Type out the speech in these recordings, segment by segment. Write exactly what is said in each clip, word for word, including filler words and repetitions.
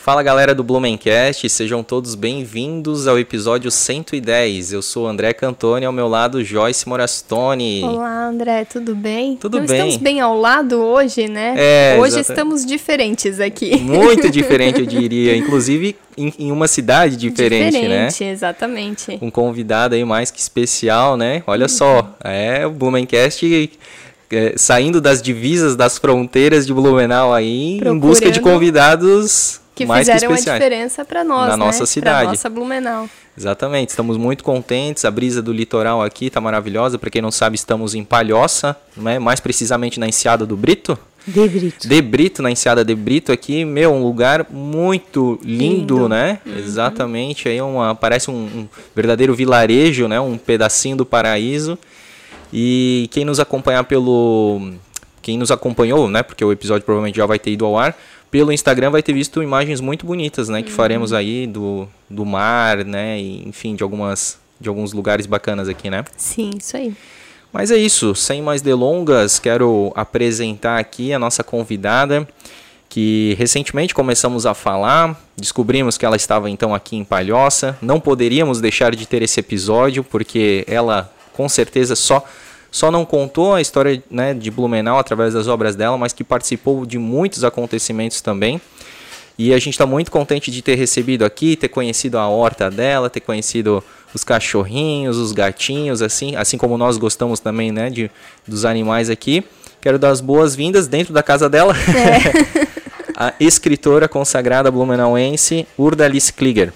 Fala galera do Blumencast, sejam todos bem-vindos ao episódio cento e dez. Eu sou o André Cantoni, ao meu lado Joyce Morastoni. Olá André, tudo bem? Tudo Não bem. Estamos bem ao lado hoje, né? É, hoje exatamente. Estamos diferentes aqui. Muito diferente, eu diria, inclusive em, em uma cidade diferente, diferente, né? Diferente, exatamente. Um convidado aí mais que especial, né? Olha só, é o Blumencast... É, saindo das divisas, das fronteiras de Blumenau aí, Procurando em busca de convidados que mais que fizeram especiais. a diferença para nós, na né? nossa cidade. Pra nossa Blumenau. Exatamente, estamos muito contentes, a brisa do litoral aqui está maravilhosa, para quem não sabe estamos em Palhoça, né? Mais precisamente na Enseada do Brito. De Brito. De Brito, na Enseada de Brito aqui, meu, um lugar muito lindo, lindo. né? Uhum. Exatamente, aí uma, parece um, um verdadeiro vilarejo, né? Um pedacinho do paraíso. E quem nos acompanhar pelo... Quem nos acompanhou, né? Porque o episódio provavelmente já vai ter ido ao ar. Pelo Instagram vai ter visto imagens muito bonitas, né? Que uhum. faremos aí do, do mar, né? E, enfim, de, algumas, de alguns lugares bacanas aqui, né? Sim, isso aí. Mas é isso. Sem mais delongas, quero apresentar aqui a nossa convidada, que recentemente começamos a falar, descobrimos que ela estava então aqui em Palhoça. Não poderíamos deixar de ter esse episódio, porque ela... com certeza só, só não contou a história, né, de Blumenau através das obras dela, mas que participou de muitos acontecimentos também. E a gente está muito contente de ter recebido aqui, ter conhecido a horta dela, ter conhecido os cachorrinhos, os gatinhos, assim, assim como nós gostamos também, né, de, dos animais aqui. Quero dar as boas-vindas dentro da casa dela, é. a escritora consagrada blumenauense Urda Alice Klieger.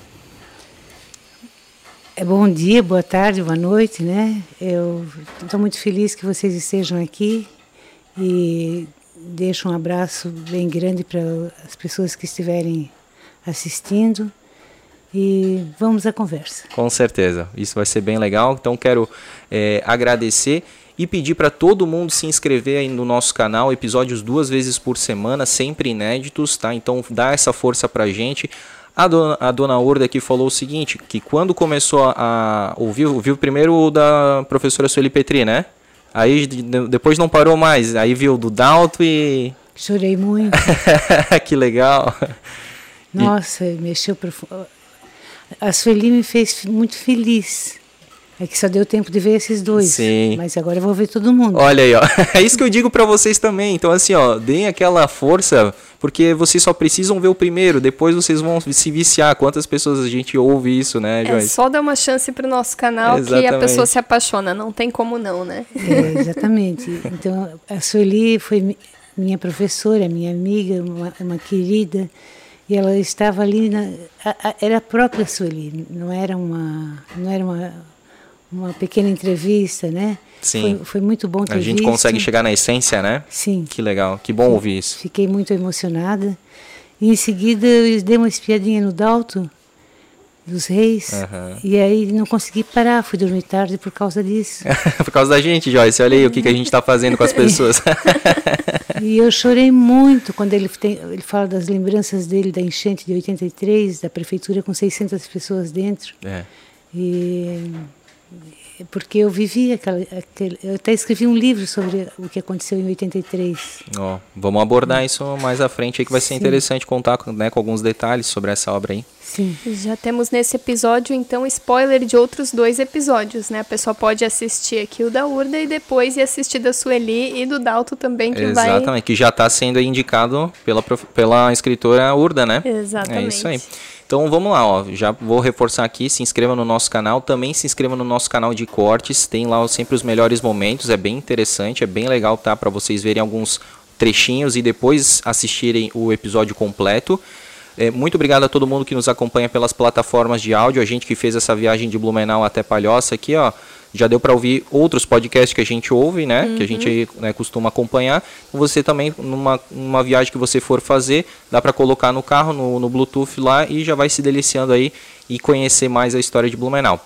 É bom dia, boa tarde, boa noite, né? Eu estou muito feliz que vocês estejam aqui e deixo um abraço bem grande para as pessoas que estiverem assistindo e vamos à conversa. Com certeza, isso vai ser bem legal, então quero é, agradecer e pedir para todo mundo se inscrever aí no nosso canal, episódios duas vezes por semana, sempre inéditos, tá? Então dá essa força pra gente. A dona, a dona Urda aqui falou o seguinte, que quando começou a ouvir, ouviu primeiro o da professora Sueli Petri, né? Aí depois não parou mais, aí viu do Dalto e... Chorei muito. Que legal. Nossa, e... mexeu profundo. A Sueli me fez muito feliz. É que só deu tempo de ver esses dois. Sim. Mas agora eu vou ver todo mundo. Olha aí, ó. É isso que eu digo pra vocês também. Então, assim, ó, deem aquela força, porque vocês só precisam ver o primeiro, depois vocês vão se viciar. Quantas pessoas a gente ouve isso, né, Joyce? É só dar uma chance pro nosso canal. Exatamente. Que a pessoa se apaixona. Não tem como não, né? É, exatamente. Então, a Sueli foi minha professora, minha amiga, uma, uma querida. E ela estava ali, na, a, a, era a própria Sueli. Não era uma... Não era uma uma pequena entrevista, né? Sim. Foi, foi muito bom ter A gente visto. consegue chegar na essência, né? Sim. Que legal, que bom ouvir isso. Fiquei muito emocionada. E em seguida eu dei uma espiadinha no Dalto dos Reis. Uhum. E aí não consegui parar, fui dormir tarde por causa disso. Por causa da gente, Joyce, olha aí o que, que a gente está fazendo com as pessoas. E eu chorei muito quando ele, tem, ele fala das lembranças dele da enchente de oitenta e três, da prefeitura com seiscentas pessoas dentro. É. E... porque eu vivi aquela, aquele, eu até escrevi um livro sobre o que aconteceu em oitenta e três. Oh, vamos abordar isso mais à frente aí, que vai ser Sim. interessante contar, né, com alguns detalhes sobre essa obra aí. Sim. Já temos nesse episódio, então, spoiler de outros dois episódios, né? A pessoa pode assistir aqui o da Urda e depois ir assistir da Sueli e do Dalto também, que Exatamente, vai... Exatamente, que já está sendo indicado pela, pela escritora Urda, né? Exatamente. É isso aí. Então vamos lá, ó, já vou reforçar aqui, se inscreva no nosso canal, também se inscreva no nosso canal de cortes, tem lá sempre os melhores momentos, é bem interessante, é bem legal, tá, para vocês verem alguns trechinhos e depois assistirem o episódio completo. É, muito obrigado a todo mundo que nos acompanha pelas plataformas de áudio, a gente que fez essa viagem de Blumenau até Palhoça aqui, ó, já deu para ouvir outros podcasts que a gente ouve, né, uhum. que a gente, né, costuma acompanhar. Você também, numa uma viagem que você for fazer, dá para colocar no carro, no, no Bluetooth lá e já vai se deliciando aí e conhecer mais a história de Blumenau.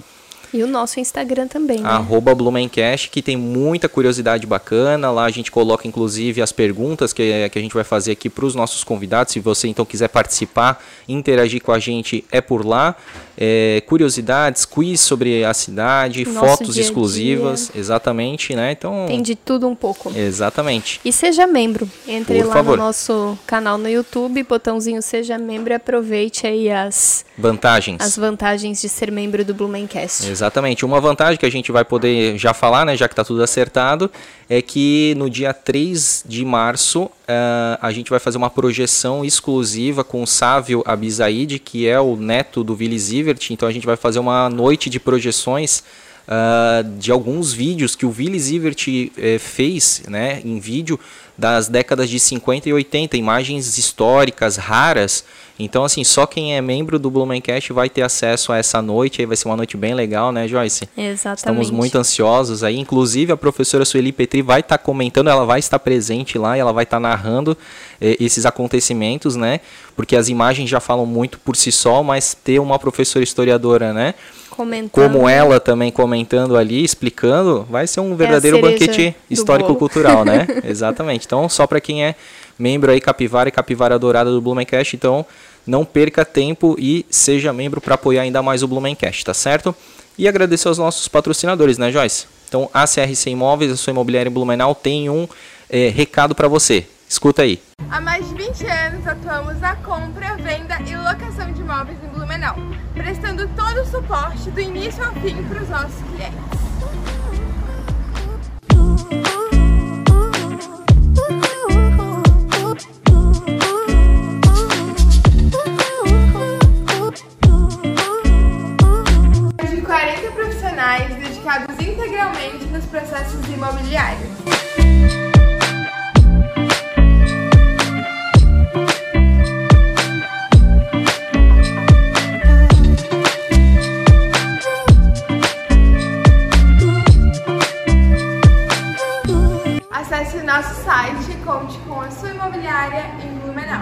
E o nosso Instagram também, né? Arroba Blumencast, que tem muita curiosidade bacana. Lá a gente coloca, inclusive, as perguntas que, que a gente vai fazer aqui para os nossos convidados. Se você, então, quiser participar, interagir com a gente, é por lá. É, curiosidades, quiz sobre a cidade, Nosso fotos dia a exclusivas. dia. Exatamente, né? Então, tem de tudo um pouco. Exatamente. E seja membro. Entre Por lá favor. no nosso canal no YouTube, botãozinho Seja Membro, e aproveite aí as Vantagens. as vantagens de ser membro do Blumencast. Exatamente. Uma vantagem que a gente vai poder já falar, né, já que está tudo acertado, é que no dia três de março uh, a gente vai fazer uma projeção exclusiva com o Sávio Abizaid, que é o neto do Willy Sievert. Então a gente vai fazer uma noite de projeções uh, de alguns vídeos que o Willy Sievert eh, fez, né, em vídeo das décadas de cinquenta e oitenta, imagens históricas, raras. Então, assim, só quem é membro do Blumencast vai ter acesso a essa noite. Aí vai ser uma noite bem legal, né, Joyce? Exatamente. Estamos muito ansiosos aí. Inclusive, a professora Sueli Petri vai estar tá comentando, ela vai estar presente lá e ela vai estar tá narrando eh, esses acontecimentos, né? Porque as imagens já falam muito por si só, mas ter uma professora historiadora, né? Comentando. Como ela também comentando ali, explicando, vai ser um verdadeiro é banquete histórico-cultural, né? Exatamente. Então, só para quem é membro aí, Capivara e Capivara Dourada do Blumencast, então não perca tempo e seja membro para apoiar ainda mais o Blumencast, tá certo? E agradecer aos nossos patrocinadores, né, Joyce? Então, a C R C Imóveis, a sua imobiliária em Blumenau, tem um é, recado para você. Escuta aí. Há mais de vinte anos atuamos na compra, venda e locação de imóveis em Blumenau, prestando todo o suporte do início ao fim para os nossos clientes. De quarenta profissionais dedicados integralmente nos processos imobiliários. Acesse o nosso site e conte com a sua imobiliária em Blumenau.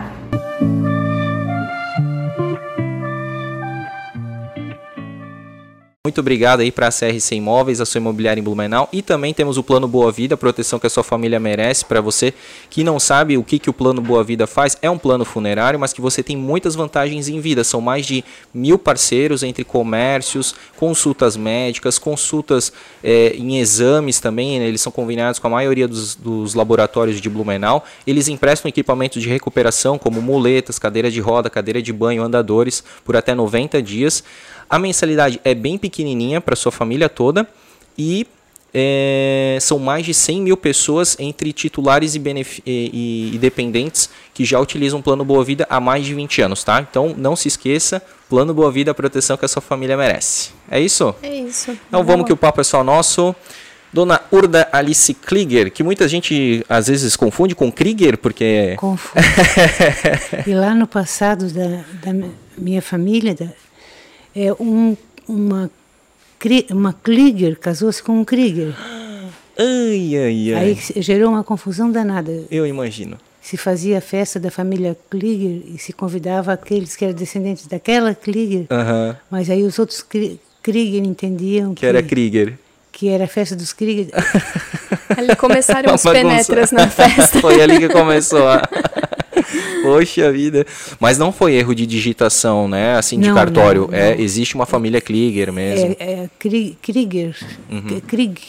Muito obrigado aí para a C R C Imóveis, a sua imobiliária em Blumenau. E também temos o Plano Boa Vida, a proteção que a sua família merece. Para você que não sabe o que, que o Plano Boa Vida faz, é um plano funerário, mas que você tem muitas vantagens em vida. São mais de mil parceiros entre comércios, consultas médicas, consultas é, em exames também. Eles são conveniados com a maioria dos, dos laboratórios de Blumenau. Eles emprestam equipamentos de recuperação, como muletas, cadeira de roda, cadeira de banho, andadores, por até noventa dias. A mensalidade é bem pequenininha para sua família toda e é, são mais de cem mil pessoas entre titulares e, benef- e, e dependentes que já utilizam o Plano Boa Vida há mais de vinte anos, tá? Então não se esqueça, Plano Boa Vida, a proteção que a sua família merece. É isso? É isso. Então vamos que o papo é só nosso. Dona Urda Alice Krieger, que muita gente às vezes confunde com Krieger, porque... Confunde. E lá no passado da, da minha família... Da, É um, uma, uma Krieger casou-se com um Krieger. Ai, ai, ai. Aí gerou uma confusão danada. Eu imagino. Se fazia a festa da família Krieger e se convidava aqueles que eram descendentes daquela Krieger. Uhum. Mas aí os outros Krieger entendiam que, que era Krieger. Que era a festa dos Krieger. Ali começaram os penetras na festa. Foi ali que começou a... Poxa vida. Mas não foi erro de digitação, né? Assim, de não, cartório. Não, não. É, existe uma família Krieger mesmo. É, é Krieger. Uhum. Krieg.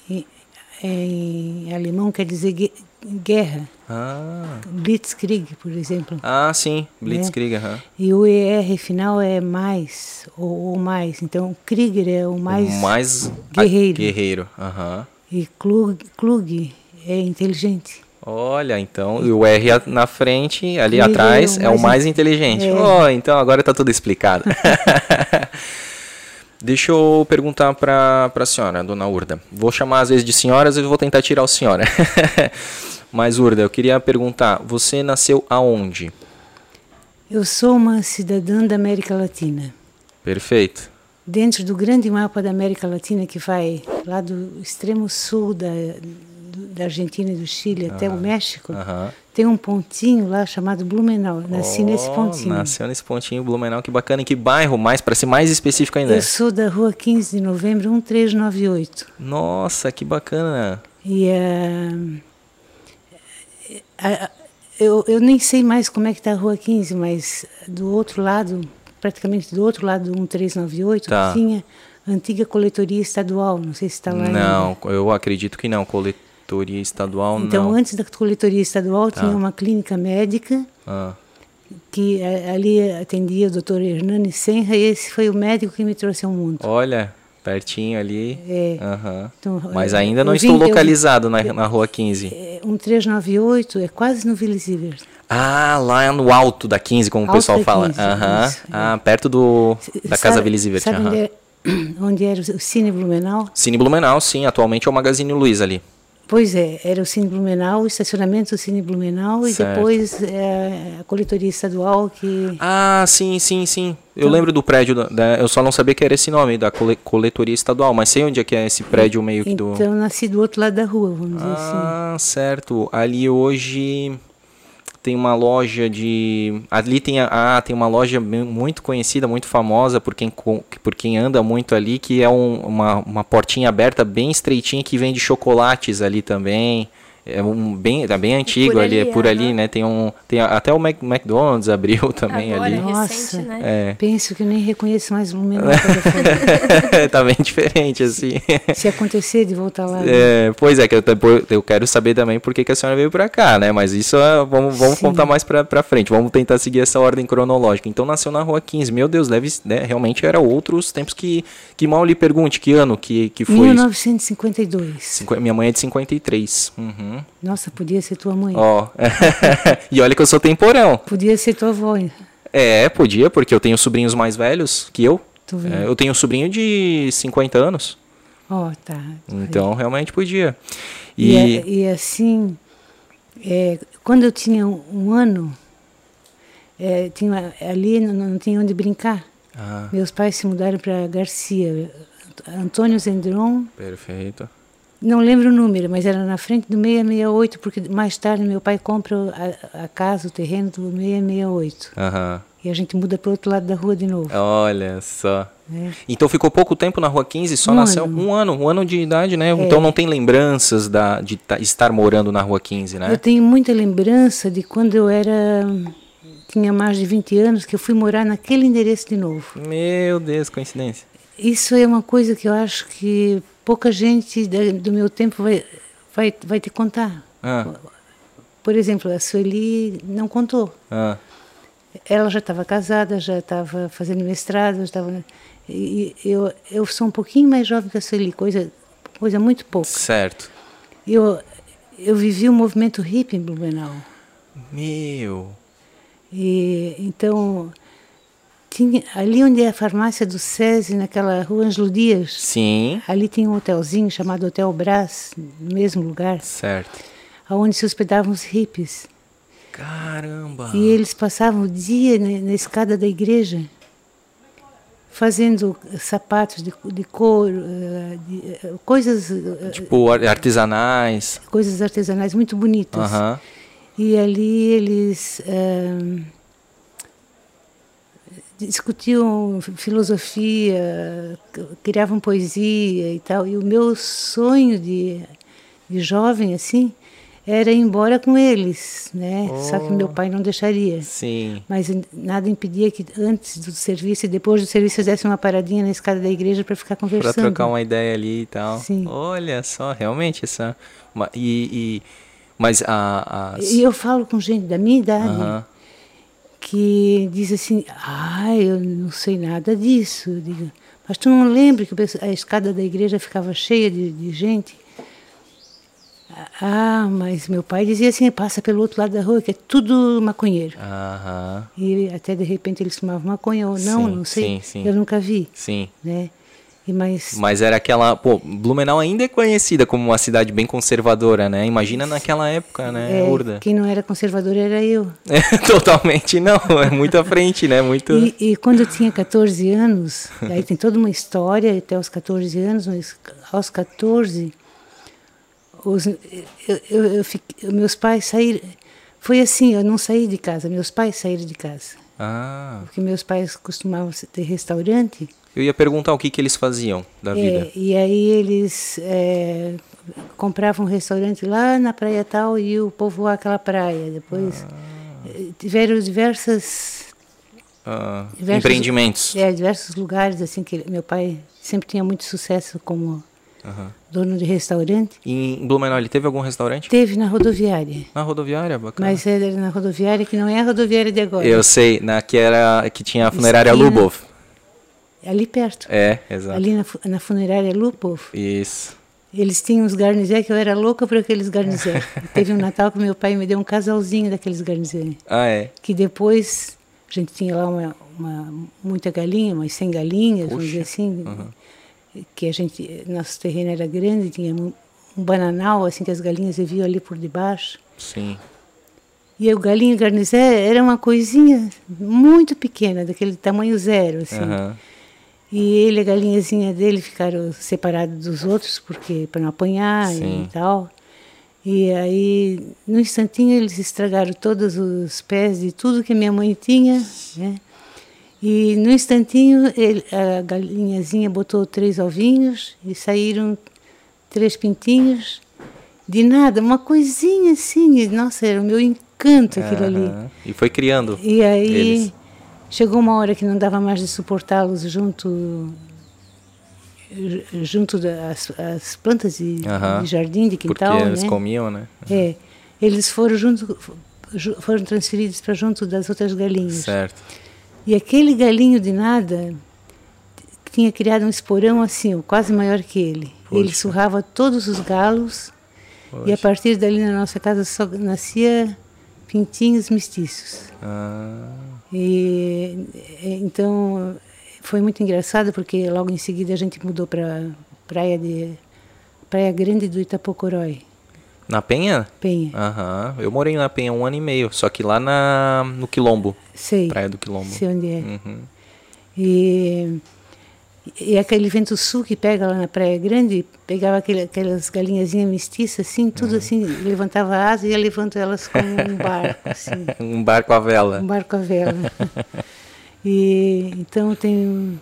Em alemão quer dizer guerra. Ah. Blitzkrieg, por exemplo. Ah, sim. Blitzkrieg, aham. Né? E o E R final é mais, ou, ou mais. Então, Krieger é o mais, o mais guerreiro. Guerreiro, aham. E Klug, Klug é inteligente. Olha, então, e o R na frente, ali Krieger atrás, é o mais, é o mais inteligente. É. Oh, então agora está tudo explicado. Deixa eu perguntar para a senhora, dona Urda. Vou chamar às vezes de senhoras e vou tentar tirar o senhora. Mas, Urda, eu queria perguntar, você nasceu aonde? Eu sou uma cidadã da América Latina. Perfeito. Dentro do grande mapa da América Latina, que vai lá do extremo sul da, do, da Argentina e do Chile Uhum. até o México, Uhum. tem um pontinho lá chamado Blumenau. Nasci oh, nesse pontinho. Nasceu nesse pontinho, Blumenau, que bacana. Em que bairro? Mais, para ser mais específico ainda. Eu sou da rua quinze de novembro, um três nove oito. Nossa, que bacana. E uh, uh, eu, eu nem sei mais como é que está a rua quinze, mas do outro lado, praticamente do outro lado do um três nove oito, tá. Tinha a antiga coletoria estadual. Não sei se está lá Não, ainda. Eu acredito que não. Coletoria estadual, então, não. antes da coletoria estadual, tá. Tinha uma clínica médica, ah. que ali atendia o doutor Hernani Senra, e esse foi o médico que me trouxe ao mundo. Olha, pertinho ali. É. Uhum. Então, mas eu, ainda não eu estou vim, localizado eu, na, na rua quinze. É, um três nove oito é quase no Vila Zivert. Ah, lá no alto da quinze, como alto o pessoal fala. quinze, uhum. Isso, ah, é. Perto do, da sabe, Casa Vila Zivert. Sabe uhum. onde, é, onde era o Cine Blumenau? Cine Blumenau, sim. Atualmente é o Magazine Luiza ali. Pois é, era o Cine Blumenau, o estacionamento do Cine Blumenau, certo. E depois é, a coletoria estadual que... Ah, sim, sim, sim. Eu então, lembro do prédio, da, eu só não sabia que era esse nome, da coletoria estadual, mas sei onde é que é esse prédio meio que então, do... Então, nasci do outro lado da rua, vamos dizer ah, assim. Ah, certo. Ali hoje tem uma loja de... Ali tem, ah, tem uma loja muito conhecida, muito famosa por quem, por quem anda muito ali, que é um, uma, uma portinha aberta bem estreitinha que vende chocolates ali também. É um bem, é bem antigo ali, ali, é por é, ali, né? Tem um, tem até o Mac, McDonald's abriu também agora, ali. Nossa, recente, né? É. Penso que eu nem reconheço mais o Blumenau. Tá bem diferente, assim. Se acontecer de voltar lá. É, né? Pois é, que eu, eu quero saber também por que, que a senhora veio pra cá, né? Mas isso vamos, vamos contar mais pra, pra frente. Vamos tentar seguir essa ordem cronológica. Então nasceu na rua quinze. Meu Deus, deve, né, realmente era outros tempos que, que mal lhe pergunte, que ano que, que foi mil novecentos e cinquenta e dois. Cinqu... Minha mãe é de cinquenta e três. Uhum. Nossa, podia ser tua mãe. Ó, oh. E olha que eu sou temporão. Podia ser tua avó. É, podia, porque eu tenho sobrinhos mais velhos que eu. É, eu tenho um sobrinho de cinquenta anos. Ó, oh, tá. Então, realmente podia. E, e, e assim, é, quando eu tinha um, um ano, é, tinha, ali não, não tinha onde brincar. Ah. Meus pais se mudaram para Garcia. Antônio Zendron. Perfeito. Não lembro o número, mas era na frente do seiscentos e sessenta e oito, porque mais tarde meu pai compra a, a casa, o terreno do seiscentos e sessenta e oito. Aham. E a gente muda para o outro lado da rua de novo. Olha só. É. Então ficou pouco tempo na rua quinze, só um nasceu ano. um ano, um ano de idade, né? É. Então não tem lembranças da, de ta, estar morando na rua quinze, né? Eu tenho muita lembrança de quando eu era... tinha mais de vinte anos, que eu fui morar naquele endereço de novo. Meu Deus, coincidência. Isso é uma coisa que eu acho que pouca gente do meu tempo vai, vai, vai te contar. Ah. Por exemplo, a Sueli não contou. Ah. Ela já estava casada, já estava fazendo mestrado, estava... E eu, eu sou um pouquinho mais jovem que a Sueli, coisa, coisa muito pouca. Certo. Eu, eu vivi o movimento hippie em Blumenau. Meu... E, então, tinha, ali onde é a farmácia do SESI, naquela rua Ângelo Dias, sim, ali tinha um hotelzinho chamado Hotel Brás, no mesmo lugar. Certo. Onde se hospedavam os hippies. Caramba! E eles passavam o dia na, na escada da igreja, fazendo sapatos de, de couro, de, coisas... Tipo artesanais. Coisas artesanais muito bonitas. Aham. Uh-huh. E ali eles uh, discutiam filosofia, criavam poesia e tal. E o meu sonho de, de jovem, assim, era ir embora com eles, né? Oh, só que meu pai não deixaria. Sim. Mas nada impedia que antes do serviço e depois do serviço fizesse uma paradinha na escada da igreja para ficar conversando. Para trocar uma ideia ali e tal. Sim. Olha só, realmente essa... E... e... Mas a, a... E eu falo com gente da minha idade uh-huh. que diz assim, ah, eu não sei nada disso. Eu digo, mas tu não lembra que a escada da igreja ficava cheia de, de gente? Ah, mas meu pai dizia assim, passa pelo outro lado da rua, que é tudo maconheiro. Uh-huh. E até de repente eles fumavam maconha ou não, sim, não sei. Sim, sim. Eu nunca vi. Sim. Né? Mas... Mas era aquela... Pô, Blumenau ainda é conhecida como uma cidade bem conservadora, né? Imagina naquela época, né, é, Urda? Quem não era conservador era eu. É, totalmente não, é muito à frente, né? Muito... E, e quando eu tinha catorze anos, aí tem toda uma história até os catorze anos, mas aos catorze, Os, eu, eu, eu fiquei, meus pais saíram... Foi assim, eu não saí de casa, meus pais saíram de casa. Ah. Porque meus pais costumavam ter restaurante. Eu ia perguntar o que, que eles faziam da é, vida. E aí eles é, compravam um restaurante lá na praia tal e iam povoar aquela praia. Depois ah. tiveram diversas... Ah, diversos, empreendimentos. É, diversos lugares, assim, que meu pai sempre tinha muito sucesso como uhum. dono de restaurante. E em Blumenau ele teve algum restaurante? Teve na rodoviária. Na rodoviária, bacana. Mas era na rodoviária que não é a rodoviária de agora. Eu sei, na que, era, que tinha a funerária Esquina, Lubov. Ali perto. É, exato. Ali na, na funerária Lubov. Isso. Eles tinham uns garnizé que eu era louca por aqueles garnizé. Teve um Natal que meu pai me deu um casalzinho daqueles garnizé. Ah, é? Que depois... A gente tinha lá uma, uma, muita galinha, umas cem galinhas, Puxa. vamos dizer assim, uhum. que a gente, nosso terreno era grande, tinha um, um bananal, assim, que as galinhas viviam ali por debaixo. Sim. E o galinho garnizé era uma coisinha muito pequena, daquele tamanho zero, assim. Uhum. E ele e a galinhazinha dele ficaram separados dos outros, porque para não apanhar Sim. e tal. E aí, no instantinho, eles estragaram todos os pés de tudo que minha mãe tinha, né? E no instantinho, ele, a galinhazinha botou três ovinhos e saíram três pintinhos. De nada, uma coisinha assim, nossa, era o meu encanto aquilo uhum. ali. E foi criando E aí, eles. Chegou uma hora que não dava mais de suportá-los junto... junto das as plantas de, uhum. de jardim, de quintal, porque eles né? comiam, né? Uhum. É, eles foram junto, foram transferidos para junto das outras galinhas. Certo. E aquele galinho de nada tinha criado um esporão assim, quase maior que ele. Poxa. Ele surrava todos os galos. Poxa. E a partir dali na nossa casa só nascia pintinhos mestiços. Ah. E então foi muito engraçado porque logo em seguida a gente mudou para praia de Praia Grande do Itapocorói. Na Penha? Penha. Aham. Eu morei na Penha um ano e meio, só que lá na no Quilombo. Sei. Praia do Quilombo. Sei onde é. Uhum. E e aquele vento sul que pega lá na Praia Grande, pegava aquele, aquelas galinhazinhas mestiças, assim, tudo uhum. assim, levantava a asa e ia levando elas como um barco, assim. Um barco à vela. Um barco à vela. E então tem...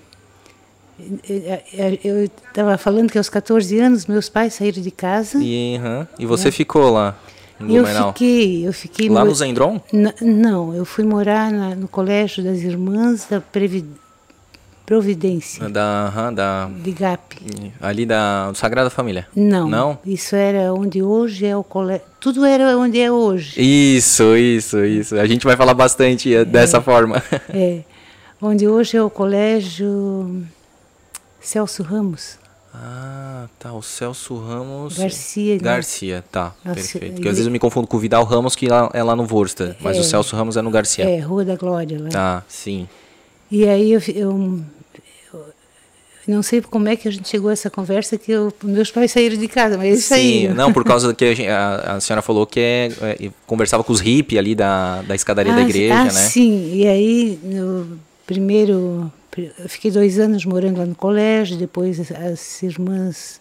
Eu estava falando que aos catorze anos meus pais saíram de casa. E, uhum. e você é. ficou lá em Blumenau? Eu fiquei, eu fiquei... Lá mo... no Zendron? N- não, eu fui morar na, no Colégio das Irmãs da Previdência. Providência. Da, uhum, da... De G A P. Ali da Sagrada Família? Não. Não? Isso era onde hoje é o colégio. Tudo era onde é hoje. Isso, isso, isso. A gente vai falar bastante é, dessa forma. É. Onde hoje é o colégio Celso Ramos. Ah, tá. O Celso Ramos... Garcia. Garcia, né? Tá. Nossa, perfeito. Porque às vezes eu me confundo com o Vidal Ramos, que lá, é lá no Vorsta. Mas é, o Celso Ramos é no Garcia. É, Rua da Glória. Lá. Tá, sim. E aí eu, eu, eu não sei como é que a gente chegou a essa conversa que eu, meus pais saíram de casa, mas eles Sim, saíram. Não, por causa que a, gente, a, a senhora falou que é, é, conversava com os hippies ali da, da escadaria ah, da igreja, ah, né? Sim, e aí no primeiro, eu fiquei dois anos morando lá no colégio, depois as, as irmãs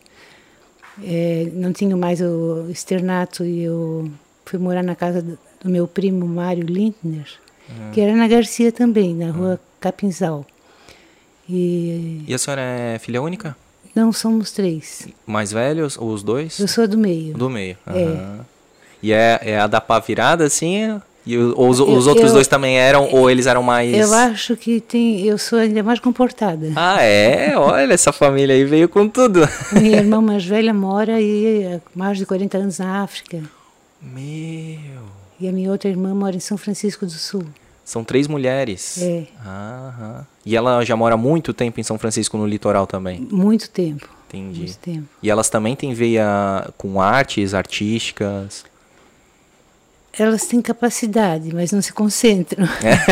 é, não tinham mais o externato e eu fui morar na casa do, do meu primo Mário Lindner, hum. que era na Garcia também, na rua hum. Capinzal. E... e a senhora é filha única? Não, somos três. Mais velhos, ou os dois? Eu sou a do meio. Do meio. É. Uhum. E é, é a da pá virada, assim? E os, os eu, outros eu, dois também eram, ou eles eram mais... Eu acho que tem, eu sou ainda mais comportada. Ah, é? Olha, essa família aí veio com tudo. Minha irmã mais velha mora aí há mais de quarenta anos na África. Meu... E a minha outra irmã mora em São Francisco do Sul. São três mulheres. É. Aham. E ela já mora há muito tempo em São Francisco, no litoral também? Muito tempo. Entendi. Muito tempo. E elas também têm veia com artes, artísticas? Elas têm capacidade, mas não se concentram.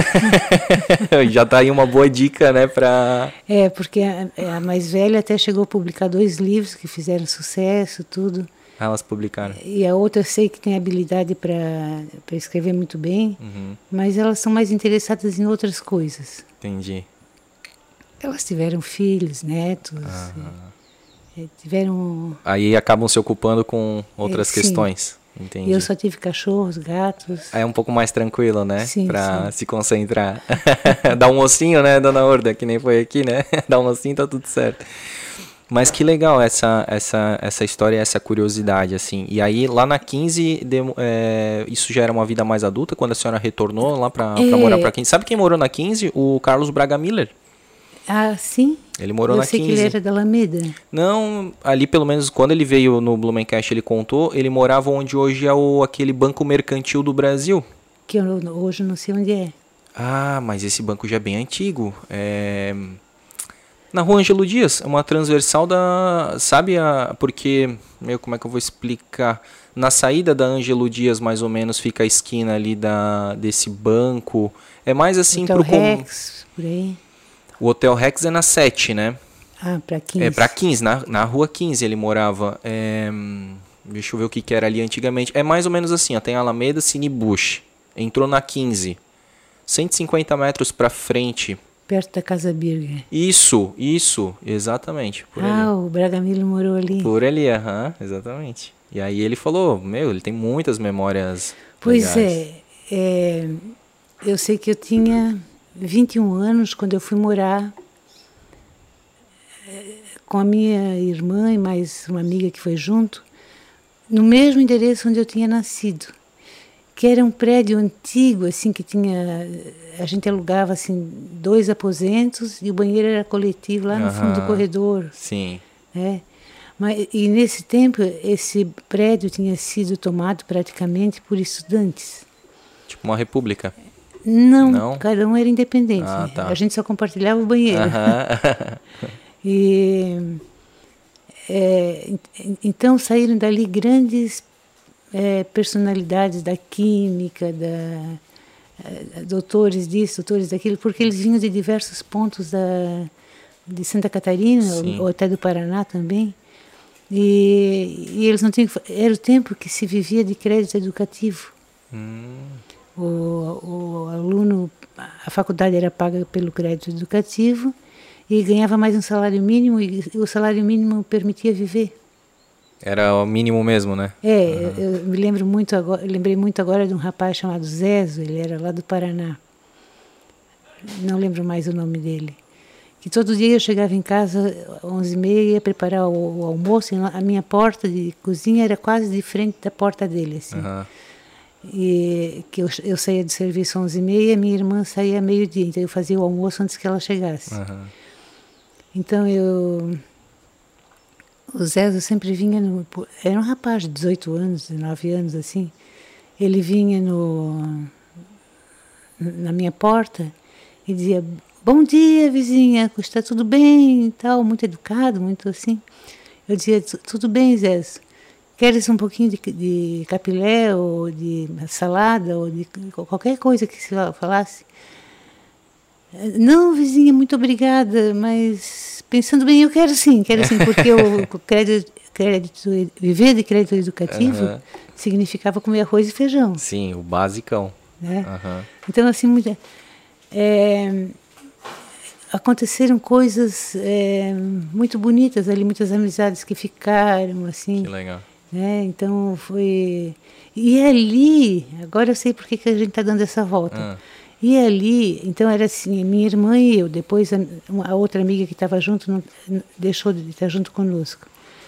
É. Já tá aí uma boa dica, né, pra... É, porque a, a mais velha até chegou a publicar dois livros que fizeram sucesso, tudo. Ah, elas publicaram. E a outra eu sei que tem habilidade para para escrever muito bem, uhum. mas elas são mais interessadas em outras coisas. Entendi. Elas tiveram filhos, netos. Uhum. tiveram... Aí acabam se ocupando com outras é, questões. Entendi. Eu só tive cachorros, gatos. É um pouco mais tranquilo, né? Sim, pra sim. se concentrar. Dá um ossinho, né, dona Urda? Que nem foi aqui, né? Dá um ossinho, tá tudo certo. Mas que legal essa, essa, essa história, essa curiosidade, assim. E aí, lá na quinze, de, é, isso já era uma vida mais adulta, quando a senhora retornou lá pra, é... pra morar pra quinze? Sabe quem morou na quinze? O Carlos Braga Miller. Ah, sim? Ele morou Eu na sei quinze. Que ele era da Alameda. Não, ali pelo menos quando ele veio no Blumencast, ele contou, ele morava onde hoje é o, aquele Banco Mercantil do Brasil. Que eu hoje não sei onde é. Ah, mas esse banco já é bem antigo. É... Na Rua Ângelo Dias, é uma transversal da... Sabe, a... porque... Meu, como é que eu vou explicar? Na saída da Ângelo Dias, mais ou menos, fica a esquina ali da... desse banco. É mais assim Hotel pro... Rex, por aí. O Hotel Rex é na sete, né? Ah, pra quinze. É, pra quinze, na, na Rua quinze ele morava. É... Deixa eu ver o que, que era ali antigamente. É mais ou menos assim, ó, tem Alameda, Cine Bush. Entrou na quinze. cento e cinquenta metros pra frente... Perto da Casa Birger. Isso, isso, exatamente. Por ah, ali. O Braga Miller morou ali. Por ali, aham, exatamente. E aí ele falou, meu, ele tem muitas memórias Pois legais. é, é, eu sei que eu tinha vinte e um anos quando eu fui morar com a minha irmã e mais uma amiga que foi junto, no mesmo endereço onde eu tinha nascido. Que era um prédio antigo, assim, que tinha... A gente alugava, assim, dois aposentos e o banheiro era coletivo lá no Aham, fundo do corredor. Sim. É. Mas, e nesse tempo, esse prédio tinha sido tomado praticamente por estudantes. Tipo uma república. Não, Não? cada um era independente. Ah, tá. A gente só compartilhava o banheiro. Aham. E... É, então saíram dali grandes... É, personalidades da química, da, é, doutores disso, doutores daquilo, porque eles vinham de diversos pontos da, de Santa Catarina, ou, ou até do Paraná também, e, e eles não tinham, era o tempo que se vivia de crédito educativo. Hum. O, o aluno, a faculdade era paga pelo crédito educativo e ganhava mais um salário mínimo, e o salário mínimo permitia viver. Era o mínimo mesmo, né? É, uhum. eu, eu me lembro muito agora, lembrei muito agora de um rapaz chamado Zezo, ele era lá do Paraná. Não lembro mais o nome dele. Que todo dia eu chegava em casa às onze e meia, ia preparar o, o almoço, e a minha porta de cozinha era quase de frente da porta dele, assim. Uhum. E que eu, eu saía do serviço às onze e meia, minha irmã saía meio-dia, então eu fazia o almoço antes que ela chegasse. Uhum. Então eu... O Zezo sempre vinha, no, era um rapaz de dezoito anos, dezenove anos, assim. Ele vinha no, na minha porta e dizia, bom dia, vizinha, está tudo bem e tal, muito educado, muito assim. Eu dizia, tudo bem, Zezo, queres um pouquinho de, de capilé ou de salada ou de qualquer coisa que se falasse? Não, vizinha, muito obrigada, mas pensando bem, eu quero sim, quero sim, porque o crédito, crédito, viver de crédito educativo uhum. significava comer arroz e feijão. Sim, o basicão. Né? Uhum. Então, assim, muito, é, aconteceram coisas é, muito bonitas ali, muitas amizades que ficaram, assim. Que legal. Né? Então, foi... E ali, agora eu sei por que, que a gente está dando essa volta. Uhum. E ali, então era assim, minha irmã e eu, depois a, a outra amiga que estava junto, não, deixou de estar junto conosco.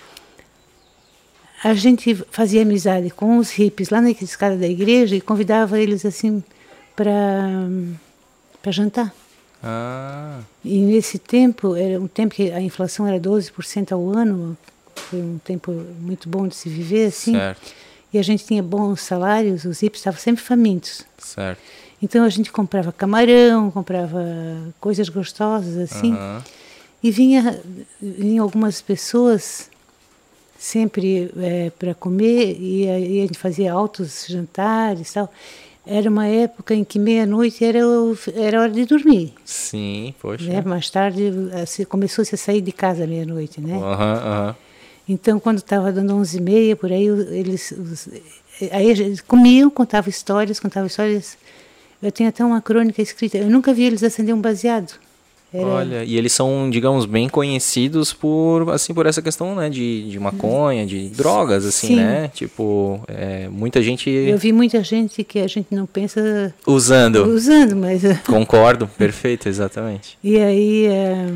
A gente fazia amizade com os hippies lá na escada da igreja e convidava eles assim para para jantar. Ah. E nesse tempo, era um tempo que a inflação era doze por cento ao ano, foi um tempo muito bom de se viver assim. Certo. E a gente tinha bons salários, os hippies estavam sempre famintos. Certo. Então a gente comprava camarão, comprava coisas gostosas assim, uhum. e vinha, vinha algumas pessoas sempre é, para comer e, e a gente fazia altos jantares e tal. Era uma época em que meia-noite era, era hora de dormir. Sim, poxa. Né? Mais tarde assim, começou-se a sair de casa meia-noite, né? Uhum, uhum. Então quando estava dando onze e meia, por aí eles, os, aí eles comiam, contavam histórias, contavam histórias. Eu tenho até uma crônica escrita. Eu nunca vi eles acender um baseado. Era... Olha, e eles são, digamos, bem conhecidos por, assim, por essa questão, né, de, de maconha, de drogas, assim, Sim. né? Tipo, é, muita gente... Eu vi muita gente que a gente não pensa... Usando. Usando, mas... Concordo, perfeito, exatamente. E aí... É...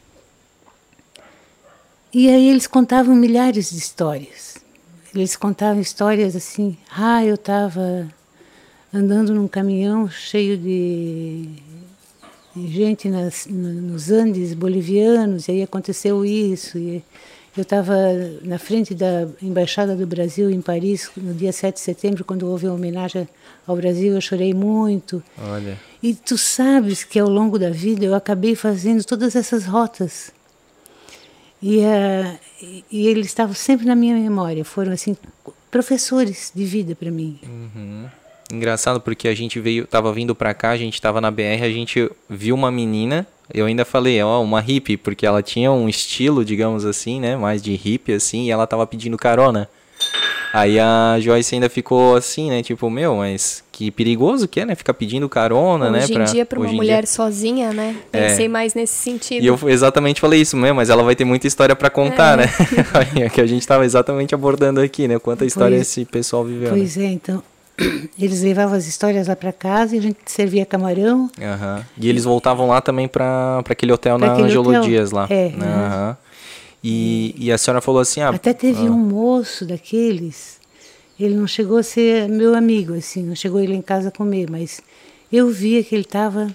E aí eles contavam milhares de histórias. Eles contavam histórias assim, ah, eu estava andando num caminhão cheio de... gente nas, nos Andes bolivianos, e aí aconteceu isso. E eu estava na frente da Embaixada do Brasil em Paris, no dia sete de setembro, quando houve a homenagem ao Brasil, eu chorei muito. Olha. E tu sabes que ao longo da vida eu acabei fazendo todas essas rotas. E, uh, e, e eles estavam sempre na minha memória, foram assim, professores de vida para mim. Uhum. Engraçado porque a gente veio, tava vindo pra cá, a gente tava na B R, a gente viu uma menina, eu ainda falei, ó, uma hippie, porque ela tinha um estilo, digamos assim, né, mais de hippie, assim, e ela tava pedindo carona. Aí a Joyce ainda ficou assim, né, tipo, meu, mas que perigoso que é, né, ficar pedindo carona, hoje né. Hoje em pra, dia, pra uma mulher dia... sozinha, né, pensei é. mais nesse sentido. E eu exatamente falei isso mesmo, mas ela vai ter muita história pra contar, é. né, que a gente tava exatamente abordando aqui, né, quanta história pois, esse pessoal viveu. Pois né? é, então... Eles levavam as histórias lá para casa e a gente servia camarão. Uhum. E eles voltavam lá também para aquele hotel pra na aquele Ângelo hotel. Dias lá. É. Uhum. Uhum. E, e a senhora falou assim... Ah, até teve ah. um moço daqueles, ele não chegou a ser meu amigo, assim, não chegou ele em casa comer, mas eu via que ele estava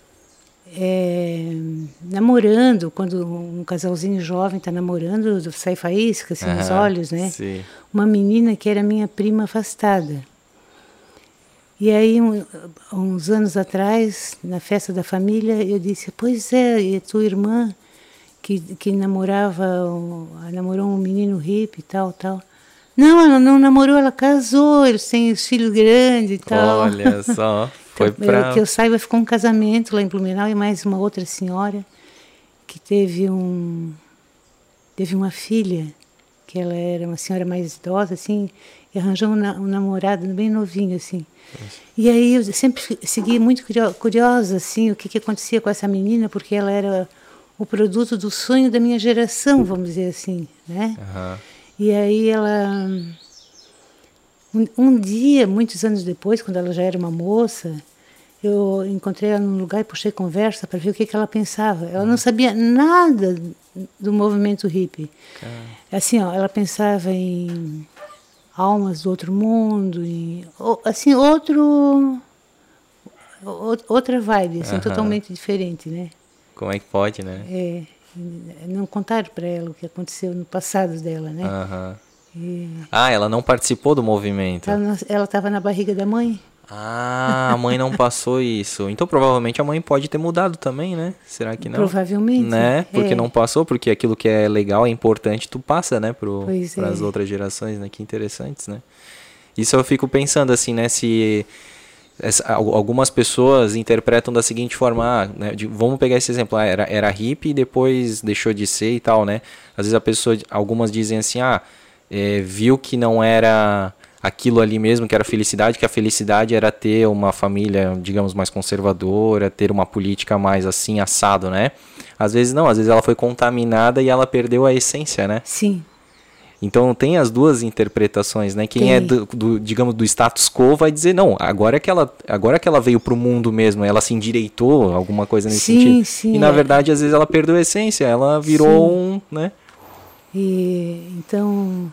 é, namorando, quando um casalzinho jovem está namorando, sai faísca assim, uhum. nos olhos, né? Sim. Uma menina que era minha prima afastada. E aí, um, uns anos atrás, na festa da família, eu disse, pois é, e a tua irmã, que, que namorava, namorou um menino hippie e tal, tal. Não, ela não namorou, ela casou, eles têm os filhos grandes e tal. Olha só, foi então, pra... Que eu saiba, ficou um casamento lá em Blumenau e mais uma outra senhora que teve um... Teve uma filha, que ela era uma senhora mais idosa, assim, e arranjou um, um namorado bem novinho, assim. Isso. E aí eu sempre segui muito curiosa, assim, o que, que acontecia com essa menina, porque ela era o produto do sonho da minha geração, vamos dizer assim, né? Uhum. E aí ela... Um, um dia, muitos anos depois, quando ela já era uma moça, eu encontrei ela num lugar e puxei conversa para ver o que, que ela pensava. Ela não sabia nada do movimento hippie. Caramba. Assim, ó, ela pensava em almas do outro mundo, em, assim, outro, outra vibe, assim, uhum. totalmente diferente, né? Como é que pode, né? É, não contaram para ela o que aconteceu no passado dela, né? Uhum. E... Ah, ela não participou do movimento? Ela estava na barriga da mãe. Ah, a mãe não passou isso. Então provavelmente a mãe pode ter mudado também, né? Será que não? Provavelmente. Né? Porque é. não passou, porque aquilo que é legal, é importante, tu passa, né? Para as é. outras gerações, né? Que interessantes, né? Isso eu fico pensando assim, né? Se essa, algumas pessoas interpretam da seguinte forma, ah, né, de, vamos pegar esse exemplo, ah, era, era hippie e depois deixou de ser e tal, né? Às vezes a pessoa, algumas dizem assim, ah, é, viu que não era... aquilo ali mesmo, que era felicidade, que a felicidade era ter uma família, digamos, mais conservadora, ter uma política mais assim, assado, né? Às vezes não, às vezes ela foi contaminada e ela perdeu a essência, né? Sim. Então tem as duas interpretações, né? Quem tem. é, do, do, digamos, do status quo vai dizer, não, agora é que ela, agora é que ela veio pro mundo mesmo, ela se endireitou, alguma coisa nesse sim, sentido. Sim, e na é. verdade, às vezes ela perdeu a essência, ela virou sim. um, né? E, então...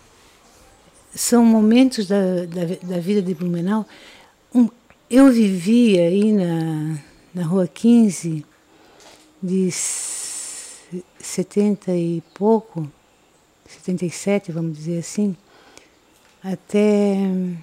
São momentos da, da, da vida de Blumenau. Um, eu vivi aí na, na Rua quinze, de setenta e pouco, setenta e sete, vamos dizer assim, até...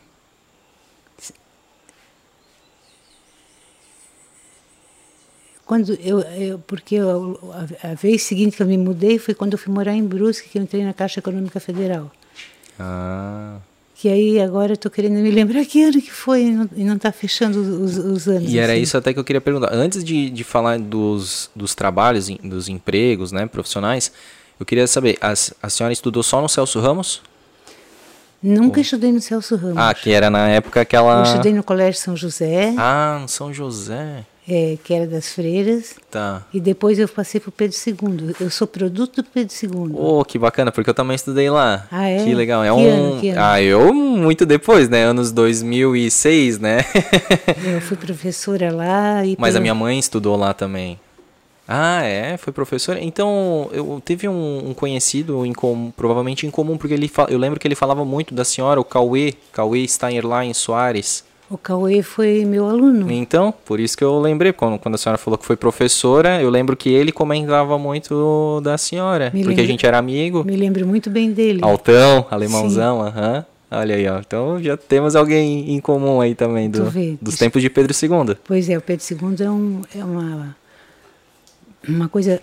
Quando eu, eu, porque eu, a, a vez seguinte que eu me mudei foi quando eu fui morar em Brusque, que eu entrei na Caixa Econômica Federal. Ah. Que aí agora eu tô querendo me lembrar que ano que foi e não está fechando os, os anos. E era assim. isso até que eu queria perguntar. Antes de, de falar dos, dos trabalhos, dos empregos, né, profissionais, eu queria saber, a, a senhora estudou só no Celso Ramos? Nunca Ou... estudei no Celso Ramos. Ah, que era na época que ela... Eu estudei no Colégio São José. Ah, no São José. é, que era das freiras. Tá. E depois eu passei para o Pedro segundo. Eu sou produto do Pedro segundo. Oh, que bacana, porque eu também estudei lá. Ah, é? Que legal. É que um... ano, que ano? Ah, eu muito depois, né? Anos dois mil e seis, né? Eu fui professora lá. E Mas pelo... a minha mãe estudou lá também. Ah, é? Foi professora? Então, eu teve um, um conhecido, em comum, provavelmente em comum, porque ele fa... eu lembro que ele falava muito da senhora, o Cauê, Cauê Steinlein Soares. O Cauê foi meu aluno. Então, por isso que eu lembrei, quando, quando a senhora falou que foi professora, eu lembro que ele comentava muito da senhora, Me porque lembro, a gente era amigo. Me lembro muito bem dele. Altão, alemãozão, aham. Olha aí, ó. Então já temos alguém em comum aí também, do, vê, dos isso. tempos de Pedro segundo. Pois é, o Pedro segundo é, um, é uma, uma coisa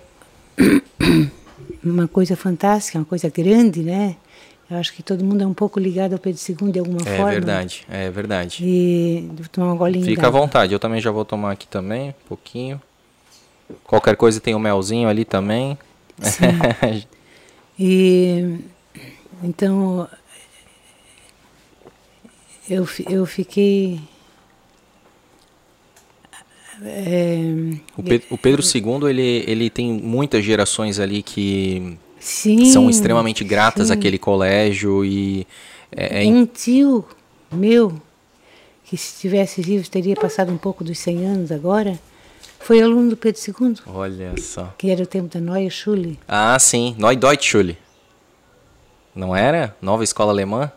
uma coisa fantástica, uma coisa grande, né? Eu acho que todo mundo é um pouco ligado ao Pedro segundo de alguma É forma. É verdade, é verdade. E vou tomar uma golinha. Fica à vontade, eu também já vou tomar aqui também, um pouquinho. Qualquer coisa tem o melzinho ali também. Sim. E então eu, eu fiquei é, o, Pe o Pedro segundo, ele, ele tem muitas gerações ali que sim, são extremamente gratas sim. àquele colégio e é, é um tio meu que se estivesse vivo teria passado um pouco dos cem anos agora, foi aluno do Pedro segundo. Olha só. Que era o tempo da Neue Schule. Ah, sim, Neue Deutsche Schule. Não era? Nova Escola Alemã?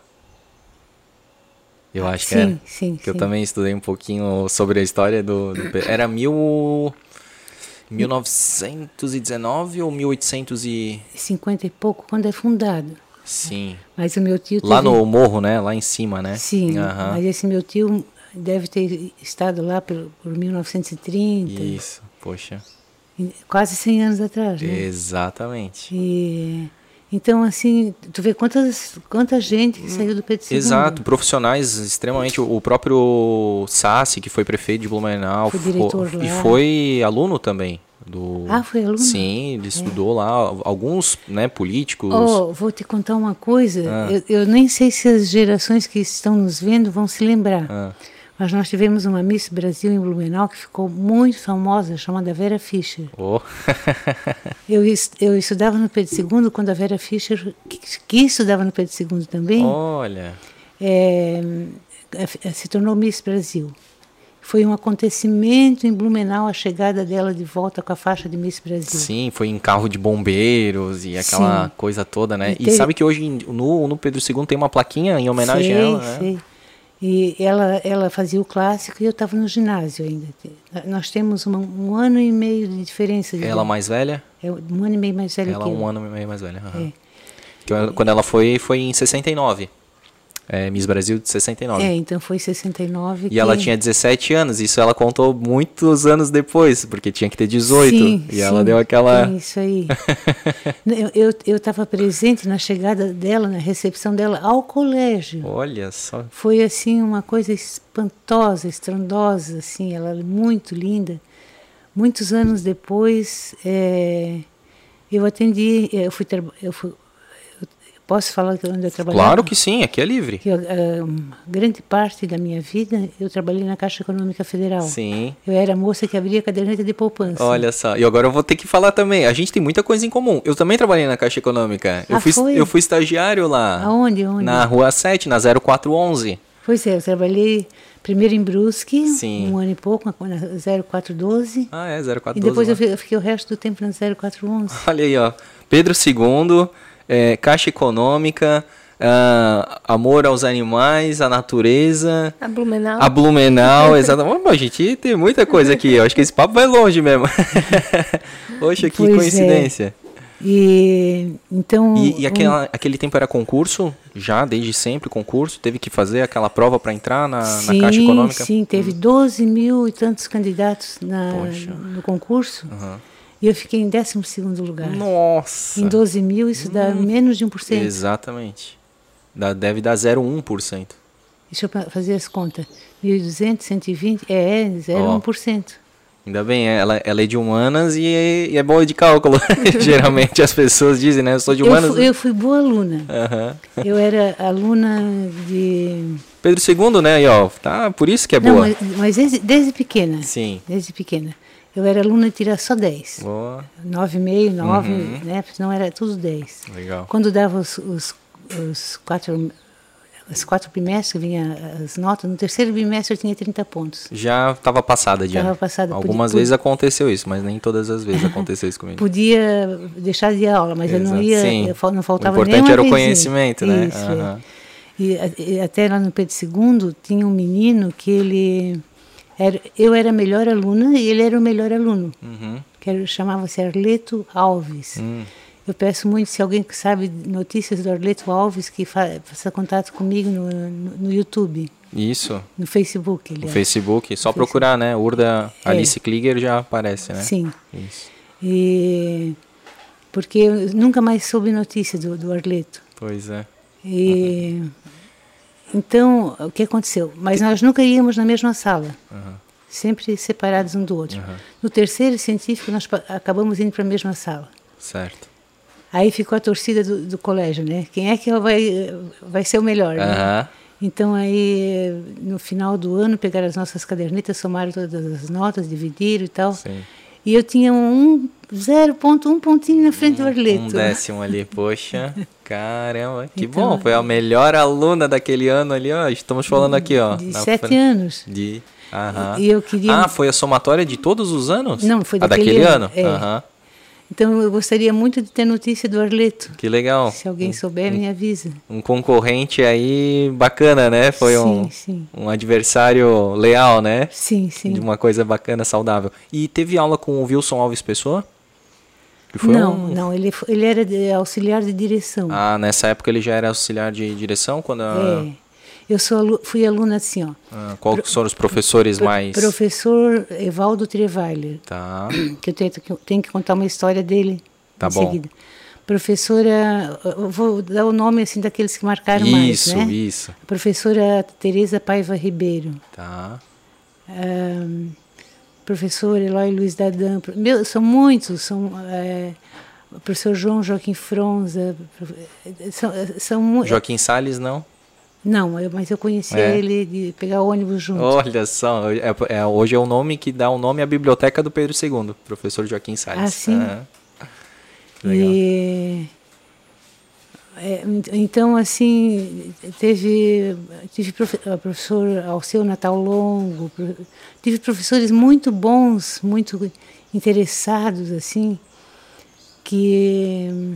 Eu acho sim, que era. Sim, sim. Que eu também estudei um pouquinho sobre a história do... do era mil... mil novecentos e dezenove ou mil oitocentos e... cinquenta e pouco, quando é fundado. Sim. Mas o meu tio... Lá teve... no morro, né? Lá em cima, né? Sim, uhum. Mas esse meu tio deve ter estado lá por, por mil novecentos e trinta. Isso, poxa. Quase cem anos atrás, né? Exatamente. E... Então, assim, tu vê quantas, quanta gente que saiu do Pedro segundo. Exato, profissionais extremamente... O próprio Sassi, que foi prefeito de Blumenau, foi diretor foi, lá. E foi aluno também. Do... Ah, foi aluno? Sim, ele estudou é. lá. Alguns, né, políticos... Oh, vou te contar uma coisa. Ah. Eu, eu nem sei se as gerações que estão nos vendo vão se lembrar. Ah. Mas nós tivemos uma Miss Brasil em Blumenau que ficou muito famosa, chamada Vera Fischer. Oh. eu, eu estudava no Pedro segundo quando a Vera Fischer, que, que estudava no Pedro segundo também, Olha. É, se tornou Miss Brasil. Foi um acontecimento em Blumenau a chegada dela de volta com a faixa de Miss Brasil. Sim, foi em carro de bombeiros e aquela Sim. coisa toda, né? E, e teve... sabe que hoje no, no Pedro segundo tem uma plaquinha em homenagem sei, a ela, né? Sei. E ela, ela fazia o clássico e eu estava no ginásio ainda. Nós temos uma, um ano e meio de diferença. De ela mais velha? É um ano e meio mais velha ela que eu. um ano e meio mais velha. Uhum. É. Que eu, quando ela foi, foi em sessenta e nove. É, Miss Brasil de sessenta e nove. É, então foi em sessenta e nove. E que... ela tinha dezessete anos, isso ela contou muitos anos depois, porque tinha que ter dezoito. Sim, e sim, ela deu aquela... É isso aí. eu estava presente na chegada dela, na recepção dela ao colégio. Olha só. Foi assim uma coisa espantosa, estrondosa, assim, ela muito linda. Muitos anos depois, é, eu atendi, eu fui, eu fui Posso falar onde eu trabalhava? Claro que sim, aqui é livre. Que eu, uh, grande parte da minha vida eu trabalhei na Caixa Econômica Federal. Sim. Eu era a moça que abria a caderneta de poupança. Olha só, e agora eu vou ter que falar também. A gente tem muita coisa em comum. Eu também trabalhei na Caixa Econômica. Eu, ah, fui, foi? eu fui estagiário lá. Aonde? Onde? Na Rua sete, na zero quatro onze. Pois é, eu trabalhei primeiro em Brusque, sim. um ano e pouco, na zero quatro doze. Ah, é, zero quatro doze. E depois eu fiquei, eu fiquei o resto do tempo na zero quatro onze. Olha aí, ó. Pedro segundo, é, Caixa Econômica... Uh, amor aos animais, a natureza. A Blumenau. A Blumenau, exatamente. Bom, a gente tem muita coisa aqui. Eu acho que esse papo vai longe mesmo. Poxa, que pois coincidência. É. E então. E, e aquela, um... aquele tempo era concurso? Já, desde sempre concurso? Teve que fazer aquela prova para entrar na, sim, na Caixa Econômica? Sim, teve doze mil e tantos candidatos na, no concurso. Uhum. E eu fiquei em décimo segundo lugar. Nossa! Em doze mil, isso dá hum, menos de um por cento. Exatamente. Dá, deve dar zero vírgula um por cento. Deixa eu fazer as contas. mil e duzentos, cento e vinte, é, zero vírgula um por cento. Ainda bem, ela, ela é de humanas e é, e é boa de cálculo. Geralmente as pessoas dizem, né? Eu sou de humanas. Eu fui, eu fui boa aluna. Uhum. Eu era aluna de... Pedro segundo, né? Aí, ó, tá, por isso que é Não, boa. mas, mas desde, desde pequena. Sim. Desde pequena. Eu era aluna de tirar só dez. Boa. Nove e meio, nove, Uhum. né? Senão era tudo dez. Legal. Quando dava os, os, os quatro... Os quatro bimestres, vinha as notas. No terceiro bimestre eu tinha trinta pontos. Já estava passada de Tava ano. passada. Algumas Podia, vezes aconteceu isso, mas nem todas as vezes aconteceu isso comigo. Podia deixar de aula, mas Exato. eu não ia, Sim. eu, não faltava o nenhuma importante era o vezinha. conhecimento, né? Isso, Uhum. é. e, e até lá no Pedro segundo tinha um menino que ele... Era, eu era a melhor aluna e ele era o melhor aluno. Uhum. Que era, chamava-se Arleto Alves. Hum. Eu peço muito, se alguém que sabe notícias do Arleto Alves, que fa, faça contato comigo no, no, no YouTube. Isso. No Facebook. No aliás. Facebook. Só Facebook. procurar, né? Urda É. Alice Klieger já aparece, né? Sim. Isso. E, porque eu nunca mais soube notícia do, do Arleto. Pois é. E, então, o que aconteceu? Mas nós nunca íamos na mesma sala. Uhum. Sempre separados um do outro. Uhum. No terceiro científico, nós pa- acabamos indo para a mesma sala. Certo. Aí ficou a torcida do, do colégio, né? Quem é que vai, vai ser o melhor, né? Aham. Então, aí, no final do ano, pegaram as nossas cadernetas, somaram todas as notas, dividiram e tal. Sim. E eu tinha um zero ponto um pontinho na frente do Arleto. Um décimo ali, poxa. Caramba, que Então, bom. Foi a melhor aluna daquele ano ali, ó. Estamos falando aqui, ó. De na sete frente. anos. De... Aham. E eu queria... Ah, foi a somatória de todos os anos? Não, foi a daquele daquele ano, ano. é. Aham. Então, eu gostaria muito de ter notícia do Arleto. Que legal. Se alguém souber, me avisa. Um concorrente aí bacana, né? Foi Sim, um, sim. um adversário leal, né? Sim, sim. De uma coisa bacana, saudável. E teve aula com o Wilson Alves Pessoa? Que foi Não, um... não, ele, fo- ele era de- auxiliar de direção. Ah, nessa época ele já era auxiliar de direção? Quando a... É. Eu sou, alu- fui aluna assim, ó. Ah, qual que foram os professores Pro- mais... Professor Evaldo Trevailer, Tá, que eu tenho, que eu tenho que contar uma história dele Tá em bom. seguida. Professora, eu vou dar o nome assim daqueles que marcaram isso, mais, né? isso. Professora Tereza Paiva Ribeiro. Tá, Ahn, professor Eloy Luiz Dadan, meu, são muitos, são é, professor João Joaquim Fronza, prof- são, são mu- Joaquim Salles, não? não, eu- mas eu conhecia É. ele de pegar ônibus junto. Olha só, é, é- hoje é o nome que dá o nome à biblioteca do Pedro segundo, professor Joaquim Salles. Ah, sim? Aham. Legal. E, é, então, assim, teve, tive profe- a professor Alceu Natal Longo, pro- tive professores muito bons, muito interessados, assim, que hum,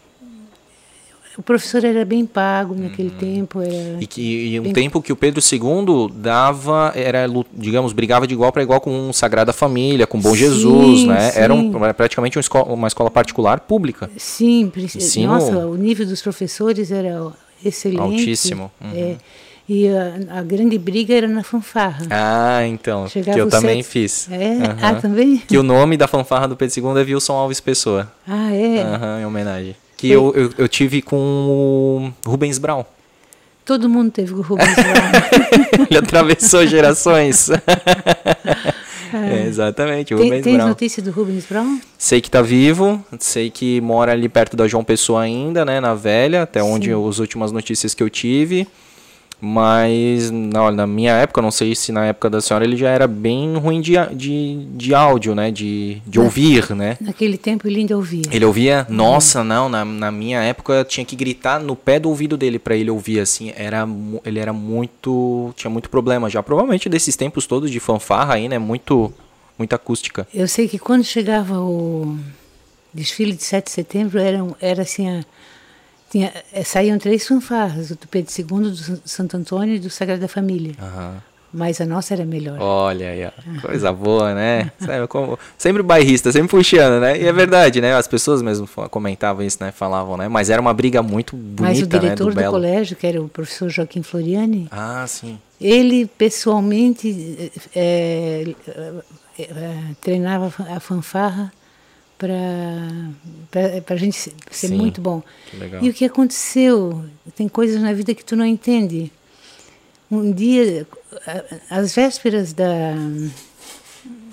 o professor era bem pago naquele tempo. Era E, que, e um bem- tempo que o Pedro segundo dava, era, lu- digamos, brigava de igual para igual com Sagrada Família, com Bom Sim, Jesus, né? sim. Era um, era praticamente uma escola, uma escola particular pública. Sim, preci- Ensino- nossa, o nível dos professores era excelente. Altíssimo. Uhum. É, e a, a grande briga era na fanfarra. Ah, então, Chegava que eu o também sete- fiz. É? Aham. Ah, também? Que o nome da fanfarra do Pedro segundo é Wilson Alves Pessoa. Ah, é? Aham, em homenagem. Que eu, eu, eu tive com o Rubens Brown. Todo mundo teve o Rubens Brown. Ele atravessou gerações. É, exatamente, o Tem, Rubens tens Brown. notícia do Rubens Brown? Sei que tá vivo, sei que mora ali perto da João Pessoa ainda, né, na Velha, até onde Sim. as últimas notícias que eu tive. Mas na, na minha época, não sei se na época da senhora, ele já era bem ruim de, de, de áudio, né, de, de ouvir, né. Naquele tempo ele ainda ouvia. Ele ouvia, nossa, não, na, na minha época eu tinha que gritar no pé do ouvido dele pra ele ouvir, assim, era, mu- ele era muito, tinha muito problema já, provavelmente desses tempos todos de fanfarra aí, né, muito, muita acústica. Eu sei que quando chegava o desfile de sete de setembro, era, um- era assim, a, tinha, eh, saíam três fanfarras, do Pedro segundo, do San- Santo Antônio e do Sagrada Família. Aham. Mas a nossa era melhor. Olha aí, ó, coisa boa, né? Sabe, como- sempre bairrista, sempre puxando, né? E é verdade, né? As pessoas mesmo fa- comentavam isso, né? Falavam, né? Mas era uma briga muito bonita, Mas o né? diretor Do do, Belo. colégio, que era o professor Joaquim Floriani, Ah, sim. ele pessoalmente eh, eh, eh, treinava a fanfarra para a gente ser Sim, muito bom. que legal. E o que aconteceu? Tem coisas na vida que tu não entende. Um dia, a- às vésperas da,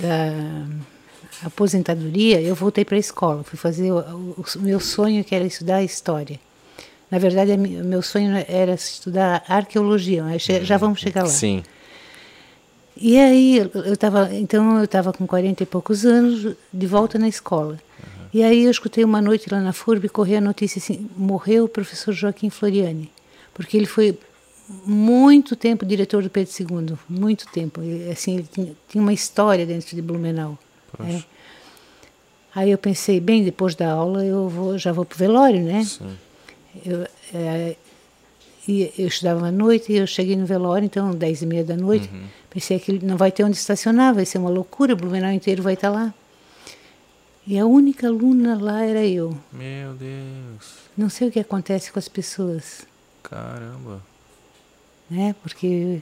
da aposentadoria, eu voltei para a escola. Fui fazer o, o, o meu sonho, que era estudar história. Na verdade, o meu sonho era estudar arqueologia. Já vamos chegar lá. Sim. E aí, eu estava, então eu estava com quarenta e poucos anos, de volta na escola. Uhum. E aí eu escutei uma noite lá na F U R B correr a notícia assim, morreu o professor Joaquim Floriani, porque ele foi muito tempo diretor do Pedro segundo, muito tempo. E, assim, ele tinha, tinha uma história dentro de Blumenau. É. Aí eu pensei, bem, depois da aula eu vou, já vou para o velório, né? Sim. Eu, é, e eu estudava à noite e eu cheguei no velório, então, dez e meia da noite. Uhum. Pensei que não vai ter onde estacionar, vai ser uma loucura, o Blumenau inteiro vai estar lá. E a única aluna lá era eu. Meu Deus. Não sei o que acontece com as pessoas. Caramba. Né? Porque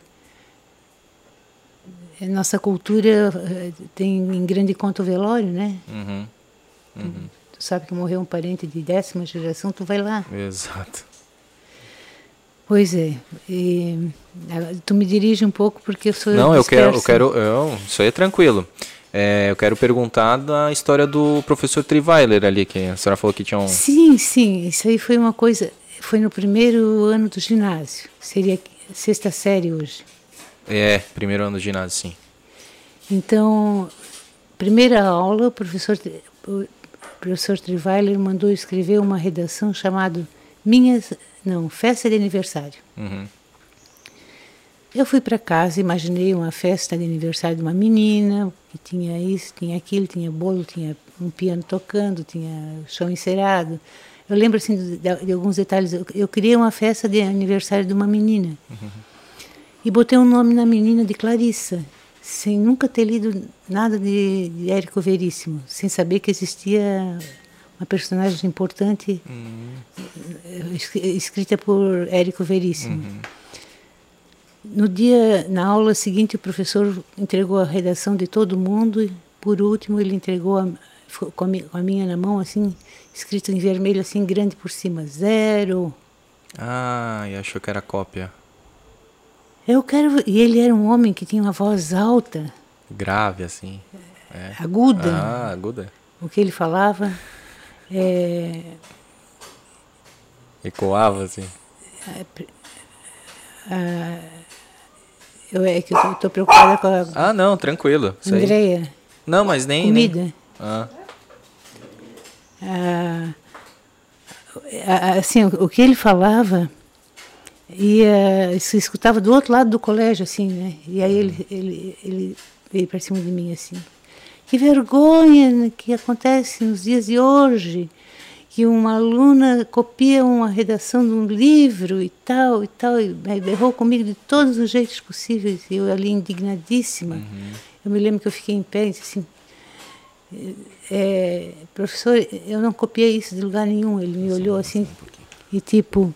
a nossa cultura tem em grande conta o velório, né? Uhum. Uhum. Tu, tu sabe que morreu um parente de décima geração, tu vai lá. Exato. Pois é. E, tu me dirige um pouco porque eu sou Não, eu quero, eu quero, eu, isso aí é tranquilo. É, eu quero perguntar da história do professor Triweiler ali, que a senhora falou que tinha um... Sim, sim, isso aí foi uma coisa, foi no primeiro ano do ginásio, seria sexta série hoje. É, primeiro ano do ginásio, sim. Então, primeira aula, o professor, o professor Triweiler mandou escrever uma redação chamada Minhas... Não, festa de aniversário. Uhum. Eu fui para casa, imaginei uma festa de aniversário de uma menina, que tinha isso, tinha aquilo, tinha bolo, tinha um piano tocando, tinha chão encerado. Eu lembro assim de, de alguns detalhes. Eu, eu criei uma festa de aniversário de uma menina. Uhum. E botei um nome na menina de Clarissa, sem nunca ter lido nada de, de Érico Veríssimo, sem saber que existia... uma personagem importante, uhum. escrita por Érico Veríssimo. Uhum. No dia, na aula seguinte, o professor entregou a redação de todo mundo e, por último, ele entregou a, com, a, com a minha na mão, assim, escrito em vermelho, assim, grande por cima, zero. Ah, e achou que era cópia. Eu quero... E ele era um homem que tinha uma voz alta. Grave, assim. É. Aguda. Ah, aguda. O que ele falava... É... Ecoava assim. Ah, eu é que eu estou preocupada com a. Ah, não, tranquilo. Andréia. Não, mas nem. Comida. Nem... Ah. Ah, assim, o, o que ele falava ia, se escutava do outro lado do colégio, assim, né? E aí ele, ele, ele veio para cima de mim assim. Que vergonha que acontece nos dias de hoje, que uma aluna copia uma redação de um livro e tal, e tal, e berrou comigo de todos os jeitos possíveis, e eu ali indignadíssima. Uhum. Eu me lembro que eu fiquei em pé e disse assim, é, professor, eu não copiei isso de lugar nenhum. Ele me olhou assim, e tipo,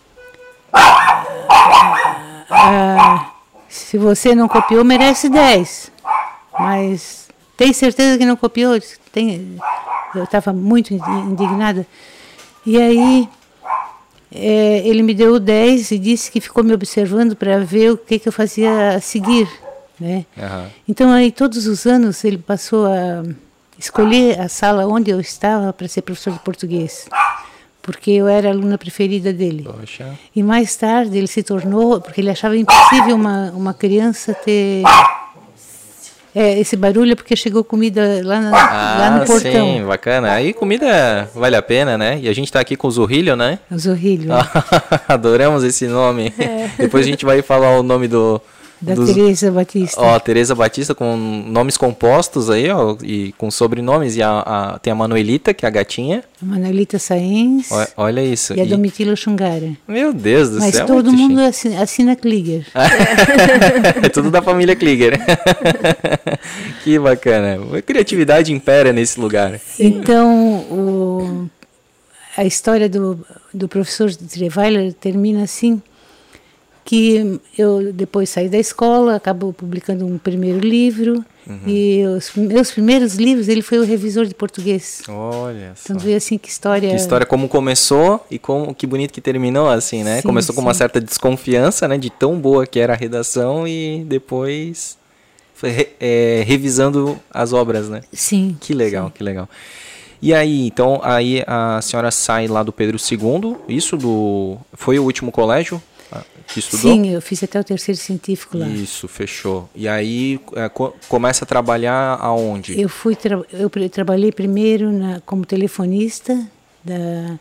ah, se você não copiou, merece dez, mas... Tem certeza que não copiou? Tem... Eu estava muito indignada. E aí, é, ele me deu o dez e disse que ficou me observando para ver o que, que eu fazia a seguir. Né? Uhum. Então, aí, todos os anos, ele passou a escolher a sala onde eu estava para ser professor de português. Porque eu era a aluna preferida dele. Poxa. E mais tarde, ele se tornou... Porque ele achava impossível uma, uma criança ter... É, esse barulho é porque chegou comida lá, na, ah, lá no portão. Sim, bacana. Aí comida vale a pena, né? E a gente tá aqui com o Zorrilho, né? O Zorrilho. Adoramos esse nome. É. Depois a gente vai falar o nome do... Da dos... Tereza Batista. Ó, Tereza Batista com nomes compostos aí, ó, e com sobrenomes. E a, a, tem a Manuelita, que é a gatinha. A Manuelita Saenz. O, olha isso. E a Domitila Xungara. Meu Deus do Mas céu. Mas todo mundo assina, assina Kliger. É tudo da família Kliger. Que bacana. A criatividade impera nesse lugar. Então, o, a história do, do professor Triweiler termina assim, que eu depois saí da escola, acabou publicando um primeiro livro, uhum. E os meus primeiros livros, ele foi o revisor de português. Olha só. Então, veio assim, que história... Que história, como começou e como, que bonito que terminou, assim, né? Sim, começou sim. com uma certa desconfiança, né? De tão boa que era a redação e depois é, revisando as obras, né? Sim. Que legal, sim. que legal. E aí, então, aí a senhora sai lá do Pedro segundo, isso do... Foi o último colégio que estudou? Sim, eu fiz até o terceiro científico lá. Isso, fechou. E aí é, co começa a trabalhar aonde? Eu fui tra eu trabalhei primeiro na, como telefonista da...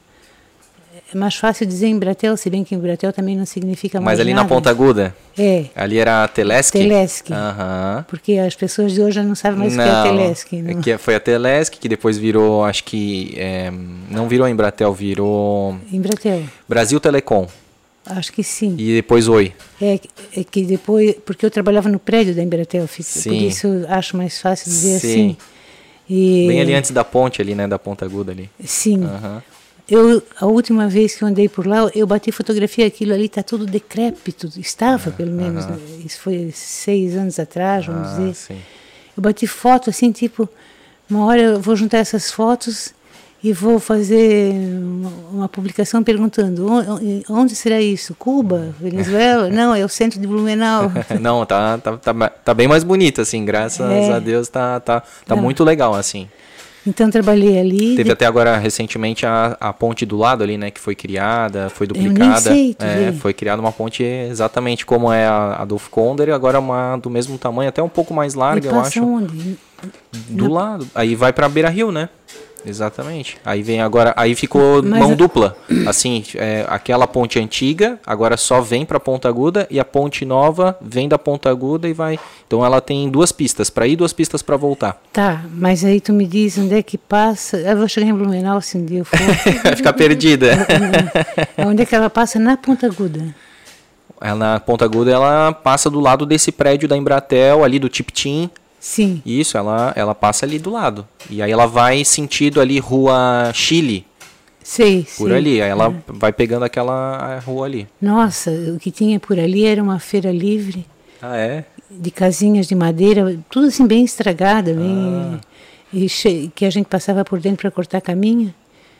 É mais fácil dizer Embratel, se bem que Embratel também não significa mais Mas ali nada. na Ponta Aguda? É. Ali era a Telesc? Telesc. Aham. Porque as pessoas de hoje já não sabem mais não, o que é a Telesc. Não, é que foi a Telesc, que depois virou, acho que... É, não virou Embratel, virou... Embratel. Brasil Telecom. Acho que sim. E depois Oi. É, é que depois... Porque eu trabalhava no prédio da Embratel, Sim. por isso eu acho mais fácil dizer sim. assim. E, bem ali antes da ponte ali, né? Da Ponta Aguda ali. Sim. Aham. Eu, a última vez que eu andei por lá, eu bati fotografia, aquilo ali está tudo decrépito, estava ah, pelo menos, uh-huh. né? Isso foi seis anos atrás, vamos ah, dizer. Sim. Eu bati foto assim, tipo, uma hora eu vou juntar essas fotos e vou fazer uma, uma publicação perguntando, onde, onde será isso? Cuba? Venezuela? Não, é o centro de Blumenau. Não, tá, tá, tá, tá bem mais bonito, assim, graças é. a Deus, tá, tá, tá muito legal, assim. Então trabalhei ali. Teve de... até agora recentemente a, a ponte do lado ali, né, que foi criada, foi duplicada. Eu nem sei, tu é, vê. foi criada uma ponte exatamente como é a Adolfo Konder, e agora uma do mesmo tamanho, até um pouco mais larga, e eu passa acho. onde? Do Na... lado. Aí vai pra Beira Rio, né? Exatamente. Aí vem agora, aí ficou Mas mão a... dupla. Assim, é, aquela ponte antiga agora só vem pra Ponta Aguda e a ponte nova vem da Ponta Aguda e vai. Então ela tem duas pistas para ir, duas pistas para voltar. Tá, mas aí tu me diz onde é que passa. Eu vou chegar em Blumenau se um dia eu for. Vai ficar perdida. Onde é que ela passa? Na Ponta Aguda. Ela, na Ponta Aguda ela passa do lado desse prédio da Embratel, ali do Tiptim. Sim. Isso, ela, ela passa ali do lado. E aí ela vai sentido ali Rua Chile. Sei, Por sei. ali. Aí ela é. vai pegando aquela rua ali. Nossa, o que tinha por ali era uma feira livre. Ah, é? De casinhas de madeira, tudo assim bem estragada. Bem, Ah. e che... que a gente passava por dentro para cortar caminho.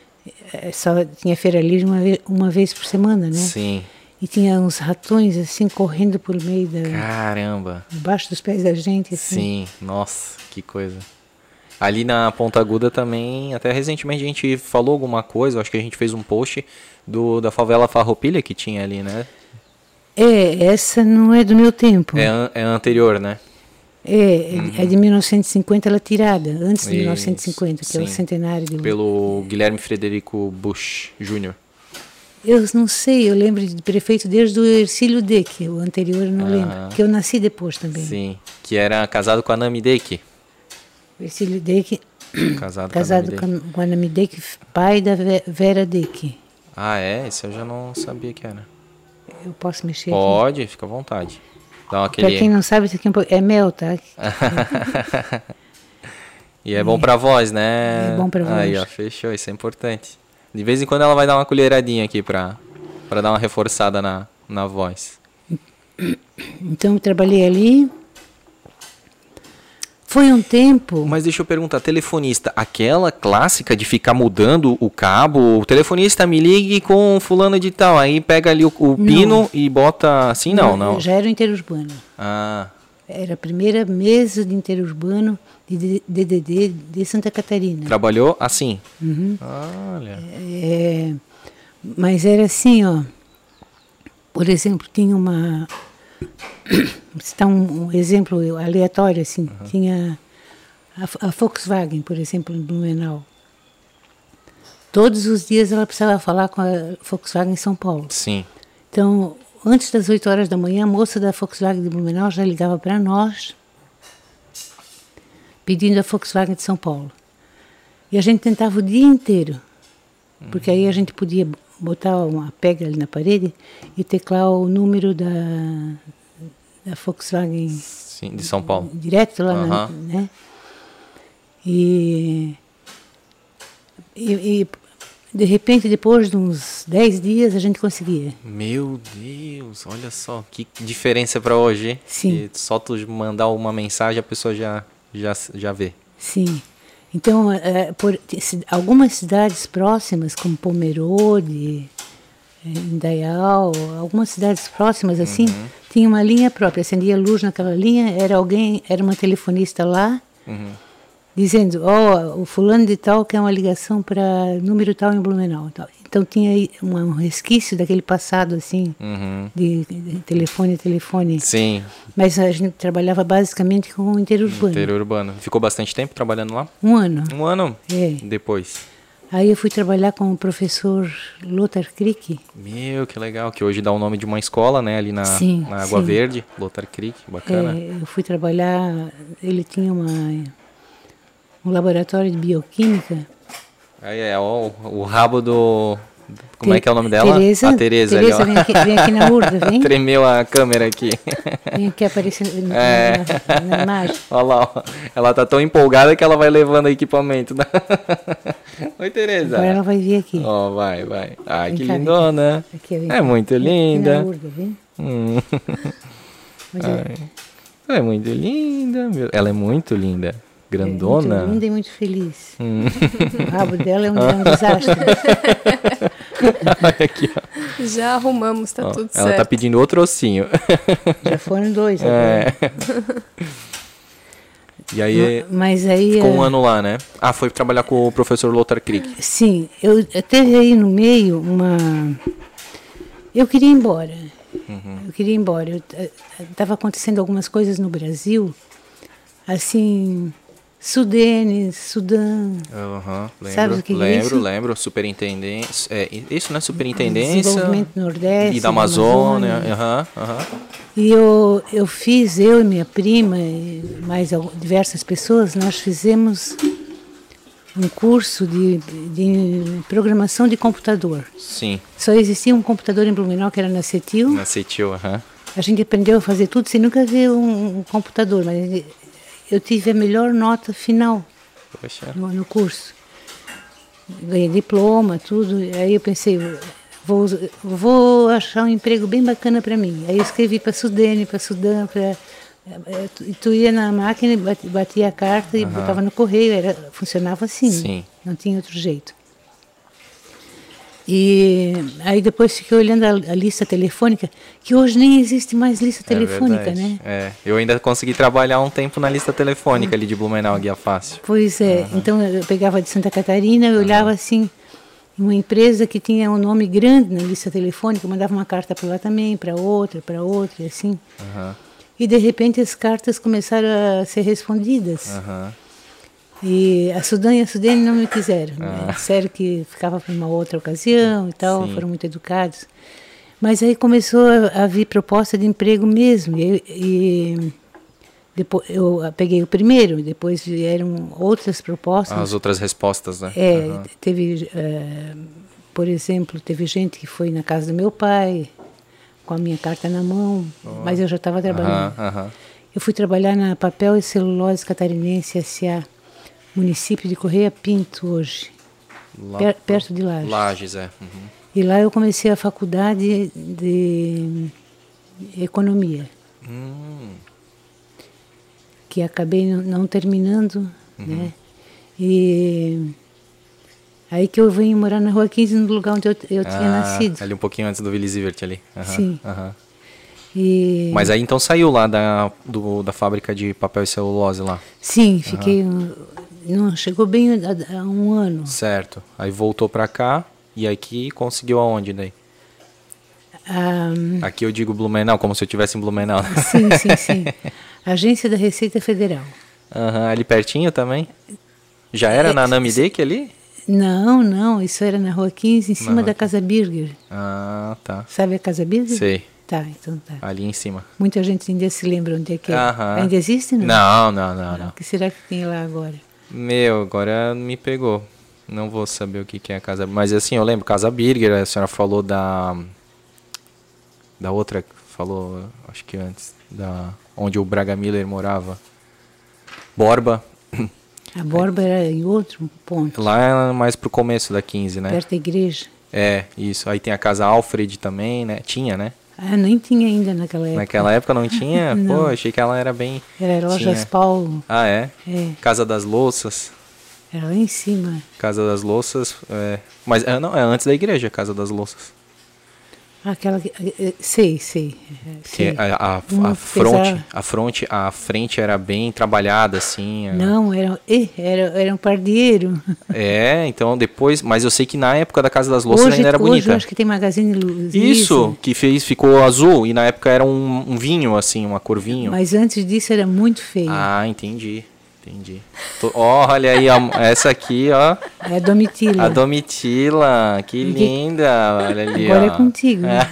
Só tinha feira livre uma vez, uma vez por semana, né? Sim. E tinha uns ratões assim correndo por meio da... Caramba. Embaixo dos pés da gente, assim. Sim, nossa, que coisa. Ali na Ponta Aguda também, até recentemente a gente falou alguma coisa, acho que a gente fez um post do, da favela Farroupilha que tinha ali, né? É, essa não é do meu tempo. É, an- é anterior, né? É, Uhum. é de mil novecentos e cinquenta, ela é tirada, antes de Isso, mil novecentos e cinquenta, que é o sim. centenário de... Pelo Guilherme Frederico Bush Júnior Eu não sei, eu lembro de prefeito desde o Ercílio Deck, o anterior eu não Ah. lembro, que eu nasci depois também. Sim, que era casado com a Nami Deck. O Ercílio Deck, Casado, casado com a Nami Deck. com, com a Nami Deck, pai da Ve- Vera Deck. Ah, é? Esse eu já não sabia que era. Eu posso mexer Pode, fica à vontade. Dá aqui? Para aquele... quem não sabe, isso aqui é, um pouco- é mel, tá? E é bom pra voz, né? É bom pra voz. Aí, ó, fechou, isso é importante. De vez em quando ela vai dar uma colheradinha aqui pra, pra dar uma reforçada na, na voz. Então eu trabalhei ali. Foi um tempo... Mas deixa eu perguntar, telefonista, aquela clássica de ficar mudando o cabo, o telefonista me ligue com fulano de tal, aí pega ali o, o pino e bota assim, não, não. Já era o interurbano. Ah, Era a primeira mesa de interurbano de D D D de Santa Catarina. trabalhou assim. Uhum. Olha. É, mas era assim, ó. Por exemplo, tinha uma... Está um, um exemplo aleatório, assim. Uhum. Tinha a, a Volkswagen, por exemplo, em Blumenau. Todos os dias ela precisava falar com a Volkswagen em São Paulo. Sim. Então, antes das oito horas da manhã, a moça da Volkswagen de Blumenau já ligava para nós, pedindo a Volkswagen de São Paulo. E a gente tentava o dia inteiro, porque aí a gente podia botar uma pega ali na parede e teclar o número da, da Volkswagen. Sim, de São Paulo. Direto lá, Uhum. na, né? E, e, e, de repente, depois de uns dez dias, a gente conseguia. Meu Deus, olha só, que diferença para hoje, hein? Sim. Que só tu mandar uma mensagem, a pessoa já, já, já vê. Sim. Então, é, por, algumas cidades próximas, como Pomerode, em Dayal, algumas cidades próximas assim, uhum. tinha uma linha própria, acendia luz naquela linha, era alguém, era uma telefonista lá, uhum. dizendo, ó, oh, o fulano de tal quer uma ligação para número tal em Blumenau. Tal. Então tinha um resquício daquele passado assim, uhum. de, de telefone a telefone. Sim. Mas a gente trabalhava basicamente com o interurbano. Interurbano. Ficou bastante tempo trabalhando lá? Um ano. Um ano? É. Depois? Aí eu fui trabalhar com o professor Lothar Krick. Meu, que legal, que hoje dá o nome de uma escola, né, ali na, sim, na Água sim. Verde, Lothar Krick, bacana. É, eu fui trabalhar, ele tinha uma, um laboratório de bioquímica. Aí é, ó, o, o rabo do... Como Te, é que é o nome dela? Tereza. A Tereza. Tereza, ali, ó. Vem, aqui, vem aqui na urda, vem. Tremeu a câmera aqui. Vem aqui aparecendo na, é. na, na imagem. Olha lá, ó. Ela tá tão empolgada que ela vai levando o equipamento. Oi, Tereza. Agora ela vai vir aqui. Ó, oh, vai, vai. Ai, vem que cá, lindona. Aqui, vem é cá. Muito linda. Aqui na urda, vem. Hum. Mas é... é muito linda. Meu. Ela é muito linda. Grandona. É muito linda e muito feliz. Hum. O rabo dela é um, é um desastre. Olha aqui, ó. Já arrumamos, tá ó, tudo ela certo. Ela tá pedindo outro ossinho. Já foram dois. É. E aí, mas aí ficou um ano lá, né? Ah, foi trabalhar com o professor Lothar Krick. Sim, eu teve aí no meio uma... Eu queria ir embora. Uhum. Eu queria ir embora. Estava acontecendo algumas coisas no Brasil, assim... Sudenes, Sudã. Uhum, lembro, sabe o que lembro, é isso? lembro, superintendência. É, isso, né? Superintendência. Desenvolvimento Nordeste. E da Amazônia. Uhum, uhum. E eu, eu fiz, eu e minha prima, e mais diversas pessoas, nós fizemos um curso de, de programação de computador. Sim. Só existia um computador em Blumenau que era na Cetil. Na Cetil, aham. Uhum. A gente aprendeu a fazer tudo sem nunca ver um, um computador, mas eu tive a melhor nota final no, no curso. Ganhei diploma, tudo. Aí eu pensei, vou, vou achar um emprego bem bacana para mim. Aí eu escrevi para Sudene, para Sudã, para... Tu, tu ia na máquina, batia, batia a carta e uhum. botava no correio. Era, funcionava assim, sim. Não tinha outro jeito. E aí depois fiquei olhando a, a lista telefônica, que hoje nem existe mais lista é telefônica, verdade. Né? É, eu ainda consegui trabalhar um tempo na lista telefônica ali de Blumenau, Guia Fácil. Pois é, uhum. Então eu pegava de Santa Catarina, eu uhum. olhava assim, uma empresa que tinha um nome grande na lista telefônica, eu mandava uma carta para lá também, para outra, para outra, assim. Uhum. E de repente as cartas começaram a ser respondidas. Uhum. E a Sudã e a Sudene não me quiseram. Ah. Né? Disseram que ficava para uma outra ocasião e tal, sim. Foram muito educados. Mas aí começou a, a vir proposta de emprego mesmo. E, e depois eu peguei o primeiro, depois vieram outras propostas. As outras respostas, né? É, uhum. Teve, uh, por exemplo, teve gente que foi na casa do meu pai, com a minha carta na mão, oh. Mas eu já estava trabalhando. Uhum, uhum. Eu fui trabalhar na Papel e Celulose Catarinense S A, município de Correia Pinto hoje, lá, per, perto de Lages. Lages, é. Uhum. E lá eu comecei a faculdade de economia, hum. que acabei não, não terminando, uhum. Né? E aí que eu vim morar na Rua quinze, no lugar onde eu, eu ah, tinha nascido. Ali um pouquinho antes do Vila Zivert ali. Uhum. Sim. Uhum. E... Mas aí então saiu lá da, do, da fábrica de papel e celulose lá? Sim, fiquei... Uhum. Não, chegou bem a, a um ano. Certo. Aí voltou pra cá e aqui conseguiu aonde daí? Um, aqui eu digo Blumenau, como se eu estivesse em Blumenau. Sim, sim, sim. Agência da Receita Federal. Uhum, ali pertinho também? Já era é, na Namidec ali? Não, não. Isso era na Rua quinze, em cima na da Casa Birger. Ah, tá. Sabe a Casa Birger? Sei. Tá, então tá. Ali em cima. Muita gente ainda se lembra onde é que é. Uhum. Ainda existe, não? Não, não, não, não. O que será que tem lá agora? Meu, agora me pegou. Não vou saber o que, que é a Casa... Mas assim, eu lembro, Casa Birger, a senhora falou da... Da outra, falou, acho que antes, da... onde o Braga Miller morava. Borba. A Borba era em outro ponto. Lá é mais pro começo da quinze, né? Perto da igreja. É, isso. Aí tem a Casa Alfred também, né? Tinha, né? Ah, nem tinha ainda naquela época. Naquela época não tinha? Não. Pô, achei que ela era bem... Era Lojas tinha. Paulo. Ah, é? É. Casa das Louças. Era lá em cima. Casa das Louças, é... Mas é, não, é antes da igreja, Casa das Louças. Aquela, sei, sei. sei. A, a, a, fronte, a, fronte, a frente era bem trabalhada, assim. A... Não, era, era, era um pardieiro. É, então depois... Mas eu sei que na época da Casa das Louças hoje, ainda era hoje bonita. Eu acho que tem Magazine Luiza. Isso, que fez, ficou azul. E na época era um, um vinho, assim, uma cor vinho. Mas antes disso era muito feio. Ah, entendi. Entendi. Tô, olha aí, essa aqui, ó. É a Domitila. A Domitila, que linda. Olha ali, agora ó. é contigo. Né?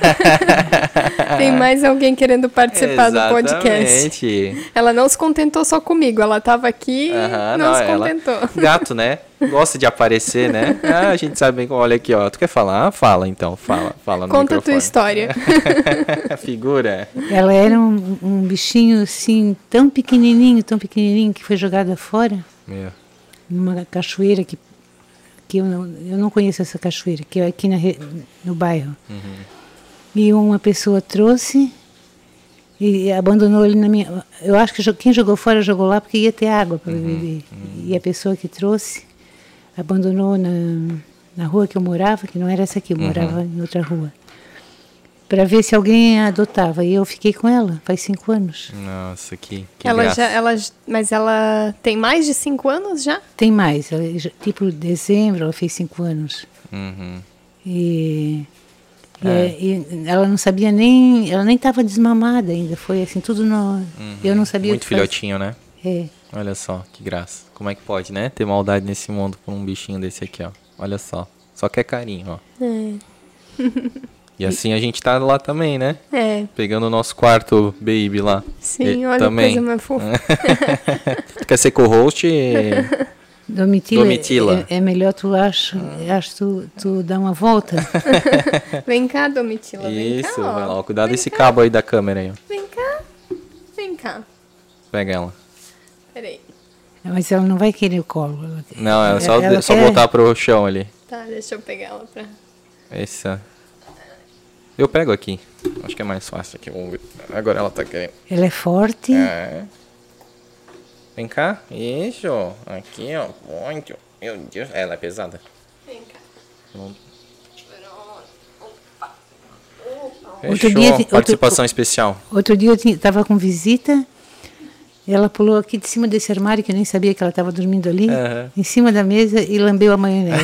Tem mais alguém querendo participar Exatamente. do podcast. Ela não se contentou só comigo, ela estava aqui uh-huh, e não, não se ela, contentou. Gato, né? Gosta de aparecer, né? Ah, a gente sabe bem. Olha aqui, ó. Tu quer falar? Fala então, fala. fala no Conta microfone. A tua história. Figura. Ela era um, um bichinho assim, tão pequenininho, tão pequenininho, que foi jogada fora. Meu. Numa cachoeira que, que eu, não, eu não conheço essa cachoeira, que é aqui na, no bairro. Uhum. E uma pessoa trouxe e abandonou ele na minha... Eu acho que quem jogou fora jogou lá porque ia ter água para uhum. beber. Uhum. E a pessoa que trouxe abandonou na, na rua que eu morava, que não era essa aqui, eu uhum. morava em outra rua, para ver se alguém a adotava. E eu fiquei com ela, faz cinco anos. Nossa, que, que ela graça. já, ela, Mas ela tem mais de cinco anos já? Tem mais. Ela, tipo, dezembro ela fez cinco anos. Uhum. E, é. e, e ela não sabia nem... Ela nem estava desmamada ainda. Foi assim, tudo no... Uhum. Eu não sabia... Muito filhotinho, né? É. Olha só, que graça. Como é que pode, né? Ter maldade nesse mundo com um bichinho desse aqui, ó. Olha só. Só quer carinho, ó. É. E assim a gente tá lá também, né? É. Pegando o nosso quarto baby lá. Sim, e, olha também. Que coisa mais fofa. Tu quer ser co-host? Domitila, Domitila. É, é melhor tu, acho, acho tu, tu dar uma volta. Vem cá, Domitila, vem Isso, cá. Isso, vai lá. Cuidado desse cabo aí da câmera aí, ó. Vem cá, vem cá. Pega ela. Peraí. Mas ela não vai querer o colo. Ela, não, é só, ela só quer... botar pro chão ali. Tá, deixa eu pegar ela pra... Essa... Eu pego aqui. Acho que é mais fácil aqui. Vamos ver. Agora ela tá querendo. Ela é forte. É. Vem cá. Isso. Aqui, ó. Muito. Meu Deus. Ela é pesada. Vem cá. Não... Opa. Opa. Outro dia, participação outro, especial. Outro dia eu estava com visita. Ela pulou aqui de cima desse armário, que eu nem sabia que ela estava dormindo ali, uhum. em cima da mesa e lambeu a maionese.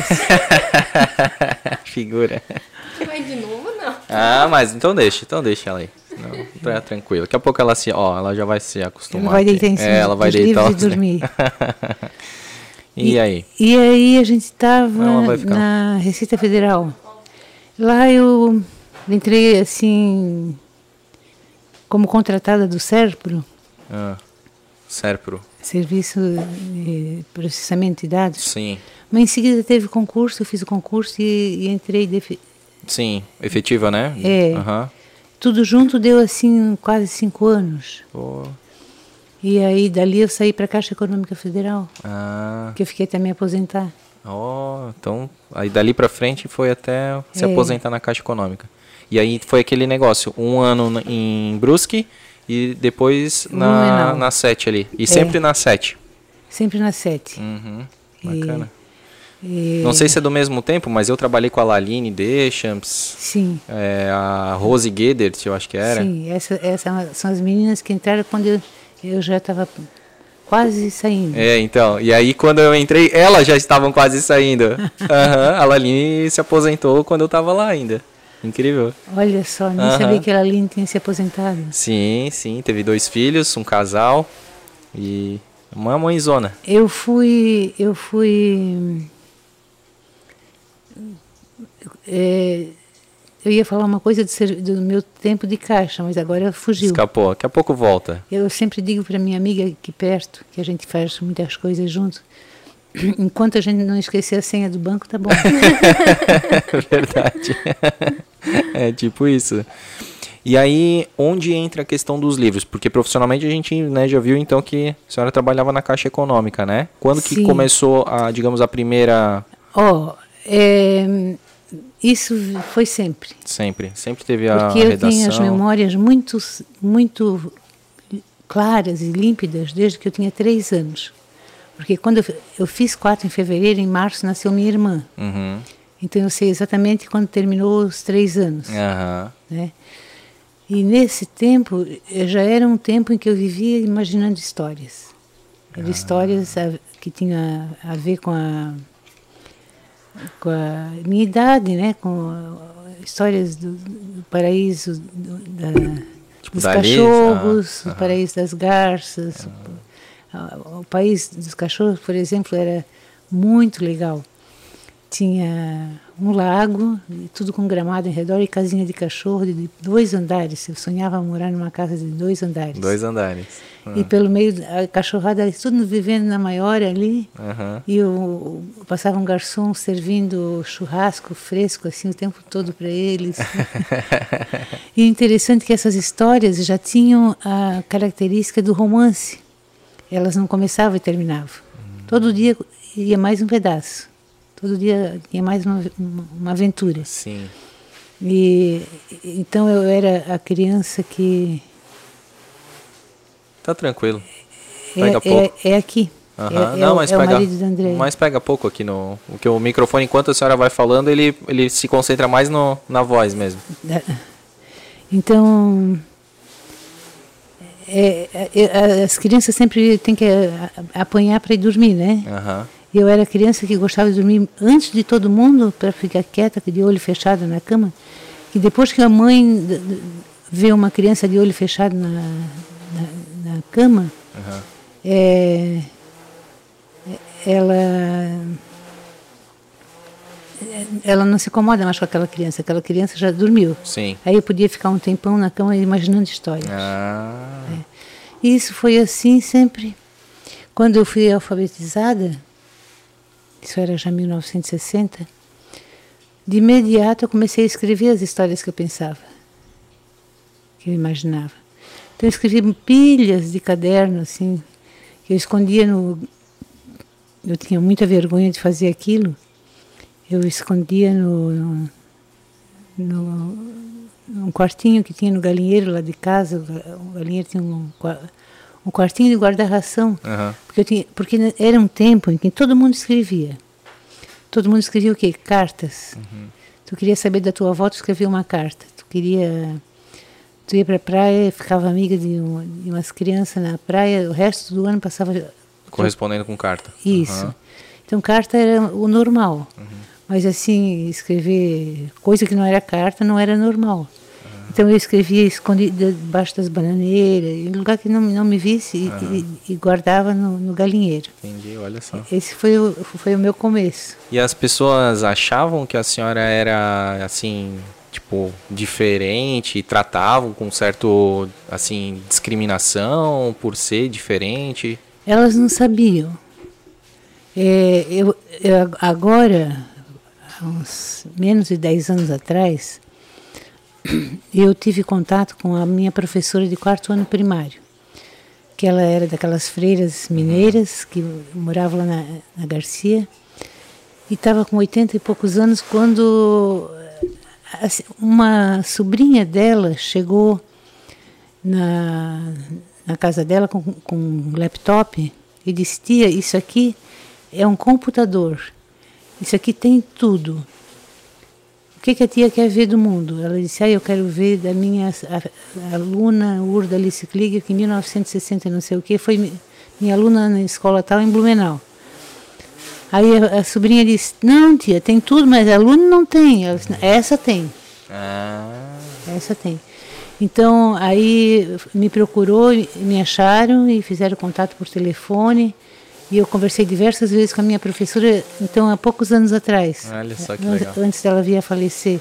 Figura. Vai de novo, não? Ah, mas então deixa, então deixa ela aí. Não, tá tranquilo. Daqui a pouco ela se, ó, ela já vai se acostumar. Ela vai deitar em cima, é, ela vai deitar e dormir. e, e aí? E aí a gente estava na Receita Federal. Lá eu entrei assim como contratada do SERPRO. Ah, SERPRO. Serviço de Processamento de Dados. Sim. Mas em seguida teve concurso, eu fiz o concurso e, e entrei... De... Sim, efetiva, né? É. Uhum. Tudo junto deu assim quase cinco anos. Oh. E aí dali eu saí para a Caixa Econômica Federal. Ah. Que eu fiquei até me aposentar. Oh, então aí dali para frente foi até se é. aposentar na Caixa Econômica. E aí foi aquele negócio, um ano em Brusque e depois na, na sete ali. E é. sempre na sete. Sempre na sete. Uhum. Bacana. E... E... Não sei se é do mesmo tempo, mas eu trabalhei com a Laline Deschamps. Sim. É, a Rose Gedert, eu acho que era. Sim, essas essa são as meninas que entraram quando eu, eu já estava quase saindo. É, então. E aí quando eu entrei, elas já estavam quase saindo. Uhum, a Laline se aposentou quando eu estava lá ainda. Incrível. Olha só, nem uhum. sabia que a Laline tinha se aposentado. Sim, sim. Teve dois filhos, um casal e uma mãezona. Eu fui... Eu fui... É, eu ia falar uma coisa do, do meu tempo de caixa, mas agora fugiu. Escapou, daqui a pouco volta. Eu sempre digo para minha amiga aqui perto, que a gente faz muitas coisas juntos, enquanto a gente não esquecer a senha do banco, tá bom. Verdade. É tipo isso. E aí, onde entra a questão dos livros? Porque profissionalmente a gente, né, já viu então que a senhora trabalhava na Caixa Econômica, né? Quando Sim. que começou a, digamos, a primeira... Ó, oh, é, isso foi sempre. Sempre, sempre teve a Porque eu redação. tinha as memórias muito, muito claras e límpidas desde que eu tinha três anos. Porque quando eu, eu fiz quatro em fevereiro, em março nasceu minha irmã. Uhum. Então eu sei exatamente quando terminou os três anos. Uhum. Né? E nesse tempo, já era um tempo em que eu vivia imaginando histórias. Eram ah. histórias a, que tinham a, a ver com a, com a minha idade, né? Com a, histórias do, do paraíso do, da, tipo dos da cachorros, ah. o uhum. paraíso das garças. Uhum. O, o país dos cachorros, por exemplo, era muito legal. Tinha um lago, tudo com gramado em redor e casinha de cachorro de dois andares. Eu sonhava morar numa casa de dois andares. Dois andares. Uhum. E pelo meio, a cachorrada, tudo vivendo na maior ali. Uhum. E eu, eu passava um garçom servindo churrasco fresco, assim, o tempo todo para eles. E interessante que essas histórias já tinham a característica do romance. Elas não começavam e terminavam. Uhum. Todo dia ia mais um pedaço. Todo dia tinha mais uma, uma aventura. Sim. E então eu era a criança que... Tá tranquilo. Pega é, pouco. É, é aqui. Uhum. É, Não, é, mas é pega, o marido da Andréia. Mas pega pouco aqui no... Porque o microfone, enquanto a senhora vai falando, ele, ele se concentra mais no, na voz mesmo. Então... É, é, as crianças sempre têm que apanhar para ir dormir, né? Aham. Uhum. Eu era criança que gostava de dormir antes de todo mundo, para ficar quieta, de olho fechado na cama. E depois que a mãe vê uma criança de olho fechado na, na, na cama, uhum. é, ela, ela não se incomoda mais com aquela criança. Aquela criança já dormiu. Sim. Aí eu podia ficar um tempão na cama imaginando histórias. Ah. É. E isso foi assim sempre. Quando eu fui alfabetizada, isso era já mil novecentos e sessenta, de imediato eu comecei a escrever as histórias que eu pensava, que eu imaginava. Então eu escrevi pilhas de caderno, assim, que eu escondia no... Eu tinha muita vergonha de fazer aquilo, eu escondia no... no, no num quartinho que tinha no galinheiro lá de casa. O galinheiro tinha um... um quartinho de guarda-ração, uhum. porque, eu tinha, porque era um tempo em que todo mundo escrevia. Todo mundo escrevia o quê? Cartas. Uhum. Tu queria saber da tua avó, tu escrevia uma carta. Tu queria... Tu ia para a praia, ficava amiga de, um, de umas crianças na praia, o resto do ano passava... Correspondendo com carta. Isso. Uhum. Então, carta era o normal. Uhum. Mas, assim, escrever coisa que não era carta não era normal. Então eu escrevia escondida debaixo das bananeiras, em lugar que não, não me visse, e, uhum. e, e guardava no, no galinheiro. Entendi, olha só. Esse foi o, foi o meu começo. E as pessoas achavam que a senhora era, assim, tipo, diferente, tratavam com certo, assim, discriminação por ser diferente? Elas não sabiam. É, eu, eu, agora, há uns menos de dez anos atrás, eu tive contato com a minha professora de quarto ano primário, que ela era daquelas freiras mineiras que moravam lá na, na Garcia, e estava com oitenta e poucos anos quando assim, uma sobrinha dela chegou na, na casa dela com, com um laptop e disse: tia, isso aqui é um computador, isso aqui tem tudo. O que, que a tia quer ver do mundo? Ela disse: ah, eu quero ver da minha a, a aluna Urda Alice Krieger, que em mil novecentos e sessenta não sei o que, foi minha aluna na escola tal em Blumenau. Aí a, a sobrinha disse: não, tia, tem tudo, mas a aluna não tem. Ela disse: essa tem. Ah. Essa tem. Então, aí me procurou, me acharam e fizeram contato por telefone. E eu conversei diversas vezes com a minha professora, então, há poucos anos atrás. Olha só que legal. Antes dela vir a falecer.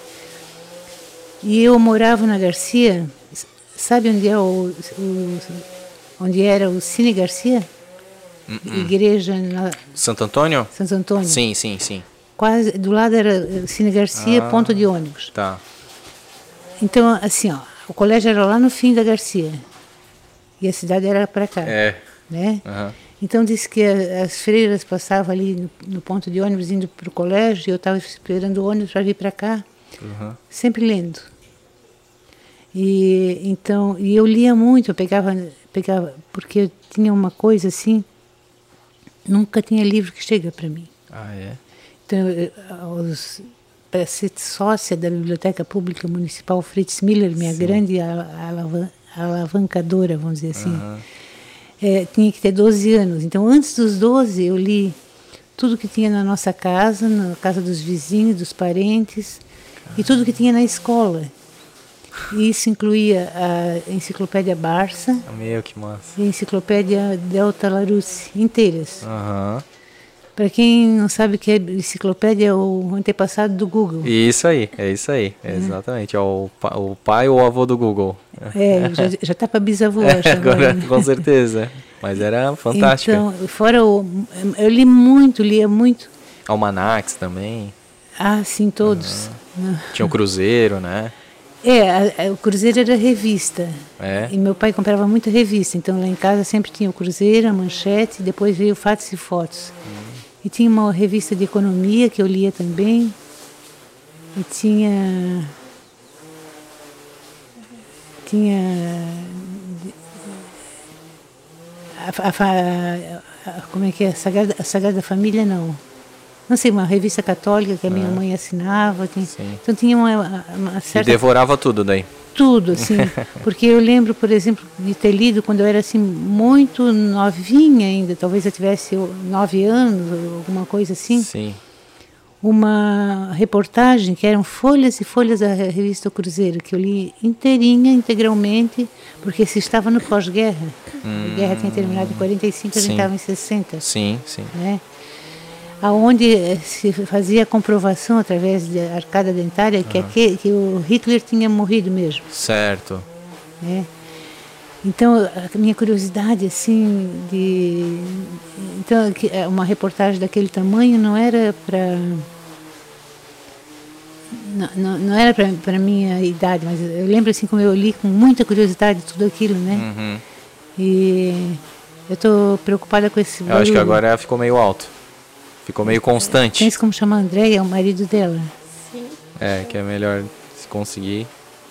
E eu morava na Garcia. Sabe onde é o, o onde era o Cine Garcia? Uh-uh. Igreja na... Santo Antônio? Santo Antônio. Sim, sim, sim. Quase do lado era o Cine Garcia, ah, ponto de ônibus. Tá. Então, assim, ó, o colégio era lá no fim da Garcia. E a cidade era para cá. É. Né? Uhum. Então disse que as freiras passavam ali no, no ponto de ônibus indo para o colégio, e eu estava esperando o ônibus para vir para cá, uhum. sempre lendo. E então, e eu lia muito, eu pegava, pegava, porque eu tinha uma coisa assim, nunca tinha livro que chega para mim. Ah, é? Então, aos, para ser sócia da Biblioteca Pública Municipal Fritz Miller, minha Sim. grande alavan alavancadora, vamos dizer assim, uhum. é, tinha que ter doze anos. Então, antes dos doze, eu li tudo que tinha na nossa casa, na casa dos vizinhos, dos parentes, e tudo que tinha na escola. E isso incluía a Enciclopédia Barça, Meu, que massa. e a Enciclopédia Delta Larousse, inteiras. Uhum. Para quem não sabe o que é enciclopédia, é o antepassado do Google. Isso aí, é isso aí, é exatamente. É o, o pai ou o avô do Google. É, já, já tá para bisavô, acho. É, agora, né? Com certeza. Mas era fantástico. Então, fora o... Eu li muito, lia muito. Almanacs também. Ah, sim, todos. Uhum. Tinha o Cruzeiro, né? É, a, a, o Cruzeiro era revista. É. E meu pai comprava muita revista. Então, lá em casa sempre tinha o Cruzeiro, a Manchete, depois veio Fatos e Fotos. Hum. E tinha uma revista de economia que eu lia também. E tinha... Tinha... A, a, a, a, como é que é? A Sagrada, a Sagrada Família, não. Não sei, uma revista católica que a minha é. mãe assinava. Tinha, então tinha uma, uma certa... E devorava tudo daí? Tudo, assim. Porque eu lembro, por exemplo, de ter lido quando eu era assim, muito novinha ainda, talvez eu tivesse nove anos, alguma coisa assim. Sim. Uma reportagem que eram folhas e folhas da revista O Cruzeiro, que eu li inteirinha, integralmente, porque se estava no pós-guerra. Hum, a guerra tinha terminado em quarenta e cinco, a gente estava em sessenta. Sim, sim. Né? Onde se fazia a comprovação através da arcada dentária que, uhum. aquele, que o Hitler tinha morrido mesmo. Certo. É. Então, a minha curiosidade, assim, de... Então, uma reportagem daquele tamanho não era para... Não, não, não era para a minha idade, mas eu lembro, assim, como eu li com muita curiosidade tudo aquilo, né? Uhum. E eu estou preocupada com esse barulho. Eu acho que agora ficou meio alto. Ficou meio constante. Pensa como chama a Andréia, é o marido dela. Sim. É, que é melhor se conseguir.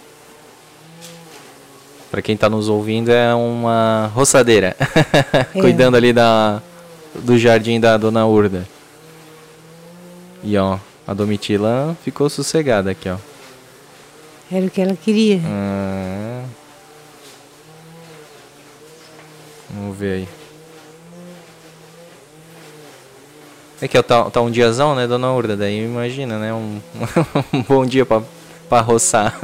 Para quem está nos ouvindo, é uma roçadeira. É. Cuidando ali da, do jardim da Dona Urda. E ó, a Domitila ficou sossegada aqui, ó. Era o que ela queria. Ah. Vamos ver aí. É que tá, tá um diazão, né, Dona Urda? Daí imagina, né? Um, um bom dia pra, pra roçar.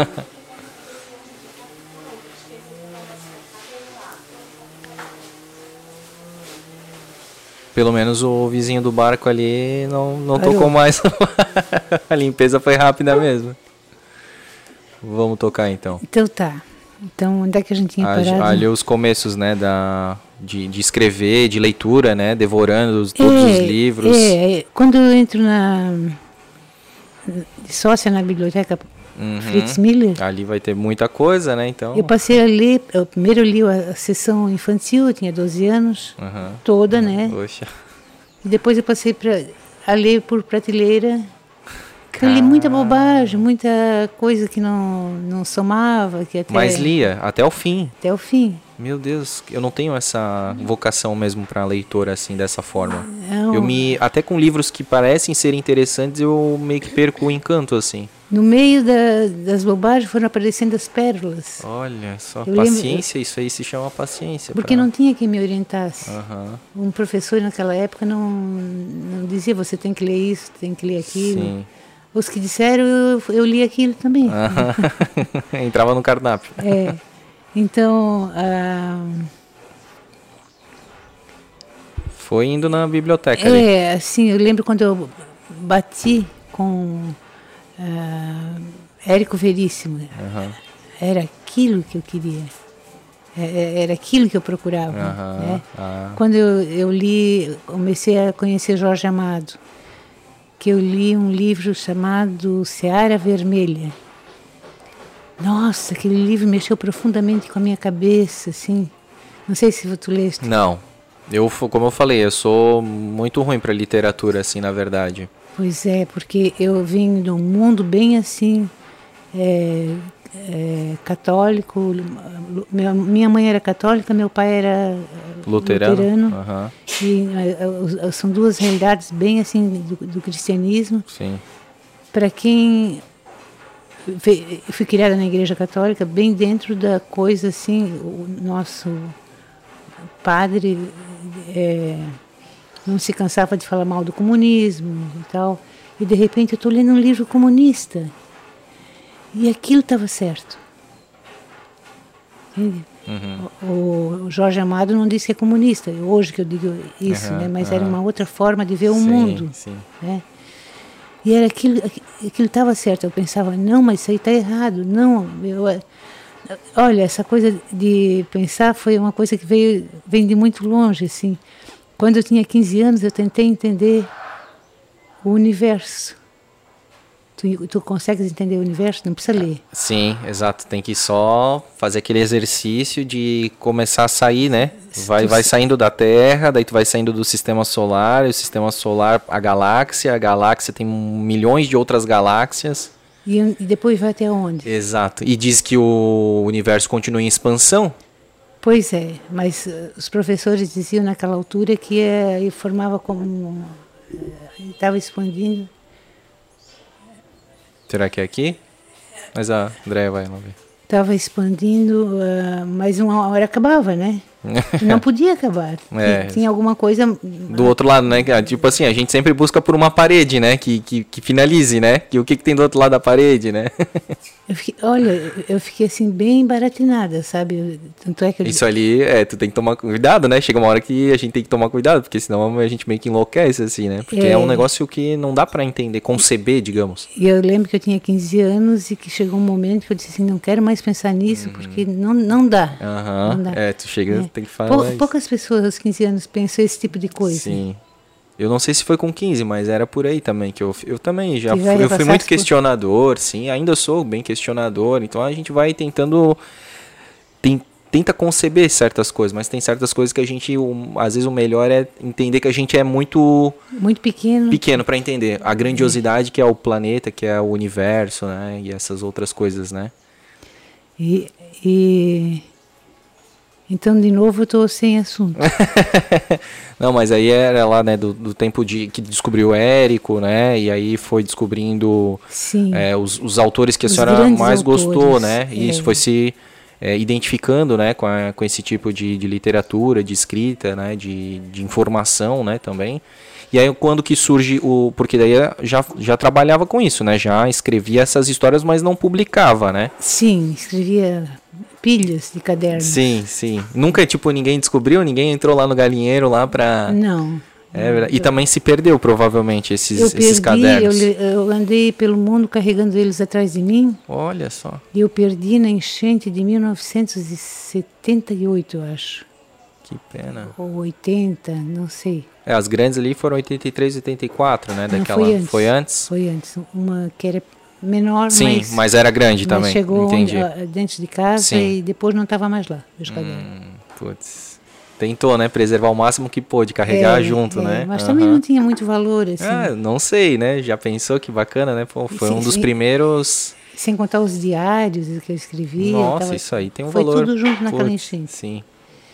Pelo menos o vizinho do barco ali não, não tocou mais. A limpeza foi rápida mesmo. Vamos tocar então. Então tá. Então onde é que a gente tinha parado? Ali os começos, né, da... De, de escrever, de leitura, né? Devorando os, todos é, os livros. É, quando eu entro na de sócia na biblioteca uhum. Fritz Miller... Ali vai ter muita coisa, né? Então... Eu passei a ler... Eu primeiro li a, a sessão infantil, eu tinha doze anos, uhum. toda, né? Poxa. E depois eu passei pra, a ler por prateleira. Eu li muita bobagem, muita coisa que não, não somava. Que até, Mas lia até o fim. Até o fim. Meu Deus, eu não tenho essa vocação mesmo para leitora assim, dessa forma. Não. Eu me, até com livros que parecem ser interessantes, eu meio que perco o encanto assim. No meio da, das bobagens foram aparecendo as pérolas. Olha só, eu paciência, lembro, isso aí se chama paciência. Porque pra... não tinha quem me orientasse. Uhum. Um professor naquela época não, não dizia você tem que ler isso, tem que ler aquilo. Sim. Os que disseram, eu, eu li aquilo também. Uhum. Entrava no cardápio. É. Então, ah, foi indo na biblioteca é, ali. É, assim, eu lembro quando eu bati com ah, Érico Veríssimo. Uhum. Era aquilo que eu queria. Era aquilo que eu procurava. Uhum. Né? Ah. Quando eu, eu li, comecei a conhecer Jorge Amado, que eu li um livro chamado Seara Vermelha. Nossa, aquele livro mexeu profundamente com a minha cabeça, assim. Não sei se tu leste. Não. Eu, como eu falei, eu sou muito ruim para literatura, assim, na verdade. Pois é, porque eu vim de um mundo bem assim, é, é, católico. Minha, minha mãe era católica, meu pai era luterano. luterano uhum. E uh, são duas realidades bem assim do, do cristianismo. Sim. para quem... Eu fui criada na Igreja Católica, bem dentro da coisa, assim, o nosso padre é, não se cansava de falar mal do comunismo e tal. E, de repente, eu estou lendo um livro comunista. E aquilo estava certo. Entende? Uhum. O, o Jorge Amado não disse que é comunista, hoje que eu digo isso, uhum, né? Mas uhum. era uma outra forma de ver o sim, mundo. Sim. Né? E era aquilo, aquilo estava certo. Eu pensava, não, mas isso aí está errado. Não, eu, olha, essa coisa de pensar foi uma coisa que veio, vem de muito longe. Assim. Quando eu tinha quinze anos, eu tentei entender o universo. Tu, tu consegues entender o universo? Não precisa ler. Sim, exato. Tem que só fazer aquele exercício de começar a sair, né? Vai, vai saindo da Terra, daí tu vai saindo do sistema solar, e o sistema solar, a galáxia, a galáxia tem milhões de outras galáxias. E, e depois vai até onde? Exato. E diz que o universo continua em expansão. Pois é, mas uh, os professores diziam naquela altura que uh, ele formava como... Uh, ele estava expandindo. Será que é aqui? Mas a Andréia vai lá ver. Estava expandindo, uh, mas uma hora acabava, né? Não podia acabar. É. Tinha alguma coisa... Do outro lado, né? Tipo assim, a gente sempre busca por uma parede, né? Que, que, que finalize, né? Que o que, que tem do outro lado da parede, né? Eu fiquei, olha, eu fiquei assim bem baratinada, sabe? Tanto é que eu... Isso ali, é, tu tem que tomar cuidado, né? Chega uma hora que a gente tem que tomar cuidado, porque senão a gente meio que enlouquece, assim, né? Porque é, é um negócio que não dá pra entender, conceber, digamos. E eu lembro que eu tinha quinze anos e que chegou um momento que eu disse assim, não quero mais pensar nisso, uhum. porque não, não dá. Aham, uhum. É, tu chega, é. tem que falar. Pou, poucas pessoas aos quinze anos pensam esse tipo de coisa. Sim. Eu não sei se foi com quinze, mas era por aí também, que eu, eu também já fui, eu fui muito questionador, por... sim, ainda sou bem questionador, então a gente vai tentando, tem, tenta conceber certas coisas, mas tem certas coisas que a gente, um, às vezes o melhor é entender que a gente é muito... Muito pequeno. Pequeno para entender a grandiosidade que é o planeta, que é o universo, né, e essas outras coisas, né. E... e... Então, de novo, eu estou sem assunto. Não, mas aí era lá, né, do, do tempo de que descobriu o Érico, né, e aí foi descobrindo é, os, os autores que a os senhora mais autores, gostou, né, e é. isso foi se é, identificando, né, com, a, com esse tipo de, de literatura, de escrita, né, de, de informação, né, também. E aí quando que surge o... Porque daí já, já trabalhava com isso, né, já escrevia essas histórias, mas não publicava, né? Sim, escrevia... pilhas de cadernos. Sim, sim. Nunca, tipo, ninguém descobriu? Ninguém entrou lá no galinheiro lá pra... Não. É verdade. E também se perdeu, provavelmente, esses, eu perdi, esses cadernos. Eu, eu andei pelo mundo carregando eles atrás de mim. Olha só. E eu perdi na enchente de mil novecentos e setenta e oito, eu acho. Que pena. Ou oitenta, não sei. É, as grandes ali foram oitenta e três, oitenta e quatro, né? Não, daquela... foi antes. Foi antes? Foi antes. Uma que era... menor, sim, mas, mas era grande mas também. Chegou entendi. Onde, dentro de casa sim. E depois não estava mais lá. Os hum, putz. Tentou, né? Preservar o máximo que pôde, carregar é, junto, é, né? Mas uhum. também não tinha muito valor, assim. Ah, não sei, né? Já pensou que bacana, né? Pô, foi sim, um dos sim. primeiros... Sem contar os diários que eu escrevia. Nossa, tava... isso aí tem um foi valor. Foi tudo junto naquela putz, enchente. Sim.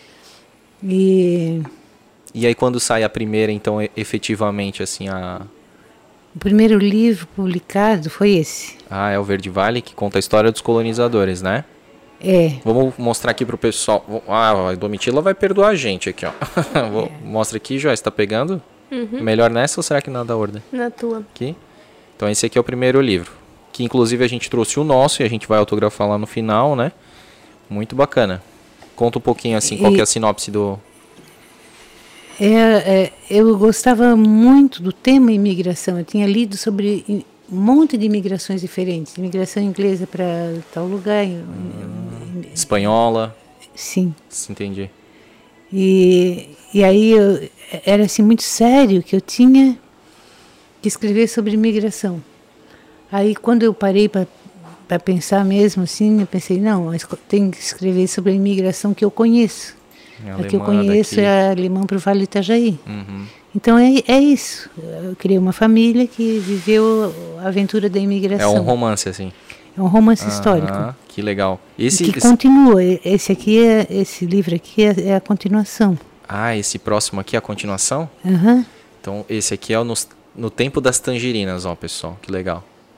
E... E aí quando sai a primeira, então, efetivamente, assim, a... O primeiro livro publicado foi esse. Ah, é o Verde Vale, que conta a história dos colonizadores, né? É. Vamos mostrar aqui pro pessoal. Ah, a Domitila vai perdoar a gente aqui, ó. É. Mostra aqui, Joyce, tá pegando? Uhum. Melhor nessa ou será que na da ordem? Na tua. Aqui. Então esse aqui é o primeiro livro. Que inclusive a gente trouxe o nosso e a gente vai autografar lá no final, né? Muito bacana. Conta um pouquinho assim, qual e... que é a sinopse do... É, é, eu gostava muito do tema imigração. Eu tinha lido sobre um monte de imigrações diferentes. Imigração inglesa para tal lugar. Hum, espanhola. Sim. Entendi. E, e aí eu, era assim, muito sério que eu tinha que escrever sobre imigração. Aí quando eu parei para pensar mesmo assim, eu pensei, não, eu tenho que escrever sobre a imigração que eu conheço. A que eu conheço daqui. É alemã para o Vale do Itajaí. Uhum. Então é, é isso. Eu criei uma família que viveu a aventura da imigração. É um romance, assim. É um romance uhum. histórico. Que legal. Esse, que esse... continua. Esse aqui, é, esse livro aqui é, é a continuação. Ah, esse próximo aqui é a continuação? Uhum. Então esse aqui é o no, no Tempo das Tangerinas, ó, pessoal. Que legal.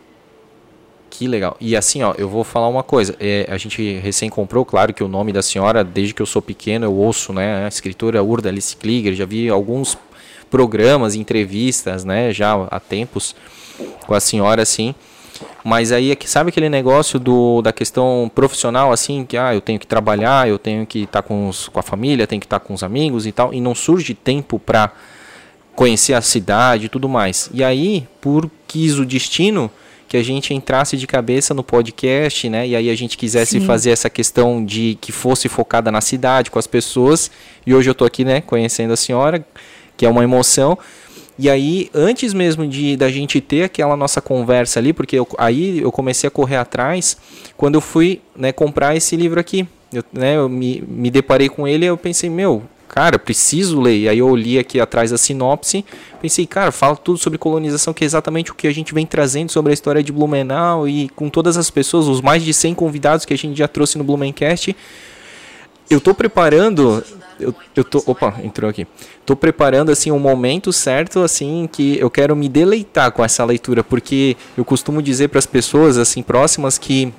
Que legal. E assim, ó, eu vou falar uma coisa. É, a gente recém comprou, claro que o nome da senhora, desde que eu sou pequeno, eu ouço, né? A escritora Urda Alice Klieger, já vi alguns programas, entrevistas, né? Já há tempos com a senhora, assim. Mas aí, sabe aquele negócio do, da questão profissional, assim, que ah, eu tenho que trabalhar, eu tenho que estar com, os, com a família, tenho que estar com os amigos e tal, e não surge tempo para conhecer a cidade e tudo mais. E aí, por quis o destino que a gente entrasse de cabeça no podcast, né? E aí a gente quisesse Sim. fazer essa questão de que fosse focada na cidade, com as pessoas. E hoje eu tô aqui, né, conhecendo a senhora, que é uma emoção. E aí, antes mesmo de da gente ter aquela nossa conversa ali, porque eu, aí eu comecei a correr atrás, quando eu fui, né, comprar esse livro aqui, eu, né, eu me, me deparei com ele e eu pensei, meu, cara, preciso ler. E aí eu li aqui atrás a sinopse, pensei, cara, fala tudo sobre colonização, que é exatamente o que a gente vem trazendo sobre a história de Blumenau, e com todas as pessoas, os mais de cem convidados que a gente já trouxe no Blumencast. Eu tô preparando... Eu, eu tô, opa, entrou aqui. Tô preparando assim um momento certo assim que eu quero me deleitar com essa leitura, porque eu costumo dizer para as pessoas assim próximas que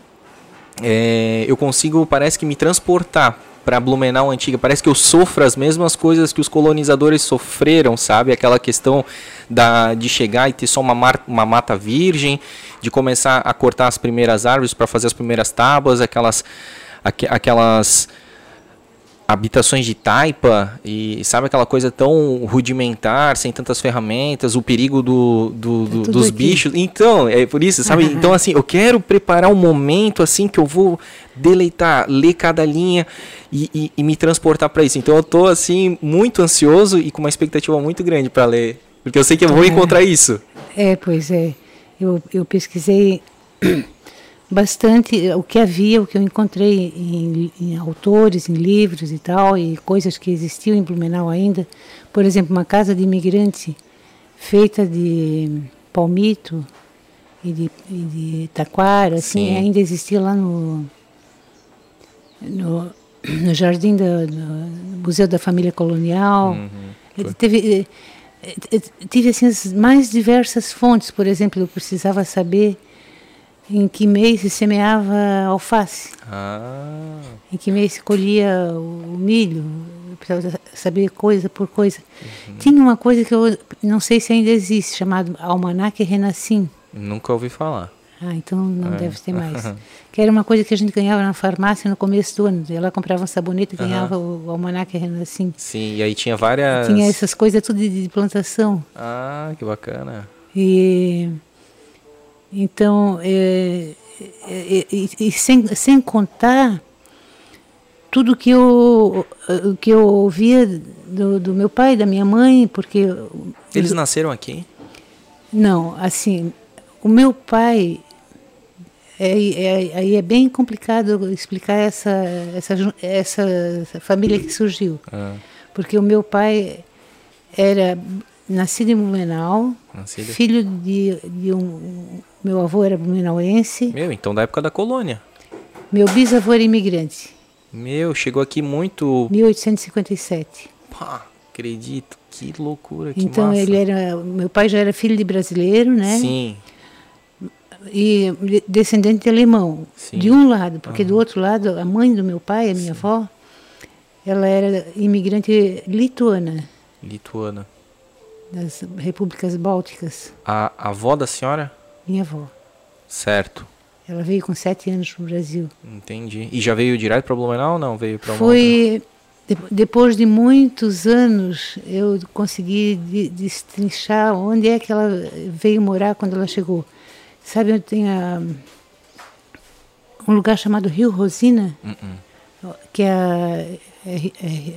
é, eu consigo, parece que me transportar para Blumenau antiga, parece que eu sofro as mesmas coisas que os colonizadores sofreram, sabe? Aquela questão da, de chegar e ter só uma, mar, uma mata virgem, de começar a cortar as primeiras árvores para fazer as primeiras tábuas, aquelas aqu, aquelas habitações de taipa, e sabe aquela coisa tão rudimentar, sem tantas ferramentas, o perigo do, do, do, é dos aqui. bichos. Então, é por isso, sabe? Uhum. Então, assim, eu quero preparar um momento, assim, que eu vou deleitar, ler cada linha e, e, e me transportar para isso. Então, eu tô, assim, muito ansioso e com uma expectativa muito grande para ler, porque eu sei que eu vou é. encontrar isso. É, pois é. Eu, eu pesquisei... bastante o que havia, o que eu encontrei em, em autores, em livros e tal, e coisas que existiam em Blumenau ainda. Por exemplo, uma casa de imigrante feita de palmito e de, e de taquara, assim, ainda existia lá no, no, no jardim do, do Museu da Família Colonial. Uhum. Teve, tive assim, as mais diversas fontes. Por exemplo, eu precisava saber em que mês se semeava alface, ah. em que mês se colhia o milho, eu precisava saber coisa por coisa. Uhum. Tinha uma coisa que eu não sei se ainda existe, chamado Almanaque Renassim. Nunca ouvi falar. Ah, então não é. deve ter mais. Que era uma coisa que a gente ganhava na farmácia no começo do ano. Ela comprava um sabonete e uhum. ganhava o, o Almanaque Renassim. Sim, e aí tinha várias... Tinha essas coisas tudo de, de plantação. Ah, que bacana. E... Então, é, é, é, e sem, sem contar tudo que eu, que eu ouvia do, do meu pai e da minha mãe, porque... Eles nasceram aqui? Não, assim, o meu pai... Aí é, é, é bem complicado explicar essa, essa, essa, essa família que surgiu. Ah. Porque o meu pai era... Nascido em Blumenau, Nascido. filho de, de um... Meu avô era blumenauense. Meu, então da época da colônia. Meu bisavô era imigrante. Meu, chegou aqui muito... mil oitocentos e cinquenta e sete. Pá, acredito, que loucura, que então, massa. Ele era... Meu pai já era filho de brasileiro, né? Sim. E descendente de alemão, Sim. de um lado. Porque uhum. do outro lado, a mãe do meu pai, a minha Sim. avó, ela era imigrante lituana. Lituana. Das repúblicas bálticas. A, a avó da senhora? Minha avó. Certo. Ela veio com sete anos para o Brasil. Entendi. E já veio direto para Blumenau ou não? Veio para Foi de, depois de muitos anos eu consegui de, destrinchar onde é que ela veio morar quando ela chegou. Sabe onde tem a, um lugar chamado Rio Rosina, uh-uh. que é, a, é, é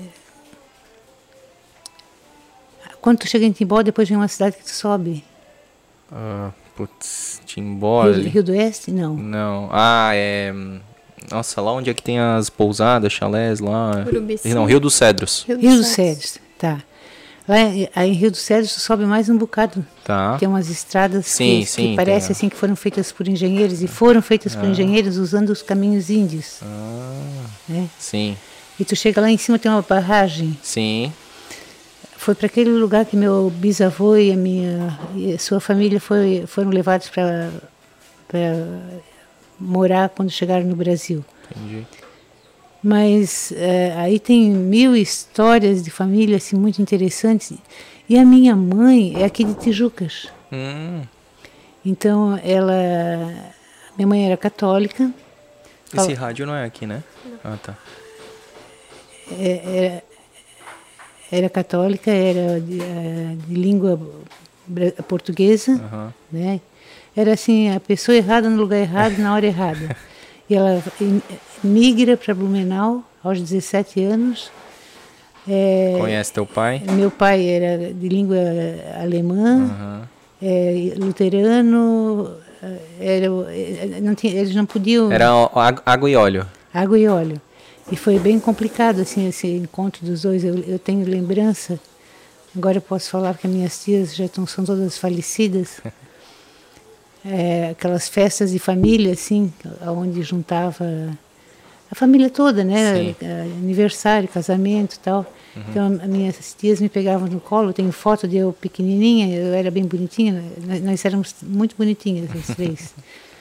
quando tu chega em Timbó, depois vem uma cidade que tu sobe. Ah, putz, Timbó. Rio, Rio do Oeste? Não. Não. Ah, é... Nossa, lá onde é que tem as pousadas, chalés lá? Urubici. Não, Rio dos Cedros. Rio, Rio dos Cedros, tá. Lá aí em Rio dos Cedros tu sobe mais um bocado. Tá. Tem umas estradas sim, que, sim, que parece assim que foram feitas por engenheiros. E foram feitas ah. por engenheiros usando os caminhos índios. Ah, né? Sim. E tu chega lá em cima, tem uma barragem. Sim. Foi para aquele lugar que meu bisavô e a minha e a sua família foi, foram levados para morar quando chegaram no Brasil. Entendi. Mas é, aí tem mil histórias de família assim, muito interessantes. E a minha mãe é aqui de Tijucas. Hum. Então, ela... Minha mãe era católica. Esse Fala, rádio não é aqui, né? Ah, tá. É, era, era católica, era de, de língua portuguesa, Uhum. né? Era assim, a pessoa errada no lugar errado, na hora errada. E ela migra para Blumenau aos dezessete anos. É, Conhece teu pai? Meu pai era de língua alemã, Uhum. é, luterano, era, não tinha, eles não podiam... Era água e óleo. Água e óleo. E foi bem complicado assim, esse encontro dos dois. Eu, eu tenho lembrança, agora eu posso falar porque minhas tias já estão, são todas falecidas. É, aquelas festas de família, assim, onde juntava a família toda, né? Aniversário, casamento e tal. Uhum. Então, as minhas tias me pegavam no colo. Eu tenho foto de eu pequenininha, eu era bem bonitinha. Nós, nós éramos muito bonitinhas, as três.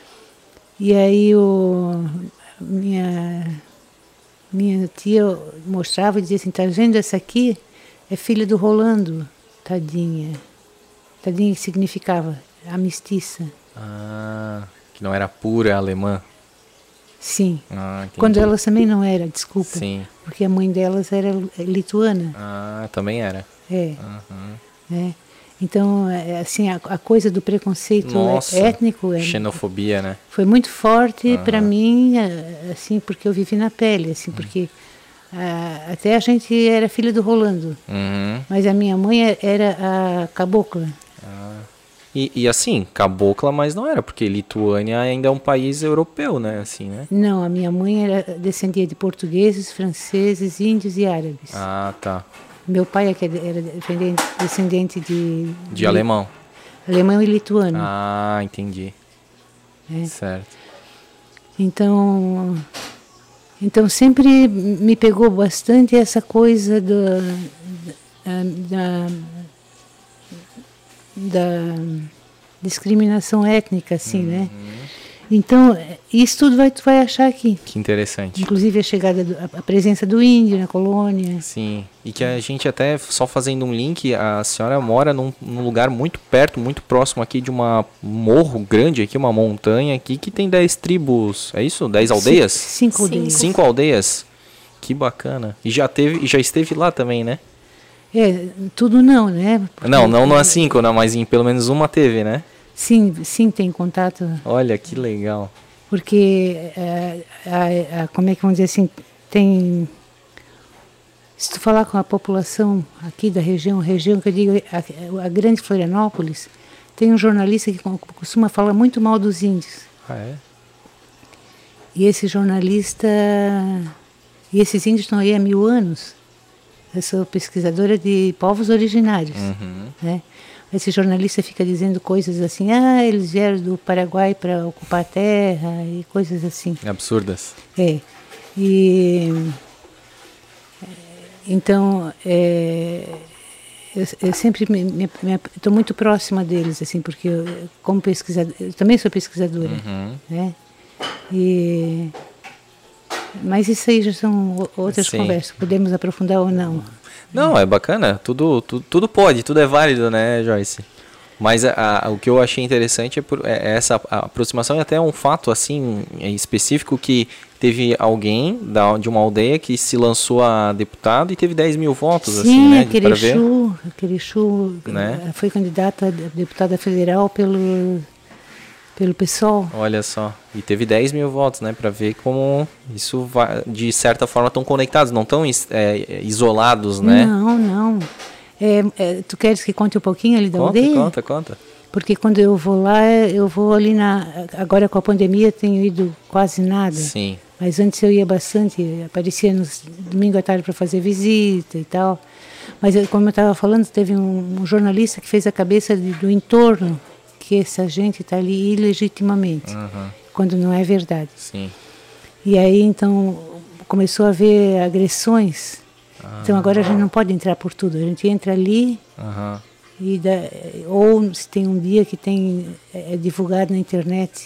E aí, o, minha, minha tia mostrava e dizia assim, tá vendo essa aqui? É filha do Rolando, tadinha. Tadinha que significava a mestiça. Ah, que não era pura alemã. Sim. Ah, quando elas também não era, desculpa. Sim. Porque a mãe delas era lituana. Ah, também era. É. Uhum. É. Então, assim, a, a coisa do preconceito Nossa, étnico... xenofobia, é, né? foi muito forte uhum. para mim, assim, porque eu vivi na pele, assim, porque a, até a gente era filha do Rolando. Uhum. Mas a minha mãe era a cabocla. Ah. E, e assim, cabocla, mas não era, porque Lituânia ainda é um país europeu, né? Assim, né? Não, a minha mãe era descendia de portugueses, franceses, índios e árabes. Ah, tá. Meu pai era descendente de... De, de alemão. Alemão e lituano. Ah, entendi. É. Certo. Então, então, sempre me pegou bastante essa coisa do, da... da da discriminação étnica, assim, uhum. né? Então, isso tudo vai, tu vai achar aqui. Que interessante. Inclusive a chegada, do, a presença do índio na colônia. Sim, e que a gente até, só fazendo um link, a senhora mora num, num lugar muito perto, muito próximo aqui de uma morro grande aqui, uma montanha aqui, que tem dez tribos, é isso? Dez aldeias? Cinco, cinco aldeias. Cinco aldeias? Que bacana. E já, teve, já esteve lá também, né? É, tudo não, né? Porque não, não, não é cinco, não, mas em pelo menos uma teve, né? Sim, sim, tem contato. Olha, que legal. Porque, é, a, a, como é que vamos dizer assim, tem... Se tu falar com a população aqui da região, região que eu digo, a, a grande Florianópolis, tem um jornalista que costuma falar muito mal dos índios. Ah, é? E esse jornalista... E esses índios estão aí há mil anos. Eu sou pesquisadora de povos originários, uhum. né? Esse jornalista fica dizendo coisas assim, ah, eles vieram do Paraguai para ocupar a terra e coisas assim. Absurdas. É. E então é, eu, eu sempre estou muito próxima deles, assim, porque eu, como pesquisadora, eu também sou pesquisadora, uhum. né? E mas isso aí já são outras Sim. conversas, podemos aprofundar ou não. Não, é bacana, tudo, tudo, tudo pode, tudo é válido, né, Joyce? Mas a, a, o que eu achei interessante é, por, é essa aproximação e até um fato assim específico que teve alguém da, de uma aldeia que se lançou a deputado e teve dez mil votos. Sim, assim, né? Aquele Chu, aquele Chu, né? Foi candidata a deputada federal pelo... Pelo pessoal. Olha só. E teve dez mil votos, né? Para ver como isso vai, de certa forma estão conectados, não estão é, isolados, né? Não, não. É, é, tu queres que conte um pouquinho ali da conta, aldeia? Conta, conta. Porque quando eu vou lá, eu vou ali na... Agora com a pandemia tenho ido quase nada. Sim. Mas antes eu ia bastante, aparecia no domingo à tarde para fazer visita e tal. Mas como eu estava falando, teve um, um jornalista que fez a cabeça de, do entorno, que essa gente está ali ilegitimamente, uhum. quando não é verdade. Sim. E aí, então, começou a haver agressões. Ah. Então, agora a gente não pode entrar por tudo. A gente entra ali, uhum. e da, ou se tem um dia que tem é, é divulgado na internet.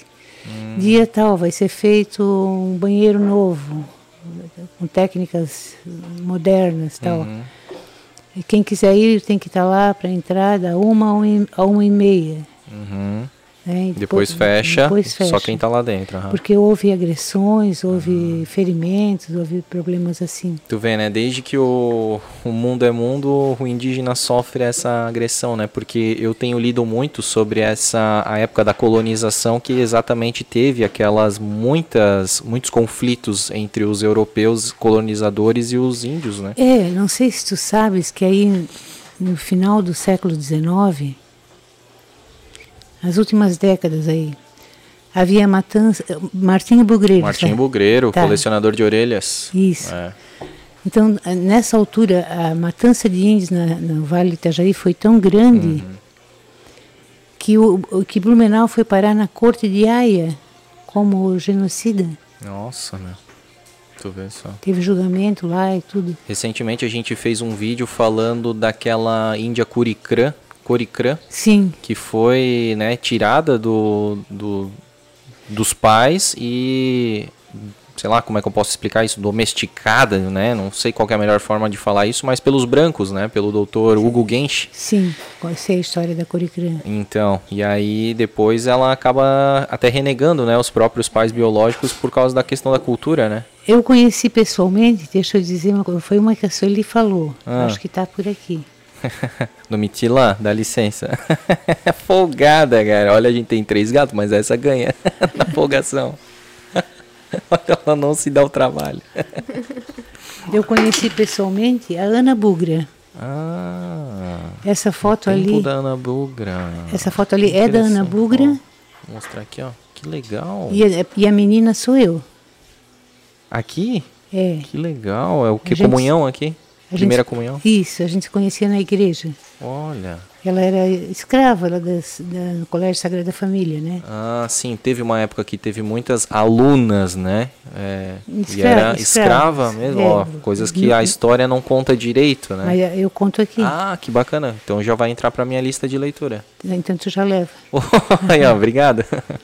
Hum. Dia tal vai ser feito um banheiro novo, com técnicas modernas, tal. Uhum. E quem quiser ir tem que estar lá para a entrada uma a uma e meia. Uhum. É, depois, depois, fecha, depois fecha, só quem está lá dentro. Uhum. Porque houve agressões, houve uhum. ferimentos, houve problemas assim. Tu vê, né? Desde que o, o mundo é mundo, o indígena sofre essa agressão, né? Porque eu tenho lido muito sobre essa a época da colonização, que exatamente teve aquelas muitas muitos conflitos entre os europeus colonizadores e os índios, né? É, não sei se tu sabes que aí no final do século dezenove, as últimas décadas aí, havia matança. Martinho Bugreiro. Martinho sabe? Bugreiro, tá. Colecionador de orelhas. Isso. É. Então, nessa altura, a matança de índios na, no Vale do Itajaí foi tão grande uhum. que, o, que Blumenau foi parar na corte de Haia como genocida. Nossa, né? Tu vê só. Teve julgamento lá e tudo. Recentemente a gente fez um vídeo falando daquela índia Curicrã, Coricrã, sim, que foi, né, tirada do, do, dos pais e, sei lá, como é que eu posso explicar isso, domesticada, né, não sei qual que é a melhor forma de falar isso, mas pelos brancos, né, pelo doutor Hugo Gensch. Sim, sei a história da Coricrã. Então, e aí depois ela acaba até renegando, né, os próprios pais biológicos por causa da questão da cultura, né. Eu conheci pessoalmente, deixa eu dizer uma coisa, foi uma que a Sueli falou, ah. acho que está por aqui. No Mitilã, dá licença. Folgada, cara. Olha, a gente tem três gatos, mas essa ganha na folgação. Ela não se dá o trabalho. Eu conheci pessoalmente a Ana Bugra. Ah, essa foto ali. da Ana Bugra. Essa foto ali é da Ana Bugra. Ó, vou mostrar aqui, ó. Que legal. E a, e a menina sou eu. Aqui? É. Que legal. É o que? A comunhão gente... aqui? A Primeira gente, comunhão? Isso, a gente se conhecia na igreja. Olha. Ela era escrava lá das, da, no Colégio Sagrada Família, né? Ah, sim. Teve uma época que teve muitas alunas, né? É, escrava, e era escrava escravas, mesmo, é, ó. Coisas que a história não conta direito, né? Mas eu conto aqui. Ah, que bacana. Então já vai entrar para minha lista de leitura. Então tu já leva. Aí, ó, obrigado.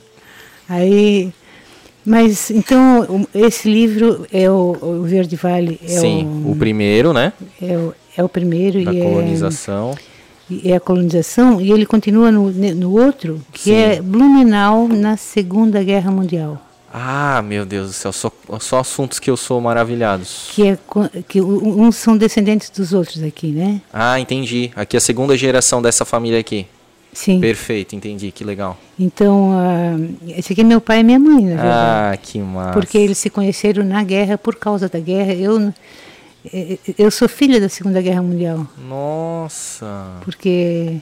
Aí... Mas, então, esse livro é o, o Verde Vale. É sim, o, o primeiro, né? É o, é o primeiro. Da e colonização. É, é a colonização, e ele continua no, no outro, que sim. é Blumenau na Segunda Guerra Mundial. Ah, meu Deus do céu, só, só assuntos que eu sou maravilhados. Que, é, que uns são descendentes dos outros aqui, né? Ah, entendi. Aqui é a segunda geração dessa família aqui. Sim. Perfeito, entendi, que legal. Então, uh, esse aqui é meu pai e minha mãe, na verdade. Ah, que massa. Porque eles se conheceram na guerra, por causa da guerra. Eu, eu sou filha da Segunda Guerra Mundial. Nossa. Porque...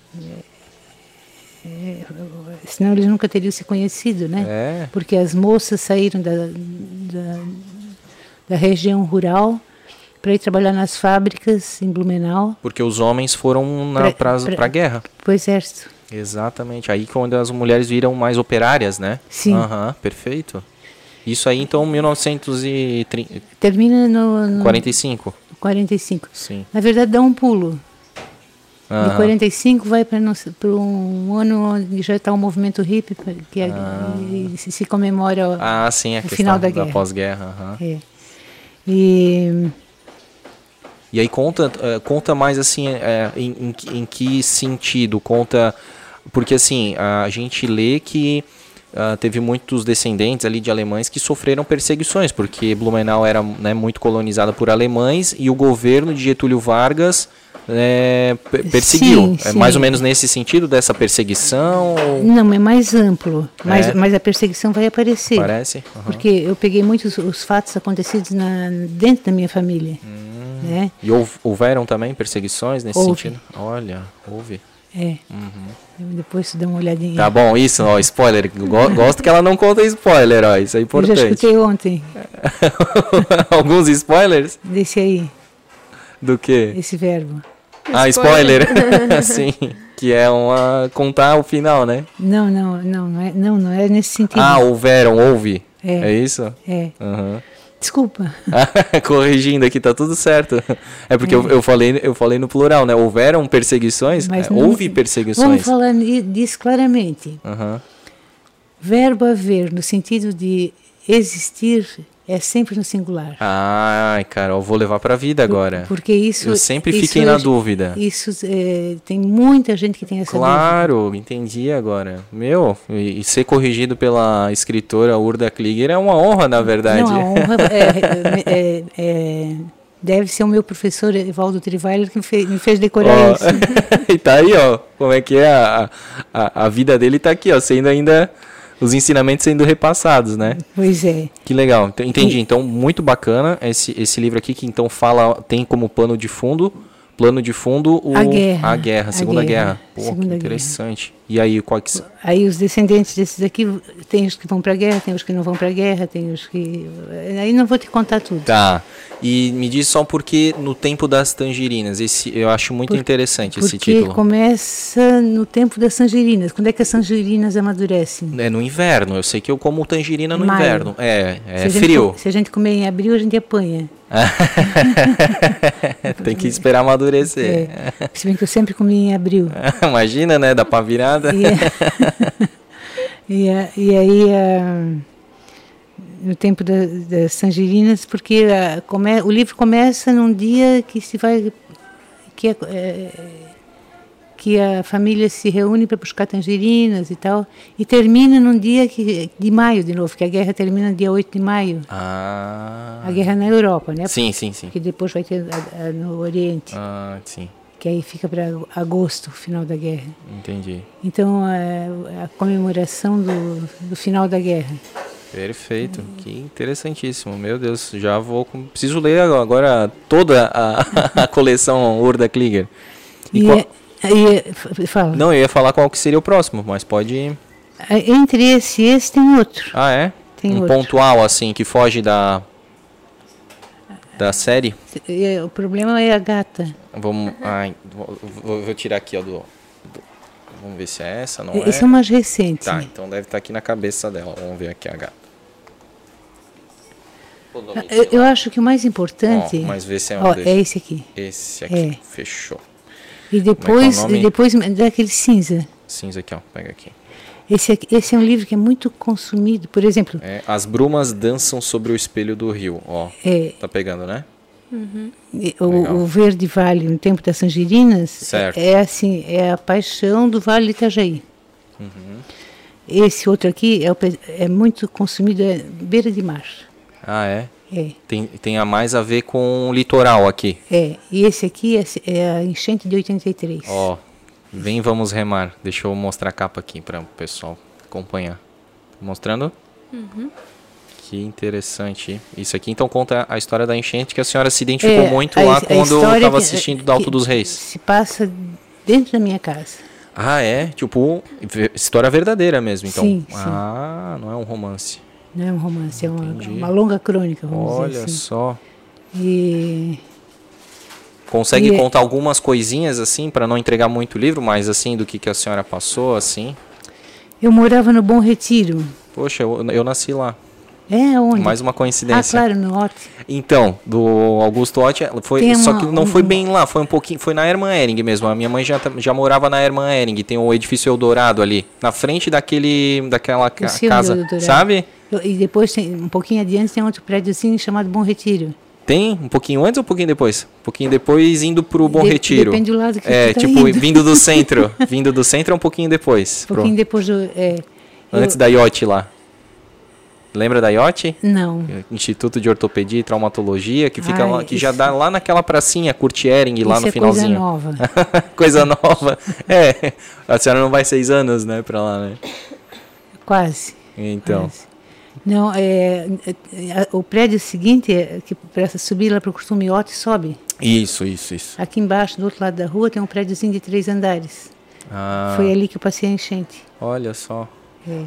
É, senão eles nunca teriam se conhecido, né? É. Porque as moças saíram da, da, da região rural para ir trabalhar nas fábricas em Blumenau. Porque os homens foram para a guerra. Para o exército. Exatamente. Aí quando as mulheres viram mais operárias, né? Sim. Aham, perfeito. Isso aí, então, mil novecentos e trinta... Termina no... no quarenta e cinco. quarenta e cinco. Sim. Na verdade, dá um pulo. Aham. De quarenta e cinco vai para um ano onde já está o movimento hippie, que é, Ah. e se, se comemora Ah, sim, a o questão final da, da guerra. pós-guerra. Aham. É. E... E aí conta, uh, conta mais assim, uh, em, em, em que sentido? Conta, porque assim, a gente lê que uh, teve muitos descendentes ali de alemães que sofreram perseguições, porque Blumenau era, né, muito colonizada por alemães e o governo de Getúlio Vargas é, perseguiu. Sim, é sim. mais ou menos nesse sentido dessa perseguição? Não, é mais amplo, mas, É? mas a perseguição vai aparecer. Parece? Uhum. Porque eu peguei muitos os fatos acontecidos na, dentro da minha família. Hum. Né? E houve, houveram também perseguições nesse Houve. sentido? Olha, houve. É. Uhum. Depois tu dá uma olhadinha. Tá bom, isso, ó, spoiler. Gosto que ela não conta spoiler, ó, isso é Eu importante. já escutei ontem Alguns spoilers? desse aí, Do quê? esse verbo. Ah, spoiler. Sim, que é uma contar o final, né? Não, não, não, não é, não, não é nesse sentido. Ah, houveram, houve. É. É isso? É. Uhum. Desculpa. Corrigindo aqui, tá tudo certo. É porque É. Eu, eu, falei, eu falei no plural, né? Houveram perseguições? Mas É, não- houve perseguições. Vamos falar ni- disso claramente. Uhum. Verbo haver, no sentido de existir, é sempre no singular. Ai, cara, eu vou levar para a vida agora. Porque isso... Eu sempre isso fiquei é, na dúvida. Isso, é, tem muita gente que tem essa claro, dúvida. Claro, entendi agora. Meu, e, e ser corrigido pela escritora Urda Klieger é uma honra, na verdade. Não, a honra é, é, é, deve ser o meu professor Evaldo Triweiler que me fez, me fez decorar oh. isso. E tá aí, ó, como é que é a, a, a vida dele tá aqui, ó, sendo ainda... Os ensinamentos sendo repassados, né? Pois é. Que legal. Entendi. Então, muito bacana esse, esse livro aqui que então fala, tem como plano de fundo, plano de fundo o, a guerra. A guerra, a Segunda Guerra. guerra. Pô, Segunda que interessante. Guerra. E aí, qual que... Aí os descendentes desses aqui, tem os que vão para a guerra, tem os que não vão para a guerra, tem os que... Aí não vou te contar tudo. Tá. E me diz só porque no tempo das tangerinas, esse, eu acho muito Por, interessante esse título. Porque começa no tempo das tangerinas. Quando é que as tangerinas amadurecem? É no inverno. Eu sei que eu como tangerina no Maio. inverno. É, é se frio. Gente, se a gente comer em abril, a gente apanha. Tem que esperar amadurecer. É. Se bem que eu sempre comi em abril. Imagina, né? Da pá virada. E, e, e aí... Uh, no tempo da, das tangerinas, porque a, come, o livro começa num dia que se vai que a, é, que a família se reúne para buscar tangerinas e tal, e termina num dia que, de maio de novo, que a guerra termina no dia oito de maio. Ah. A guerra na Europa, né? Sim, sim, sim. Que depois vai ter a, a, no Oriente. Ah, sim. Que aí fica para agosto, o final da guerra. Entendi. Então, a, a comemoração do, do final da guerra. Perfeito, que interessantíssimo, meu Deus, já vou, preciso ler agora toda a, a coleção Urda Klieger. E, e, qual... e fala. Não, eu ia falar qual que seria o próximo, mas pode ir. Entre esse e esse tem outro. Ah, é? Tem um outro. Pontual, assim, que foge da, da série? O problema é a gata. Vamos, ai, vou, vou tirar aqui, ó, do... Vamos ver se é essa, não Esse é? Esse é o mais recente. Tá, então deve estar aqui na cabeça dela. Vamos ver aqui a gata. Eu, eu acho que o mais importante... Ó, mas vê se é um ó, desse. é esse aqui. Esse aqui, é. Fechou. E depois, é é e depois daquele cinza. Cinza aqui, ó, pega aqui. Esse, aqui, esse é um livro que é muito consumido, por exemplo... É, As Brumas Dançam Sobre o Espelho do Rio, ó. É, tá pegando, né? Uhum. O, o Verde Vale, no tempo das tangerinas, certo. É, é assim, é a paixão do Vale do Itajaí. Uhum. Esse outro aqui é, o, é muito consumido, é beira de mar. Ah, é? É. Tem, tem a mais a ver com o litoral aqui. É, e esse aqui é, é a enchente de oitenta e três. Ó, vem, vamos remar. Deixa eu mostrar a capa aqui para o pessoal acompanhar. Mostrando? Uhum. Que interessante. Isso aqui então conta a história da enchente que a senhora se identificou é, muito a, lá a quando eu estava assistindo do Alto dos Reis. Se passa dentro da minha casa. Ah, é? Tipo, história verdadeira mesmo, então. Sim, ah, sim. não é um romance. Não é um romance, é uma, uma longa crônica, vamos Olha dizer assim. só. E... Consegue e contar é... algumas coisinhas assim, para não entregar muito livro, mas assim, do que, que a senhora passou, assim? Eu morava no Bom Retiro. Poxa, eu, eu nasci lá. É, onde? Mais uma coincidência. Ah, claro, no Ott. Então, do Augusto Ott, foi, Tem só uma, que não um, foi bem lá, foi um pouquinho, foi na Hermann Hering mesmo. A minha mãe já, já morava na Hermann Hering, tem o edifício Eldorado ali, na frente daquele, daquela ca, casa, sabe? E depois, tem, um pouquinho adiante, tem outro prédiozinho chamado Bom Retiro. Tem? Um pouquinho antes ou um pouquinho depois? Um pouquinho depois, indo pro Bom de, Retiro. Depende do lado que É, tu tá tipo, indo. vindo do centro. Vindo do centro é um pouquinho depois. Um pouquinho pro... depois do... É, antes eu... da I O T lá. Lembra da I O T? Não. Instituto de Ortopedia e Traumatologia, que fica Ai, lá, que isso... já dá lá naquela pracinha, Kurt Ehring, lá isso no é finalzinho. Coisa nova. Coisa nova. É, a senhora não vai seis anos, né, pra lá, né? Quase. Então. Quase. Não, é, é, o prédio seguinte, é, que para subir lá para o Costume Iote, sobe. Isso, isso, isso. Aqui embaixo, do outro lado da rua, tem um prédiozinho de três andares. Ah. Foi ali que eu passei a enchente. Olha só. É.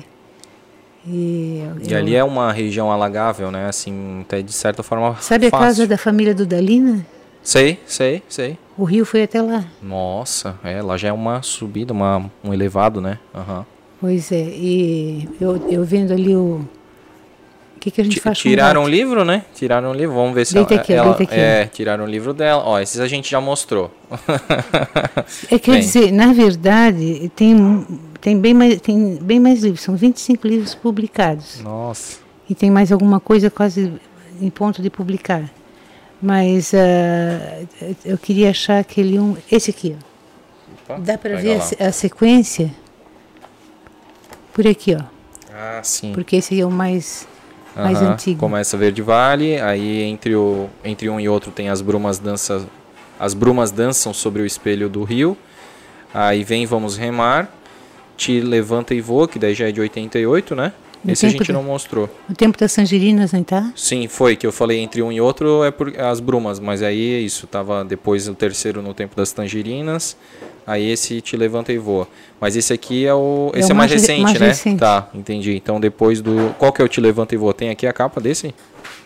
E, e eu, ali é uma região alagável, né? Assim, até de certa forma sabe fácil. A casa da família do Dalina? Sei, sei, sei. O rio foi até lá. Nossa, é, lá já é uma subida, uma, um elevado, né? Uhum. Pois é, e eu, eu vendo ali o... O que, que a gente faz com Tiraram o livro, né? Tiraram o livro, vamos ver se deita ela... aqui, ela deita aqui. É, tiraram o livro dela. Ó, esses a gente já mostrou. É, quer Bem. dizer, na verdade, tem, tem bem mais, tem bem mais livros, são vinte e cinco livros publicados. Nossa. E tem mais alguma coisa quase em ponto de publicar. Mas uh, eu queria achar aquele um, esse aqui, ó. Opa, dá para ver a, a sequência por aqui, ó. Ah, sim. Porque esse aí é o mais, uh-huh. mais antigo. Começa Verde Vale, aí entre, o, entre um e outro tem as brumas dançam, as brumas dançam sobre o espelho do rio. Aí vem Vamos Remar, Te Levanta e Voa, que daí já é de oitenta e oito, né? No Esse a gente da, não mostrou. O Tempo das Tangerinas, não tá? Sim, foi, que eu falei entre um e outro é por as brumas, mas aí é isso, tava depois o terceiro no Tempo das Tangerinas, aí esse Te Levanta e Voa. Mas esse aqui é o, esse é, é o mais, mais recente, mais né? Recente. Tá, entendi. Então depois do, qual que é o Te Levanta e Voa? Tem aqui a capa desse?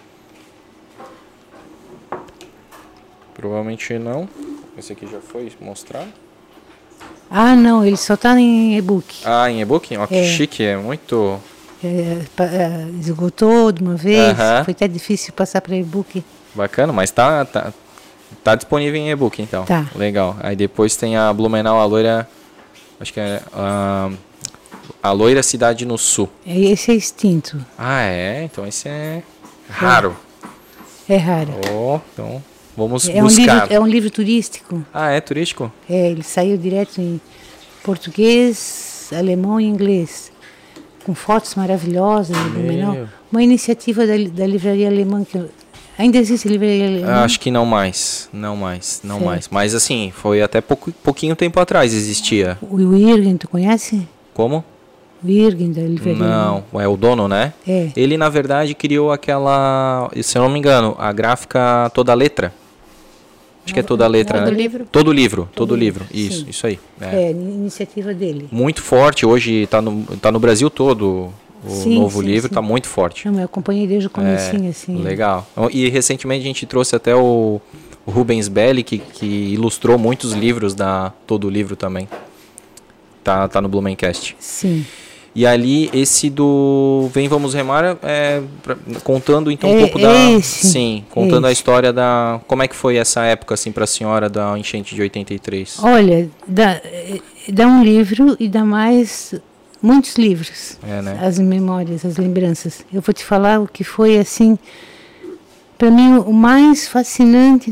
Provavelmente não. Esse aqui já foi mostrado. Ah, não, ele só tá em e-book. Ah, em e-book? Ó, que é. chique, é muito... É, é, esgotou de uma vez, uh-huh. Foi até difícil passar para e-book. Bacana, mas tá, tá, tá disponível em e-book, então. Tá. Legal. Aí depois tem a Blumenau, a loira... Acho que é... A, a Loira Cidade no Sul. Esse é extinto. Ah, é? Então esse é raro. É, é raro. Oh, então... Vamos é buscar. Um livro, é um livro turístico. Ah, é turístico? É, ele saiu direto em português, alemão e inglês. Com fotos maravilhosas. Meu. Uma iniciativa da, da livraria alemã. Que eu, ainda existe livraria alemã? Acho que não mais. Não mais, não certo. mais. Mas assim, foi até pouco, pouquinho tempo atrás existia. O Wirgen, tu conhece? Como? Wirgen da livraria. Não, é o dono, né? É. Ele, na verdade, criou aquela, se eu não me engano, a gráfica Toda Letra. Acho que é Toda a Letra, todo né? Livro. Todo livro, todo, todo livro. livro. Isso, Sim. isso aí. É. é, iniciativa dele. Muito forte, hoje está no, tá no Brasil todo. O sim, novo sim, livro está sim. muito forte. Não, eu acompanhei desde o comecinho, é, assim. Legal. E recentemente a gente trouxe até o, o Rubens Belli, que, que ilustrou muitos livros da Todo Livro também. Tá, tá no Blumencast. Sim. E ali, esse do Vem Vamos Remar, é, pra, contando então é, um pouco é da... Esse, sim, contando esse. a história da... Como é que foi essa época, assim, para a senhora da enchente de oitenta e três? Olha, dá, dá um livro e dá mais... Muitos livros. É, né? As memórias, as lembranças. Eu vou te falar o que foi, assim... Para mim, o mais fascinante...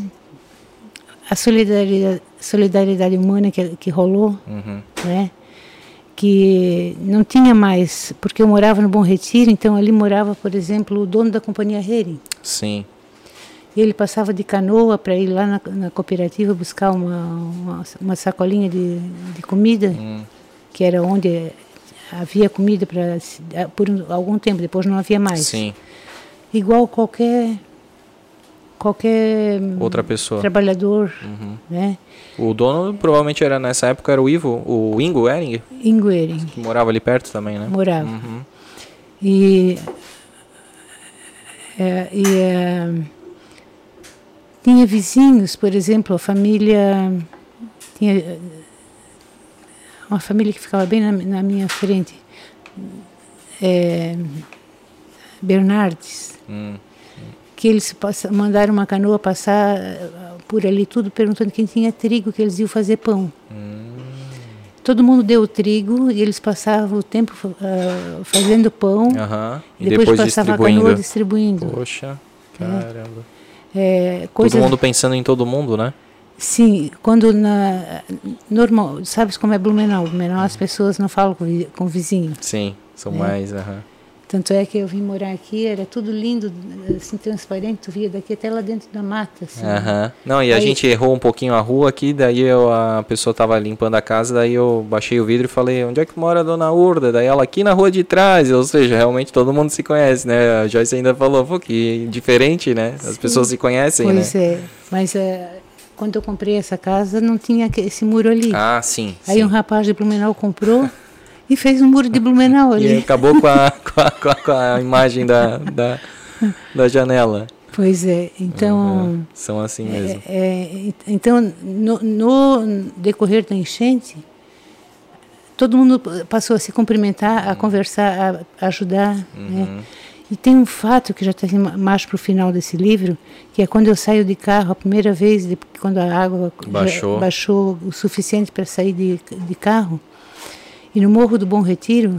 A solidariedade, solidariedade humana que, que rolou, uhum. né? Que não tinha mais, porque eu morava no Bom Retiro, então ali morava, por exemplo, o dono da companhia Hering. Sim. E ele passava de canoa para ir lá na, na cooperativa buscar uma, uma, uma sacolinha de, de comida, hum. que era onde havia comida pra, por algum tempo, depois não havia mais. Sim. Igual qualquer... qualquer outra pessoa, trabalhador, uhum. né? O dono provavelmente era nessa época era o Ivo, o Ingo Hering, Ingo Hering, que morava ali perto também, né? Morava. Uhum. E, é, e é, tinha vizinhos, por exemplo, a família tinha uma família que ficava bem na, na minha frente, é, Bernardes. Hum. Que eles passa, mandaram uma canoa passar por ali tudo, perguntando quem tinha trigo, que eles iam fazer pão. Hum. Todo mundo deu o trigo e eles passavam o tempo uh, fazendo pão, uh-huh. e depois, depois passava a canoa distribuindo. Poxa, caramba. É, é, coisa... Todo mundo pensando em todo mundo, né? Sim, quando na... Normal, sabes como é Blumenau? Blumenau as pessoas não falam com, com o vizinho. Sim, são é. mais... Uh-huh. Tanto é que eu vim morar aqui, era tudo lindo, assim, transparente, tu via daqui até lá dentro da mata. Assim. Uhum. Não, e a Aí, gente errou um pouquinho a rua aqui, daí eu, a pessoa estava limpando a casa, daí eu baixei o vidro e falei, onde é que mora a dona Urda? Daí ela, aqui na rua de trás, ou seja, realmente todo mundo se conhece, né? A Joyce ainda falou, pô, que diferente, né? As sim, pessoas se conhecem, pois né? Pois é, mas é, quando eu comprei essa casa, não tinha esse muro ali. Ah, sim. Aí sim. um rapaz de Blumenau comprou... E fez um muro de Blumenau ali. E acabou com a, com a, com a, com a imagem da, da, da janela. Pois é, então... Uhum. São assim mesmo. É, é, então, no, no decorrer da enchente, todo mundo passou a se cumprimentar, uhum. a conversar, a ajudar. Uhum. Né? E tem um fato que já está mais para o final desse livro, que é quando eu saio de carro, a primeira vez, de, quando a água baixou, baixou o suficiente para sair de, de carro, E no Morro do Bom Retiro,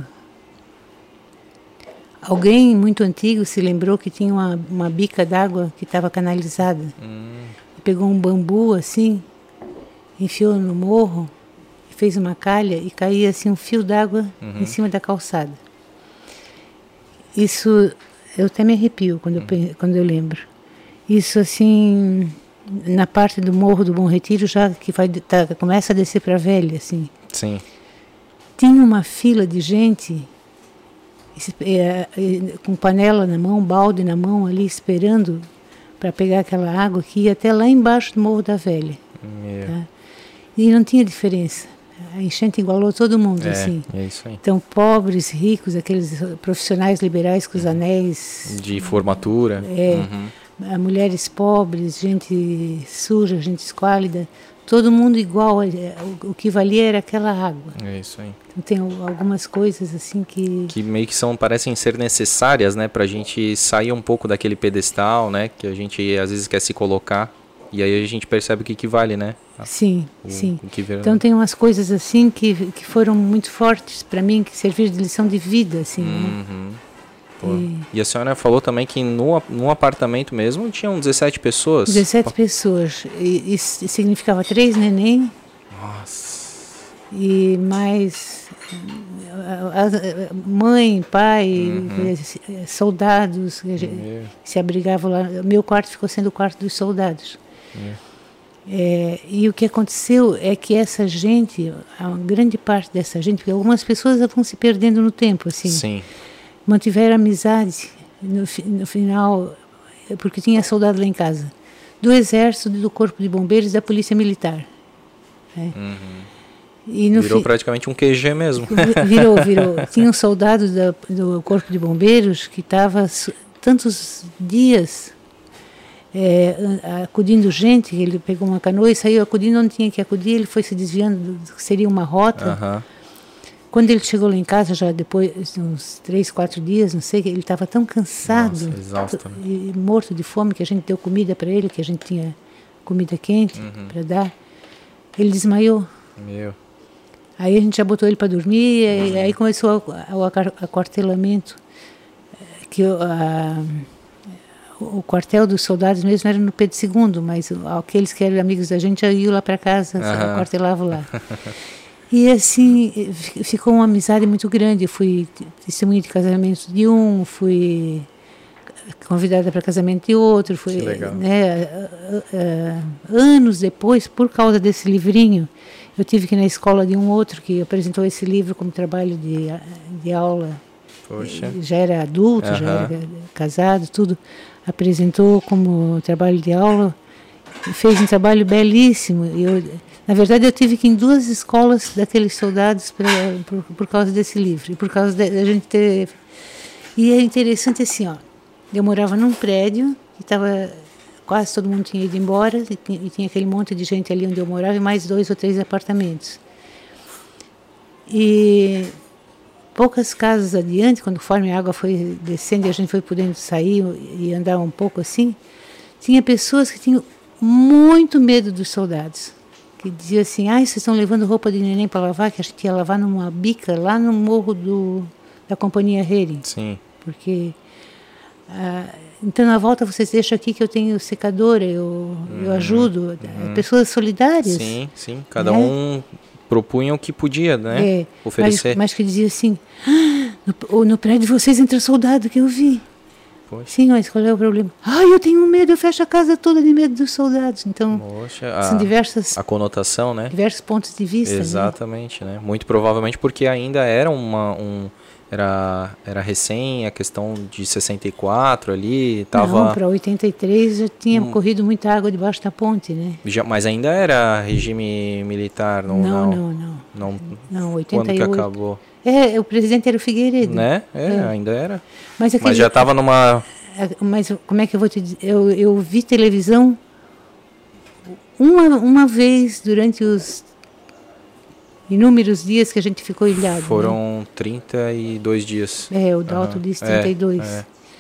alguém muito antigo se lembrou que tinha uma, uma bica d'água que estava canalizada. Hum. Pegou um bambu assim, enfiou no morro, fez uma calha e caía assim um fio d'água uhum. em cima da calçada. Isso, eu até me arrepio quando, uhum. eu, quando eu lembro. Isso assim, na parte do Morro do Bom Retiro, já que vai, tá, começa a descer para a Velha, assim. Sim. Tinha uma fila de gente com panela na mão, balde na mão ali, esperando para pegar aquela água que ia até lá embaixo do Morro da Velha. Tá? E não tinha diferença. A enchente igualou todo mundo, é, assim. É isso aí. Então, pobres, ricos, aqueles profissionais liberais com os anéis... De formatura. É, uhum. Mulheres pobres, gente suja, gente esquálida, todo mundo igual. O, o que valia era aquela água. É isso aí. Então, tem algumas coisas assim que... Que meio que são, parecem ser necessárias, né? Pra gente sair um pouco daquele pedestal, né? Que a gente às vezes quer se colocar. E aí a gente percebe o que, que vale, né? Sim, o, sim. O que vê, então né? tem umas coisas assim que, que foram muito fortes para mim, que serviram de lição de vida, assim, uhum. né? E... e a senhora falou também que no, no apartamento mesmo tinham dezessete pessoas? dezessete Pô. pessoas. E isso significava três neném. Nossa. E mais a, a mãe, pai, uhum. soldados que se abrigavam lá. Meu quarto ficou sendo o quarto dos soldados. É. É, e o que aconteceu é que essa gente, a grande parte dessa gente, porque algumas pessoas vão se perdendo no tempo, assim, Sim. mantiveram amizade no, no final, porque tinha soldado lá em casa, do Exército, do Corpo de Bombeiros e da Polícia Militar. Né? Uhum. E no virou fi... praticamente um Q G mesmo. Virou, virou. Tinha um soldado da, do Corpo de Bombeiros que estava tantos dias... É, acudindo gente, ele pegou uma canoa e saiu acudindo onde tinha que acudir, ele foi se desviando do que seria uma rota. Uhum. Quando ele chegou lá em casa, já depois de uns três, quatro dias, não sei, ele estava tão cansado. Nossa, exausto, né? E morto de fome, que a gente deu comida para ele, que a gente tinha comida quente uhum. para dar. Ele desmaiou. Meu. Aí a gente já botou ele para dormir, uhum. e aí começou o aquartelamento, que a... O quartel dos soldados mesmo era no Pedro segundo, mas aqueles que eram amigos da gente já iam lá para casa, uhum. quartelavam lá. E assim, ficou uma amizade muito grande. Eu fui testemunha de casamento de um, fui convidada para casamento de outro. Fui, né, anos depois, por causa desse livrinho, eu tive que ir na escola de um outro que apresentou esse livro como trabalho de, de aula. Poxa. Já era adulto, uhum. já era casado, tudo. Apresentou como trabalho de aula, fez um trabalho belíssimo. Eu, na verdade, eu tive que ir em duas escolas daqueles soldados pra, por, por causa desse livro, e por causa da gente ter... E é interessante assim, ó, eu morava num prédio, e tava, quase todo mundo tinha ido embora, e tinha, e tinha aquele monte de gente ali onde eu morava, e mais dois ou três apartamentos. E... poucas casas adiante, quando conforme a água foi descendo e a gente foi podendo sair e andar um pouco assim, tinha pessoas que tinham muito medo dos soldados, que diziam assim, ah, vocês estão levando roupa de neném para lavar, que a gente ia lavar numa bica lá no morro do, da Companhia Hering. Sim. Porque, ah, então na volta vocês deixam aqui que eu tenho secadora, eu, uhum. eu ajudo, uhum. pessoas solidárias. Sim, sim, cada né? um... propunham o que podia, né? É, oferecer. Mas, mas que dizia assim, ah, no, no prédio de vocês entra soldado, que eu vi. Poxa. Sim, mas qual é o problema? Ah, eu tenho medo, eu fecho a casa toda de medo dos soldados. Então, Poxa, são a, diversas... A conotação, né? Diversos pontos de vista. Exatamente, né? né? Muito provavelmente porque ainda era uma... Um, era, era recém a questão de sessenta e quatro ali, tava... Não, para oitenta e três já tinha hum. corrido muita água debaixo da ponte, né? Já, mas ainda era regime militar, não? Não, não, não. Não, não, não oitenta e oito. Quando que acabou? É, o presidente era o Figueiredo. Né? É, é. ainda era. Mas, aquele, mas já estava numa... Mas como é que eu vou te dizer? Eu, eu vi televisão uma, uma vez durante os inúmeros dias que a gente ficou ilhado. Foram né? trinta e dois dias. É, o Dalton uhum. disse trinta e dois. É, é.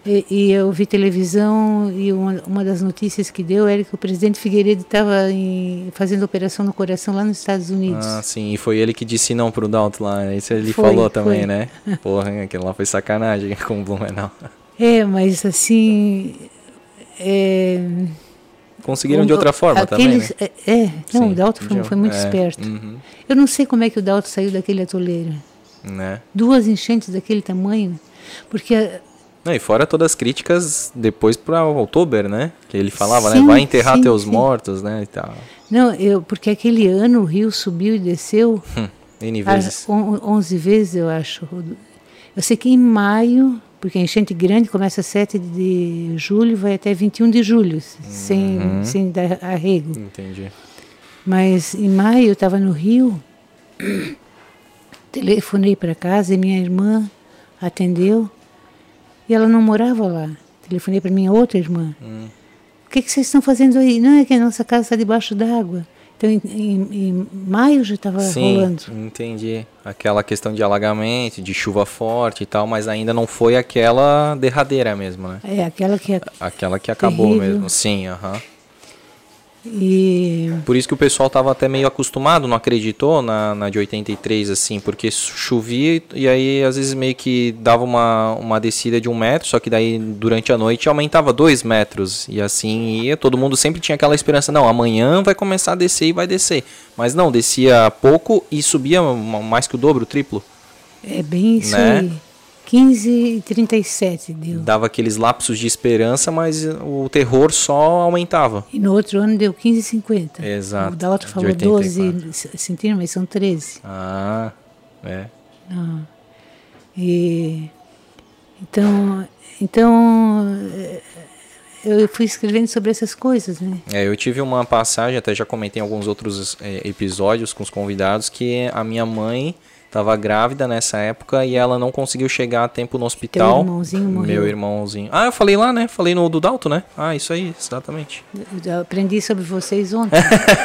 E, e eu vi televisão e uma, uma das notícias que deu era que o presidente Figueiredo estava fazendo operação no coração lá nos Estados Unidos. Ah, sim, e foi ele que disse não pro Dalton lá, isso ele Foi, falou também, foi. né? Porra, aquilo lá foi sacanagem com o Blumenau. É, mas assim... É, Conseguiram de outra forma aqueles, também, né? É, é não, Sim, o Dalton foi, foi muito é, esperto. Uhum. Eu não sei como é que o Dalton saiu daquele atoleiro. Né? Duas enchentes daquele tamanho, porque... Não, e fora todas as críticas depois para o Oktober, né? Que ele falava, Sim, né? Vai enterrar sim, teus sim. mortos, né? E tal. Não, eu, porque aquele ano o rio subiu e desceu Hum, N a- vezes. on- onze vezes, eu acho. Eu sei que em maio, porque a enchente grande começa sete de julho, vai até vinte e um de julho, sem, Uhum. sem dar arrego. Entendi. Mas em maio eu estava no Rio, telefonei para casa e minha irmã atendeu e ela não morava lá. Telefonei para minha outra irmã. Hum. O que, que vocês estão fazendo aí? Não, é que a nossa casa está debaixo d'água. Então em, em- em maio já estava Sim, rolando. entendi. Aquela questão de alagamento, de chuva forte e tal, mas ainda não foi aquela derradeira mesmo, né? É aquela que é. Aquela que acabou Terrível. mesmo. Sim, aham. E Por isso que o pessoal tava até meio acostumado, não acreditou na, na de oitenta e três, assim, porque chovia e- e aí às vezes meio que dava uma, uma descida de um metro, só que daí durante a noite aumentava dois metros. E assim ia, todo mundo sempre tinha aquela esperança, não, amanhã vai começar a descer e vai descer. Mas não, descia pouco e subia ma- mais que o dobro, o triplo. é bem isso Né? aí. quinze e trinta e sete deu. Dava aqueles lapsos de esperança, mas o terror só aumentava. E no outro ano deu quinze e cinquenta. Exato, O Dalton de falou oitenta e doze quatro. centímetros, mas são treze. Ah, é. Ah, e então, então eh, eu fui escrevendo sobre essas coisas, né? É, eu tive uma passagem, até já comentei em alguns outros é, episódios com os convidados, que a minha mãe estava grávida nessa época e ela não conseguiu chegar a tempo no hospital. Teu irmãozinho morreu. Meu irmãozinho. Ah, eu falei lá, né? Falei no do Dalton, né? Ah, isso aí, exatamente. Eu aprendi sobre vocês ontem.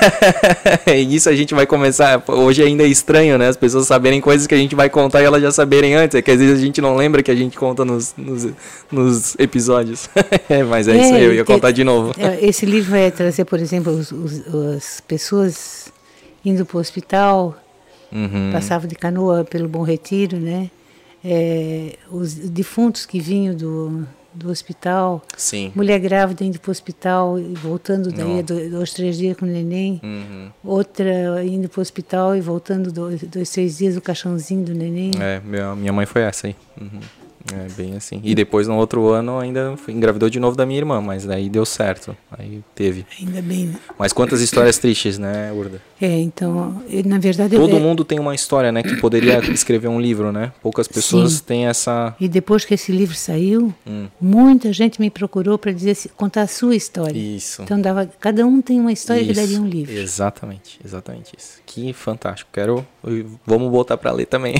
E isso a gente vai começar. Hoje ainda é estranho, né? As pessoas saberem coisas que a gente vai contar e elas já saberem antes. É que às vezes a gente não lembra que a gente conta nos, nos, nos episódios. Mas é, É, isso aí, eu ia que- contar de novo. É, Esse livro vai trazer, por exemplo, os, os- as pessoas indo para o hospital, Uhum. passavam de canoa pelo Bom Retiro, né? É, os defuntos que vinham do, do hospital, Sim. mulher grávida indo para o hospital e voltando daí Não. a dois, dois, três dias com o neném, Uhum. outra indo para o hospital e voltando dois, dois, três dias o caixãozinho do neném. É, minha, minha mãe foi essa aí. Uhum. É, bem assim. E depois, no outro ano, ainda foi- engravidou de novo da minha irmã, mas daí deu certo. Aí teve. Ainda bem, né? Mas quantas histórias tristes, né, Urda? É, então, eu, na verdade... Todo é, mundo tem uma história, né, que poderia escrever um livro, né? Poucas pessoas Sim. têm essa... E depois que esse livro saiu, Hum. muita gente me procurou para dizer se- contar a sua história. Isso. Então dava, cada um tem uma história que Isso. daria um livro. Exatamente, exatamente isso. Que fantástico. Quero... Vamos botar pra ler também.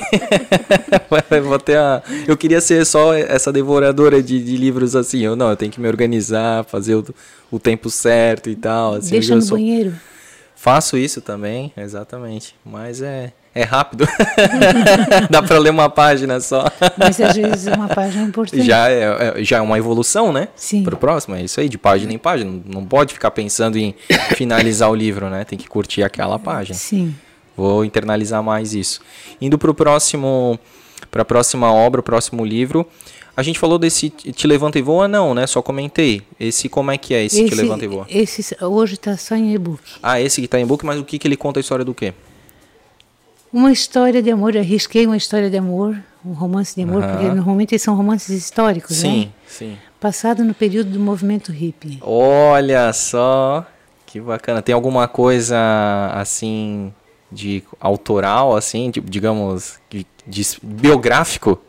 Vou ter a... Eu queria ser só essa devoradora de, de livros assim. Eu não, eu tenho que me organizar, fazer o, o tempo certo e tal. Assim, Deixa eu no sou- banheiro. Faço isso também, exatamente. Mas é, é rápido. Dá pra ler uma página só. Mas às vezes uma página é importante. Já é, é- já é uma evolução, né? Sim. Pro próximo, é isso aí, de página em página. Não pode ficar pensando em finalizar o livro, né? Tem que curtir aquela página. Sim. Vou internalizar mais isso. Indo pro próximo, pra próxima obra, o próximo livro. A gente falou desse Te Levanta e Voa? Não, né? Só comentei. Esse, como é que é esse, Te Levanta e Voa? esse hoje está só em e-book. Ah, esse que tá em book, mas o que, que ele conta a história do quê? Uma história de amor, eu arrisquei uma história de amor, um romance de amor, Aham. porque normalmente eles são romances históricos, Sim, né? sim. Passado no período do movimento hippie. Olha só, que bacana. Tem alguma coisa assim de autoral, assim, de- digamos, de, de biográfico?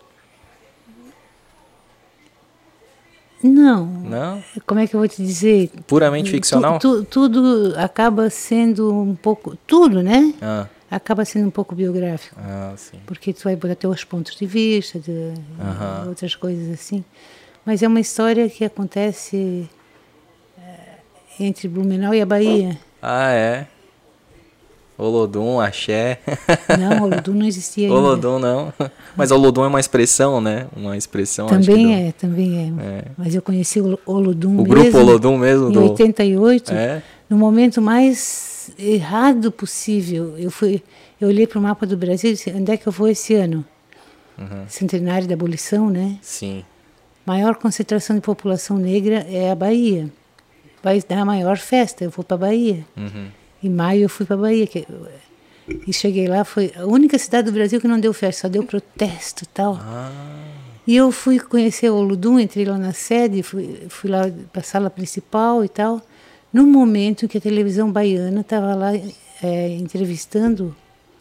Não. Não? Como é que eu vou te dizer? Puramente ficcional? Tu- tu- tudo acaba sendo um pouco... Tudo, né? Ah, Acaba sendo um pouco biográfico. ah, sim. Porque tu vai botar teus pontos de vista, de, Aham. outras coisas assim. Mas é uma história que acontece eh, entre Blumenau e a Bahia. Ah, é. Olodum, axé. Não, Olodum não existia ainda. Olodum não. Mas Olodum é uma expressão, né? Uma expressão. Também do... é, também é. é. Mas eu conheci o Olodum o mesmo. O grupo Olodum mesmo? Em do... oitenta e oito, é. no momento mais errado possível. Eu fui, eu olhei para o mapa do Brasil e disse, onde é que eu vou esse ano? Uhum. Centenário da abolição, né? Sim. Maior concentração de população negra é a Bahia. Vai dar a maior festa, eu vou para a Bahia. Uhum. Em maio eu fui para a Bahia. Que, e cheguei lá, foi a única cidade do Brasil que não deu festa, só deu protesto e tal. Ah. E eu fui conhecer o Olodum, entrei lá na sede, fui, fui lá para a sala principal e tal. No momento em que a televisão baiana estava lá é, entrevistando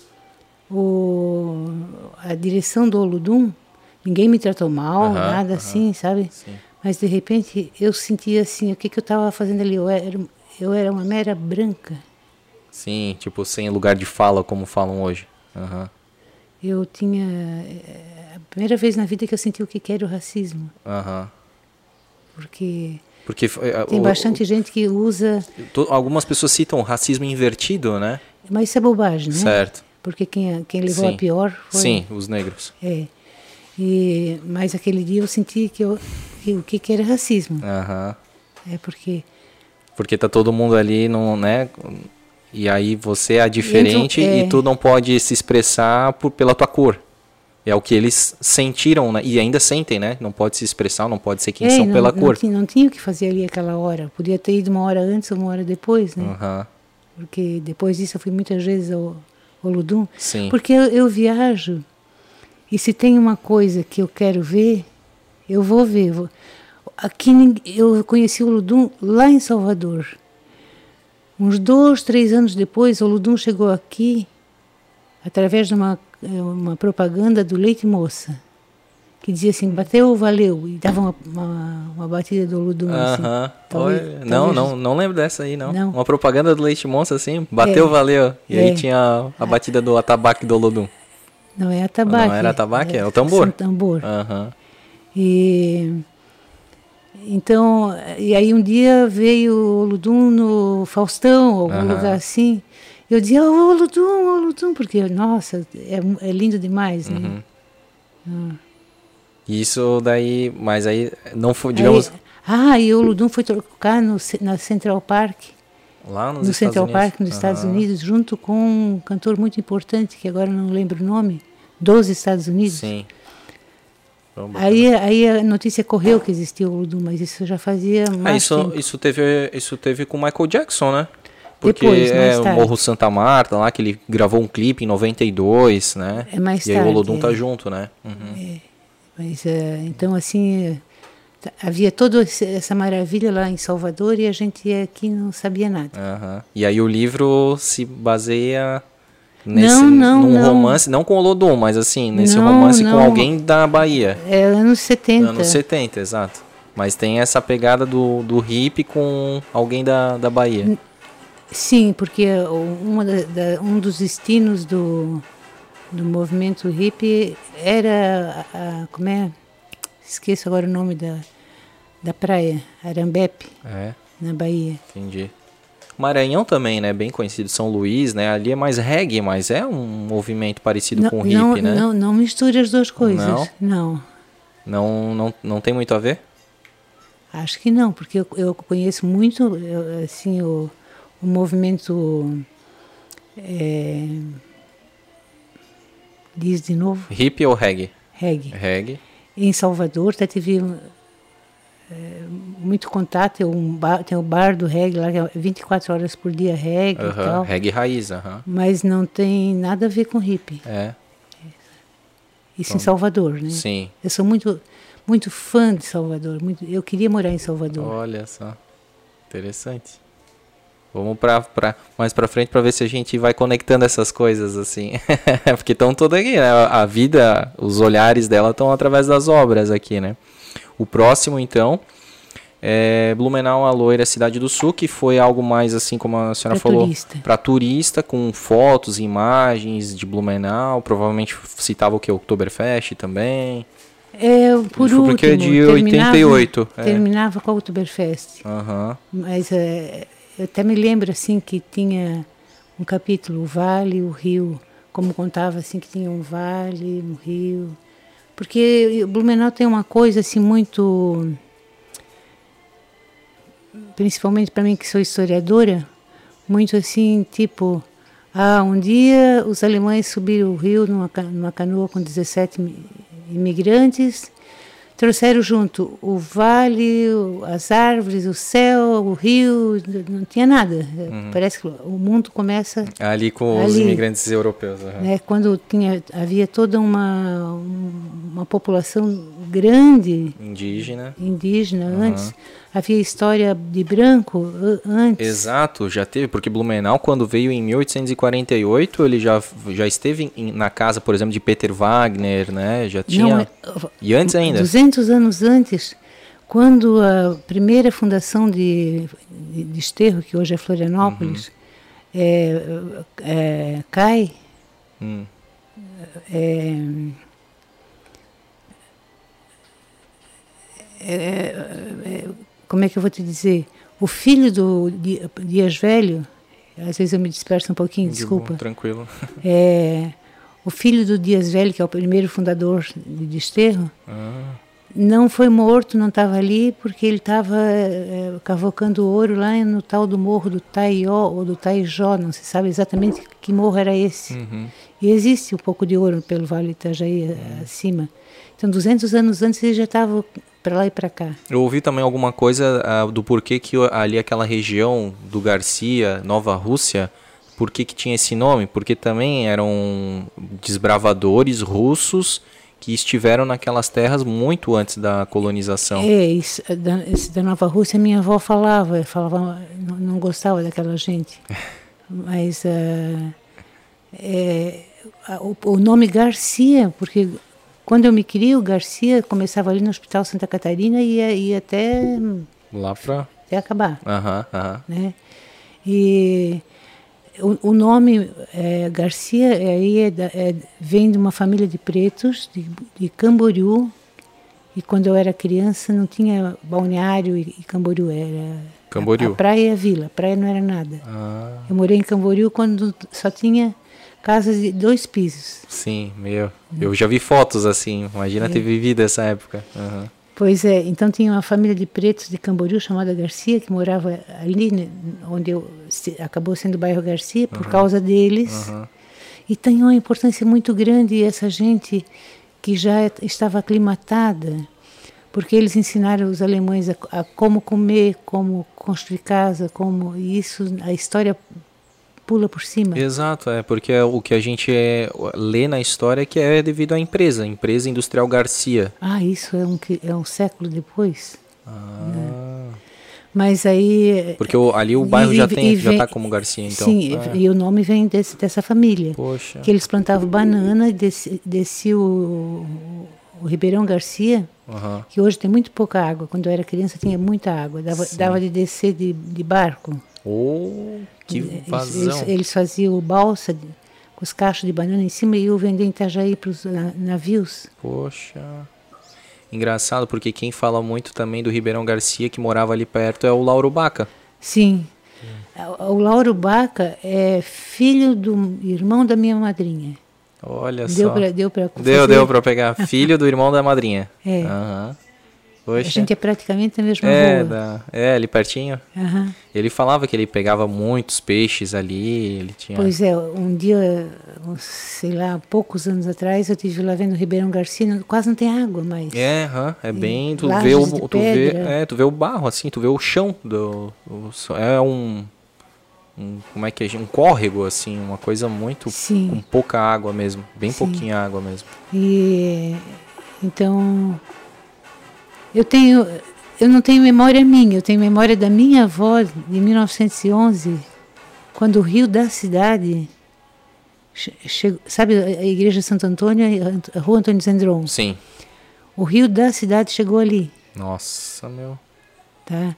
o, a direção do Olodum, ninguém me tratou mal, uh-huh, nada uh-huh. assim, sabe? Sim. Mas de repente eu sentia assim, o que, que eu estava fazendo ali? Eu era, eu era uma mera branca. Sim, tipo, sem lugar de fala, como falam hoje. Uhum. Eu tinha... A primeira vez na vida que eu senti o que era o racismo. Uhum. Porque... Porque tem o, bastante o, gente que usa... To, algumas pessoas citam racismo invertido, né? Mas isso é bobagem, né? Certo. Porque quem, quem levou Sim. a pior foi... Sim, os negros. É. E, mas aquele dia eu senti que, eu, que o que, que era racismo. Uhum. É porque... Porque tá todo mundo ali, não, né? E aí você é diferente Entro, é... e tu não pode se expressar por, pela tua cor. É o que eles sentiram, né? E ainda sentem, né? Não pode se expressar, não pode ser quem é, são não, pela não cor. Tinha, não tinha o que fazer ali aquela hora. Podia ter ido uma hora antes ou uma hora depois, né? Uhum. Porque depois disso eu fui muitas vezes ao Olodum. Sim. Porque eu, eu viajo e se tem uma coisa que eu quero ver, eu vou ver. Vou... Aqui eu conheci o Olodum lá em Salvador. Uns dois, três anos depois, o Olodum chegou aqui através de uma, uma propaganda do Leite Moça, que dizia assim, bateu ou valeu? E dava uma, uma, uma batida do Olodum. Uh-huh. Assim. Talvez, não, talvez... não, não lembro dessa aí, não. não. Uma propaganda do Leite Moça, assim, bateu, é, valeu. E é. aí tinha a batida do atabaque do Olodum. Não é atabaque. Não era atabaque, é, é o tambor. É o tambor. Uh-huh. E... Então, e aí um dia veio o Olodum no Faustão, algum uhum. lugar assim. Eu dizia, oh, Olodum, Olodum, porque, nossa, é, é lindo demais, né? Uhum. Uhum. Isso daí, mas aí não foi, digamos... Aí, ah, e o Olodum foi tocar no, na Central Park. Lá nos no Estados Central Unidos. Park, nos uhum. Estados Unidos, junto com um cantor muito importante, que agora não lembro o nome, dos Estados Unidos. Sim. Aí, aí a notícia correu que existia o Olodum, mas isso já fazia mais ah, isso, tempo. Isso teve, isso teve com o Michael Jackson, né? Porque Depois, é o Morro Santa Marta, lá que ele gravou um clipe em noventa e dois, né? É mais e tarde. E aí o Olodum é. tá junto, né? Uhum. É, mas, é, então, assim, havia toda essa maravilha lá em Salvador e a gente aqui não sabia nada. Uhum. E aí o livro se baseia... Nesse, não, não, num não. romance, não com o Olodum, mas assim, nesse não, romance não. com alguém da Bahia. É, anos setenta. Anos setenta, exato. Mas tem essa pegada do, do hippie com alguém da, da Bahia. Sim, porque uma da, da, um dos destinos do, do movimento hippie era, a, a, como é? Esqueço agora o nome da, da praia, Arambepe, é. na Bahia. Entendi. Maranhão também, né, bem conhecido, São Luís, né, ali é mais reggae, mas é um movimento parecido não, com o hippie, não, né? Não, não misture as duas coisas, não. não. Não, não, não tem muito a ver? Acho que não, porque eu, eu conheço muito, eu, assim, o, o movimento, é, diz de novo? Hippie ou reggae? Reggae. Reggae. Em Salvador, até tive... É, muito contato, tem, um bar, tem o bar do reggae lá, que é vinte e quatro horas por dia reggae uhum, e tal. Reggae raiz, uhum. Mas não tem nada a ver com hippie. É. Isso então, em Salvador, né? Sim. Eu sou muito, muito fã de Salvador, muito, eu queria morar em Salvador. Olha só, interessante. Vamos pra, pra, mais pra frente para ver se a gente vai conectando essas coisas assim. Porque estão todas aqui, né? A vida, os olhares dela estão através das obras aqui, né? O próximo, então, é Blumenau, a Loira, Cidade do Sul, que foi algo mais assim, como a senhora pra falou, turista. para turista, com fotos, imagens de Blumenau, provavelmente citava o que? Oktoberfest também. É, por último, porque é de oitenta e oito. Terminava é. com a Oktoberfest. Uhum. Mas é, eu até me lembro assim que tinha um capítulo, o vale, o rio, como contava assim que tinha um vale, um rio, porque Blumenau tem uma coisa assim muito, principalmente para mim que sou historiadora, muito assim, tipo, ah, um dia os alemães subiram o rio numa, numa canoa com dezessete imigrantes, trouxeram junto o vale, as árvores, o céu, o rio, não tinha nada. Uhum. Parece que o mundo começa... Ali com ali, os imigrantes europeus. Uhum. Né, quando tinha, havia toda uma, uma população grande... Indígena. Indígena, uhum. antes. Havia história de branco antes. Exato, já teve, porque Blumenau, quando veio em mil oitocentos e quarenta e oito, ele já, já esteve em, na casa, por exemplo, de Peter Wagner, né? Já tinha... Não, e antes ainda? duzentos anos antes, quando a primeira fundação de, de, de Desterro, que hoje é Florianópolis, uhum. é, é, cai... Hum. É, é, é, como é que eu vou te dizer? O filho do Dias Velho, às vezes eu me disperso um pouquinho, desculpa. Bom, tranquilo. É, o filho do Dias Velho, que é o primeiro fundador de Desterro, ah. não foi morto, não estava ali, porque ele estava é, cavocando ouro lá no tal do morro do Taió ou do Taijó, não se sabe exatamente que morro era esse. Uhum. E existe um pouco de ouro pelo Vale do Itajaí uhum. acima. Então, duzentos anos antes ele já estava para lá e para cá. Eu ouvi também alguma coisa uh, do porquê que ali aquela região do Garcia, Nova Rússia, por que que tinha esse nome? Porque também eram desbravadores russos que estiveram naquelas terras muito antes da colonização. É, isso, da, esse da Nova Rússia minha avó falava, falava não, não gostava daquela gente. Mas uh, é, o, o nome Garcia, porque... Quando eu me criei, o Garcia começava ali no Hospital Santa Catarina e ia, ia até... Lá para... Até acabar. Aham, uhum, aham. Uhum. Né? E o, o nome é, Garcia aí é, é, vem de uma família de pretos, de, de Camboriú. E quando eu era criança não tinha balneário e, e Camboriú. Era Camboriú. A, a praia e a vila. A praia não era nada. Ah. Eu morei em Camboriú quando só tinha... casas de dois pisos. Sim, meu. Eu já vi fotos assim. Imagina é. ter vivido essa época. Uhum. Pois é. Então tinha uma família de pretos de Camboriú chamada Garcia, que morava ali, né, onde eu, se, acabou sendo o bairro Garcia, por uhum. causa deles. Uhum. E tem uma importância muito grande essa gente que já estava aclimatada, porque eles ensinaram os alemães a, a como comer, como construir casa, como e isso, a história pula por cima. Exato, é porque o que a gente é, lê na história é que é devido à empresa, a empresa industrial Garcia. Ah, isso é um, é um século depois? Ah. Né? Mas aí... Porque o, ali o bairro e, já tem, já está como Garcia, então. Sim, ah. e o nome vem desse, dessa família. Poxa. Que eles plantavam banana e descia, descia o, o Ribeirão Garcia, uhum. que hoje tem muito pouca água. Quando eu era criança tinha muita água, dava, dava de descer de, de barco. Oh, que vazão. Eles, eles faziam balsa de, com os cachos de banana em cima e iam vender em Itajaí para os navios. Poxa, engraçado, porque quem fala muito também do Ribeirão Garcia, que morava ali perto, é o Lauro Baca. Sim, hum. o Lauro Baca é filho do irmão da minha madrinha. Olha deu só. Pra, deu para Deu, deu para pegar. Filho do irmão da madrinha. É. Aham. Poxa. A gente é praticamente a mesma é, rua. Da, é, ali pertinho. Uhum. Ele falava que ele pegava muitos peixes ali. Ele tinha... Pois é, um dia, sei lá, poucos anos atrás, eu estive lá vendo o Ribeirão Garcia, quase não tem água mais. É, uhum, é bem, tu vê, o, tu, vê, é, tu vê o barro assim, tu vê o chão, do, o, é um, um, como é que é, um córrego assim, uma coisa muito, Sim. com pouca água mesmo, bem Sim. pouquinha água mesmo. E, então... Eu tenho, eu não tenho memória minha, eu tenho memória da minha avó de mil novecentos e onze, quando o rio da cidade, chegou, sabe a igreja Santo Antônio, a rua Antônio Zendron? Sim. O rio da cidade chegou ali. Nossa, meu. Tá?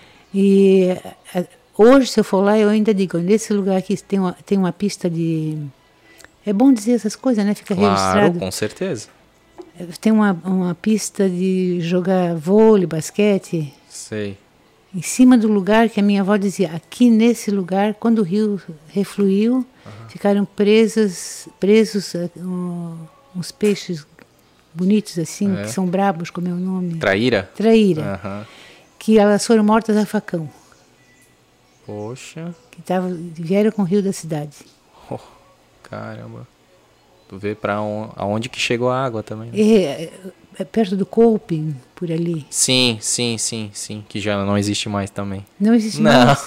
E hoje, se eu for lá, eu ainda digo, nesse lugar aqui tem uma, tem uma pista de... É bom dizer essas coisas, né? Fica claro, registrado. Com certeza. Tem uma, uma pista de jogar vôlei, basquete. Sei. em cima do lugar que a minha avó dizia, aqui nesse lugar, quando o rio refluiu, uhum. ficaram presas, presos uh, uns peixes bonitos assim, é. que são brabos, como é o nome? Traíra? Traíra. Uhum. Que elas foram mortas a facão. Poxa. Que tava, vieram com o rio da cidade. Oh, caramba. Tu vê pra on, aonde que chegou a água também. Né? É, é perto do Coping, por ali. Sim, sim, sim, sim. Que já não existe mais também. Não existe não. mais.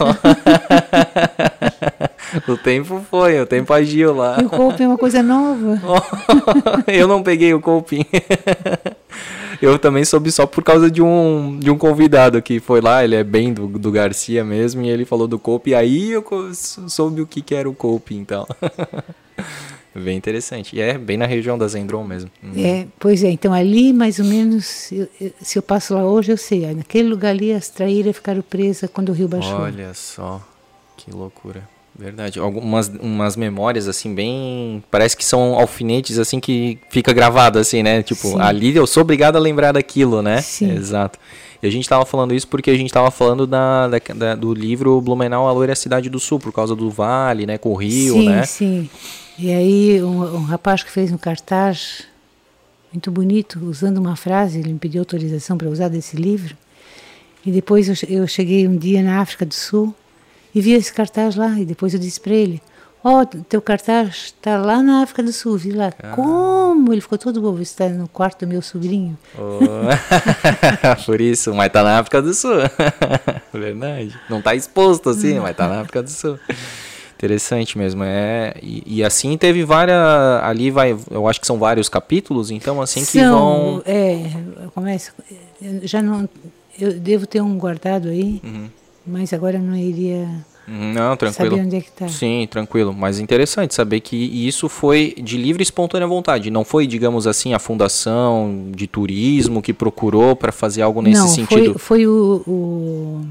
O tempo foi, o tempo agiu lá. E o Coping é uma coisa nova. Eu não peguei o Coping. Eu também soube só por causa de um, de um convidado que foi lá, ele é bem do, do Garcia mesmo, e ele falou do Coping, aí eu soube o que, que era o Coping, então. Bem interessante. E é bem na região da Zendron mesmo. Uhum. É, pois é, então ali mais ou menos, eu, eu, se eu passo lá hoje, eu sei, aí, naquele lugar ali as traíras ficaram presas quando o rio baixou. Olha só, que loucura. Verdade. Algumas umas memórias assim bem, parece que são alfinetes assim que fica gravado assim, né? Tipo, sim. Ali eu sou obrigado a lembrar daquilo, né? Sim. Exato. E a gente tava falando isso porque a gente tava falando da, da, da, do livro Blumenau, a Loira Cidade do Sul, por causa do vale, né? Com o rio, sim, né? Sim, sim. E aí um, um rapaz que fez um cartaz muito bonito, usando uma frase, ele me pediu autorização para usar desse livro. E depois eu, eu cheguei um dia na África do Sul e vi esse cartaz lá, e depois eu disse para ele, ó, oh, teu cartaz está lá na África do Sul, vi lá. Ah. Como? Ele ficou todo bobo, está no quarto do meu sobrinho. Oh. Por isso, mas está na África do Sul. Verdade. Não está exposto assim, mas está na África do Sul. Interessante mesmo, é, e, e assim teve várias, ali vai, eu acho que são vários capítulos, então assim que são, vão... É, começa, já não, eu devo ter um guardado aí, uhum. mas agora eu não iria não, tranquilo. saber onde é que está. Sim, tranquilo, mas interessante saber que isso foi de livre e espontânea vontade, não foi, digamos assim, a fundação de turismo que procurou para fazer algo nesse não, sentido? Não, foi, foi o... o...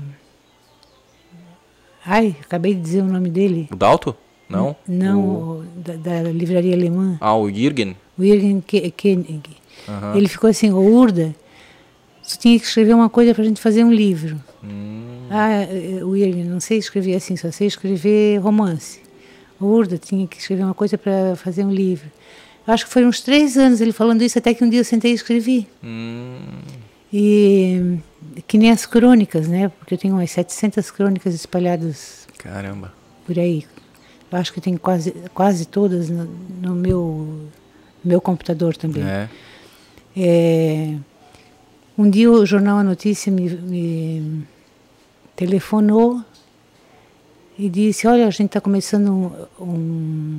Ai, acabei de dizer o nome dele. O Dalto? Não? Não, o... da, da livraria alemã. Ah, o Jürgen? O Jürgen Koenig. Uhum. Ele ficou assim, o Urda, tu tinha que escrever uma coisa pra gente fazer um livro. Hum. Ah, o Jürgen, não sei escrever assim, só sei escrever romance. O Urda tinha que escrever uma coisa para fazer um livro. Eu acho que foi uns três anos ele falando isso, até que um dia eu sentei e escrevi. Hum. E... que nem as crônicas, né? Porque eu tenho umas setecentas crônicas espalhadas. Caramba. Por aí. Eu acho que tem quase, quase todas no, no meu, meu computador também. É. É, um dia o jornal A Notícia me, me telefonou e disse, olha, a gente está começando um, um,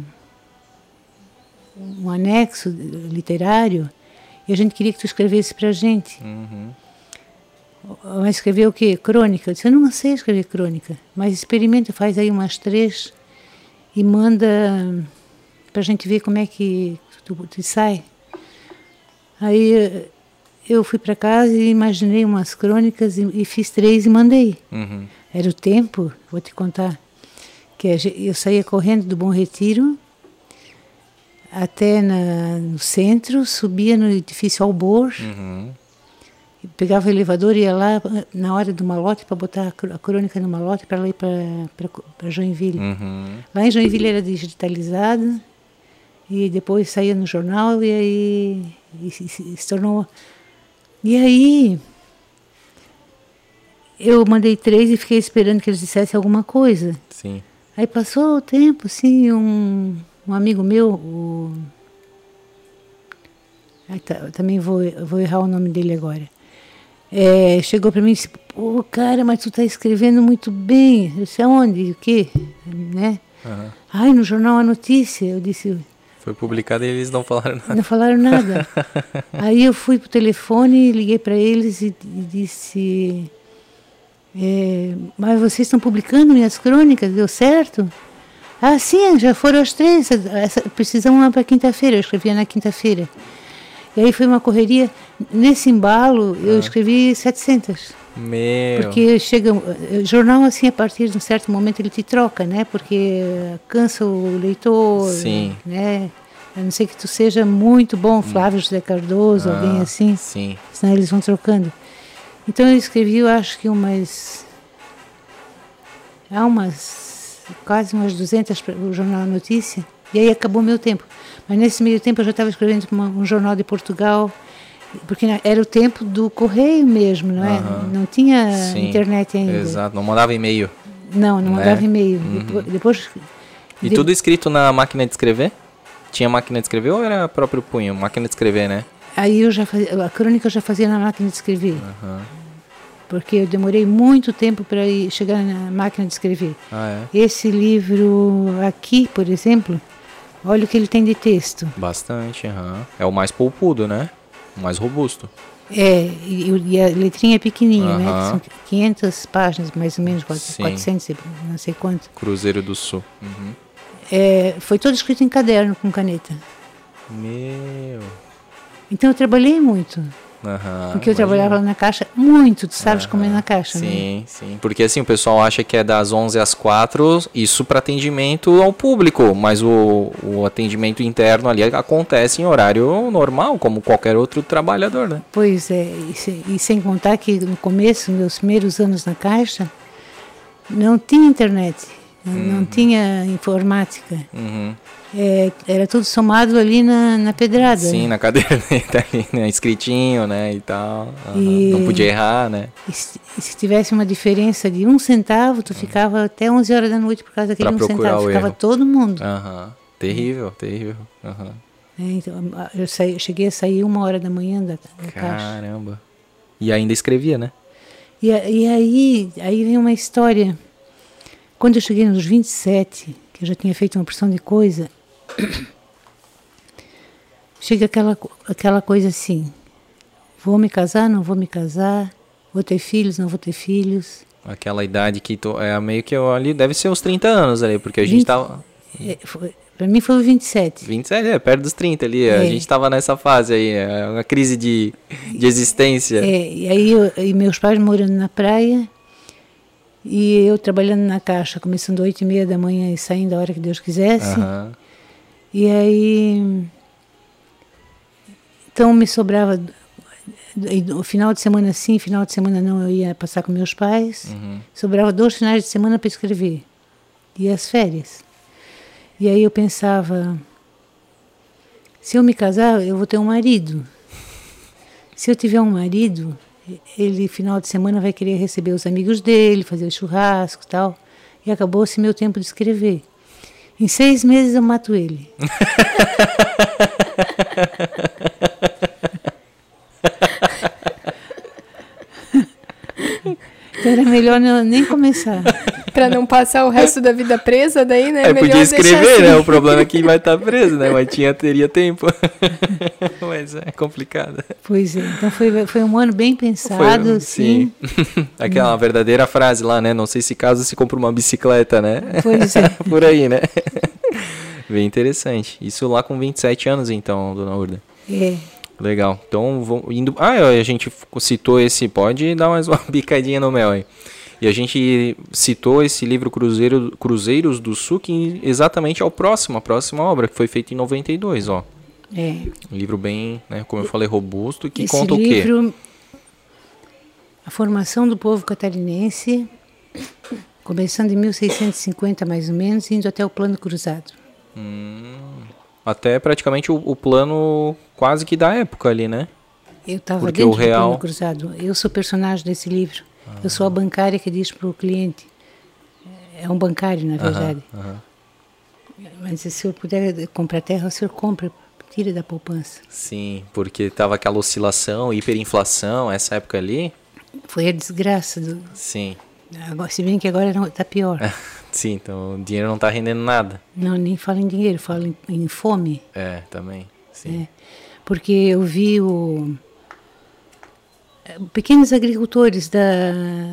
um anexo literário e a gente queria que tu escrevesse para a gente. Uhum. Mas escrever o quê? Crônica. Eu disse, eu não sei escrever crônica, mas experimenta, faz aí umas três e manda para a gente ver como é que tu, tu sai. Aí eu fui para casa e imaginei umas crônicas e, e fiz três e mandei. Uhum. Era o tempo, vou te contar, que eu saía correndo do Bom Retiro até na, no centro, subia no edifício Albor, uhum. pegava o elevador e ia lá na hora do malote para botar a crônica no malote para ir para Joinville. Uhum. Lá em Joinville era digitalizado e depois saía no jornal e aí e se, se tornou... E aí eu mandei três e fiquei esperando que eles dissessem alguma coisa. Sim. Aí passou o tempo, assim, um, um amigo meu, o... Aí tá, também vou, vou errar o nome dele agora. É, chegou para mim e disse, pô, cara, mas tu tá escrevendo muito bem. Eu disse, aonde? O quê? Né? Uhum. Ai, no jornal A Notícia. Eu disse... Foi publicado e eles não falaram nada. Não falaram nada. Aí eu fui pro telefone, liguei para eles e, e disse... É, mas vocês estão publicando minhas crônicas? Deu certo? Ah, sim, já foram as três. Essa, precisamos lá para quinta-feira. Eu escrevia na quinta-feira. E aí foi uma correria. Nesse embalo, eu ah. escrevi setecentas. Meu. Porque chega... Jornal, assim, a partir de um certo momento, ele te troca, né? Porque cansa o leitor. Sim. Né? A não ser que tu seja muito bom, Flávio José Cardoso, ah, alguém assim. Sim. Senão eles vão trocando. Então eu escrevi, eu acho que umas há umas, quase umas duzentas, o Jornal Notícia, e aí acabou meu tempo. Mas nesse meio tempo eu já estava escrevendo uma, um jornal de Portugal, porque era o tempo do correio mesmo, não é? Uhum. Não tinha Sim, internet ainda. Exato, não mandava e-mail. Não, não mandava né? e-mail. Uhum. Depois, depois E de... tudo escrito na máquina de escrever? Tinha máquina de escrever ou era próprio punho? Máquina de escrever, né? Aí eu já fazia, a crônica eu já fazia na máquina de escrever. Uhum. Porque eu demorei muito tempo para chegar na máquina de escrever. Ah, é? Esse livro aqui, por exemplo, olha o que ele tem de texto. Bastante, uhum. É o mais polpudo, né? O mais robusto. É, e, e a letrinha é pequenininha, uhum. né? São quinhentas páginas, mais ou menos, quatrocentas, não sei quanto. Cruzeiro do Sul. Uhum. É, foi todo escrito em caderno, com caneta. Meu... Então eu trabalhei muito. Uhum, porque eu trabalhava lá na Caixa muito, tu sabes uhum, como é na Caixa, sim, né? Sim, porque assim, o pessoal acha que é das onze às quatro, isso para atendimento ao público, mas o, o atendimento interno ali acontece em horário normal, como qualquer outro trabalhador, né? Pois é, e, se, e sem contar que no começo, meus primeiros anos na Caixa, não tinha internet, uhum. não tinha informática. Uhum. É, era tudo somado ali na, na pedrada. Sim, na caderneta ali, né? Escritinho, né, e tal. Uhum. E, não podia errar, né? E se, e se tivesse uma diferença de um centavo, tu ficava uhum. até onze horas da noite por causa daquele pra um centavo. Ficava erro. Todo mundo. Uhum. Terrível, terrível. Uhum. É, então, eu, saí, eu cheguei a sair uma hora da manhã da, da Caixa. Caramba. E ainda escrevia, né? E, e aí, aí vem uma história. Quando eu cheguei nos vinte e sete, que eu já tinha feito uma porção de coisa... Chega aquela, aquela coisa assim, vou me casar, não vou me casar, vou ter filhos, não vou ter filhos. Aquela idade que tu, é meio que eu, ali deve ser uns trinta anos ali, porque a gente vinte, tava... É, foi, pra mim foi vinte e sete. vinte e sete, é, perto dos trinta ali, é. A gente tava nessa fase aí, é uma crise de, de existência. É, e aí eu, e meus pais morando na praia, e eu trabalhando na Caixa, começando às oito e meia da manhã e saindo a hora que Deus quisesse. Aham. Uhum. E aí, então me sobrava, no final de semana sim, final de semana não, eu ia passar com meus pais, uhum. sobrava dois finais de semana para escrever, e as férias. E aí eu pensava, se eu me casar, eu vou ter um marido. Se eu tiver um marido, ele final de semana vai querer receber os amigos dele, fazer o churrasco e tal, e acabou-se meu tempo de escrever. Em seis meses eu mato ele. Então era melhor não, nem começar. Pra não passar o resto da vida presa daí, né? É, melhor podia escrever, assim. né? O problema é que vai estar preso, né? Mas tinha, teria tempo. Mas é complicado. Pois é, então foi, foi um ano bem pensado, foi, sim. Sim. Aquela verdadeira frase lá, né? Não sei se caso se compra uma bicicleta, né? Pois é. Por aí, né? Bem interessante. Isso lá com vinte e sete anos, então, dona Urda. É. Legal. Então, vou, indo... Ah, a gente citou esse... Pode dar mais uma picadinha no mel aí. E a gente citou esse livro Cruzeiro, Cruzeiros do Sul, que exatamente é o próximo, a próxima obra, que foi feita em noventa e dois, ó. É. Um livro bem, né, como eu falei, robusto, que esse conta livro, o quê? A formação do povo catarinense, começando em mil seiscentos e cinquenta mais ou menos, indo até o Plano Cruzado. Hum, até praticamente o, o plano quase que da época ali, né? Eu estava Porque dentro o real... do Plano Cruzado. Eu sou personagem desse livro. Ah. Eu sou a bancária que diz para o cliente. É um bancário, na verdade. Aham, aham. Mas se o senhor puder comprar terra, o senhor compra, tira da poupança. Sim, porque estava aquela oscilação, hiperinflação, essa época ali. Foi a desgraça. Do... Sim. Agora, se bem que agora está pior. Sim, então o dinheiro não está rendendo nada. Não, nem falo em dinheiro, falo em, em fome. É, também, sim. É, porque eu vi o... pequenos agricultores da,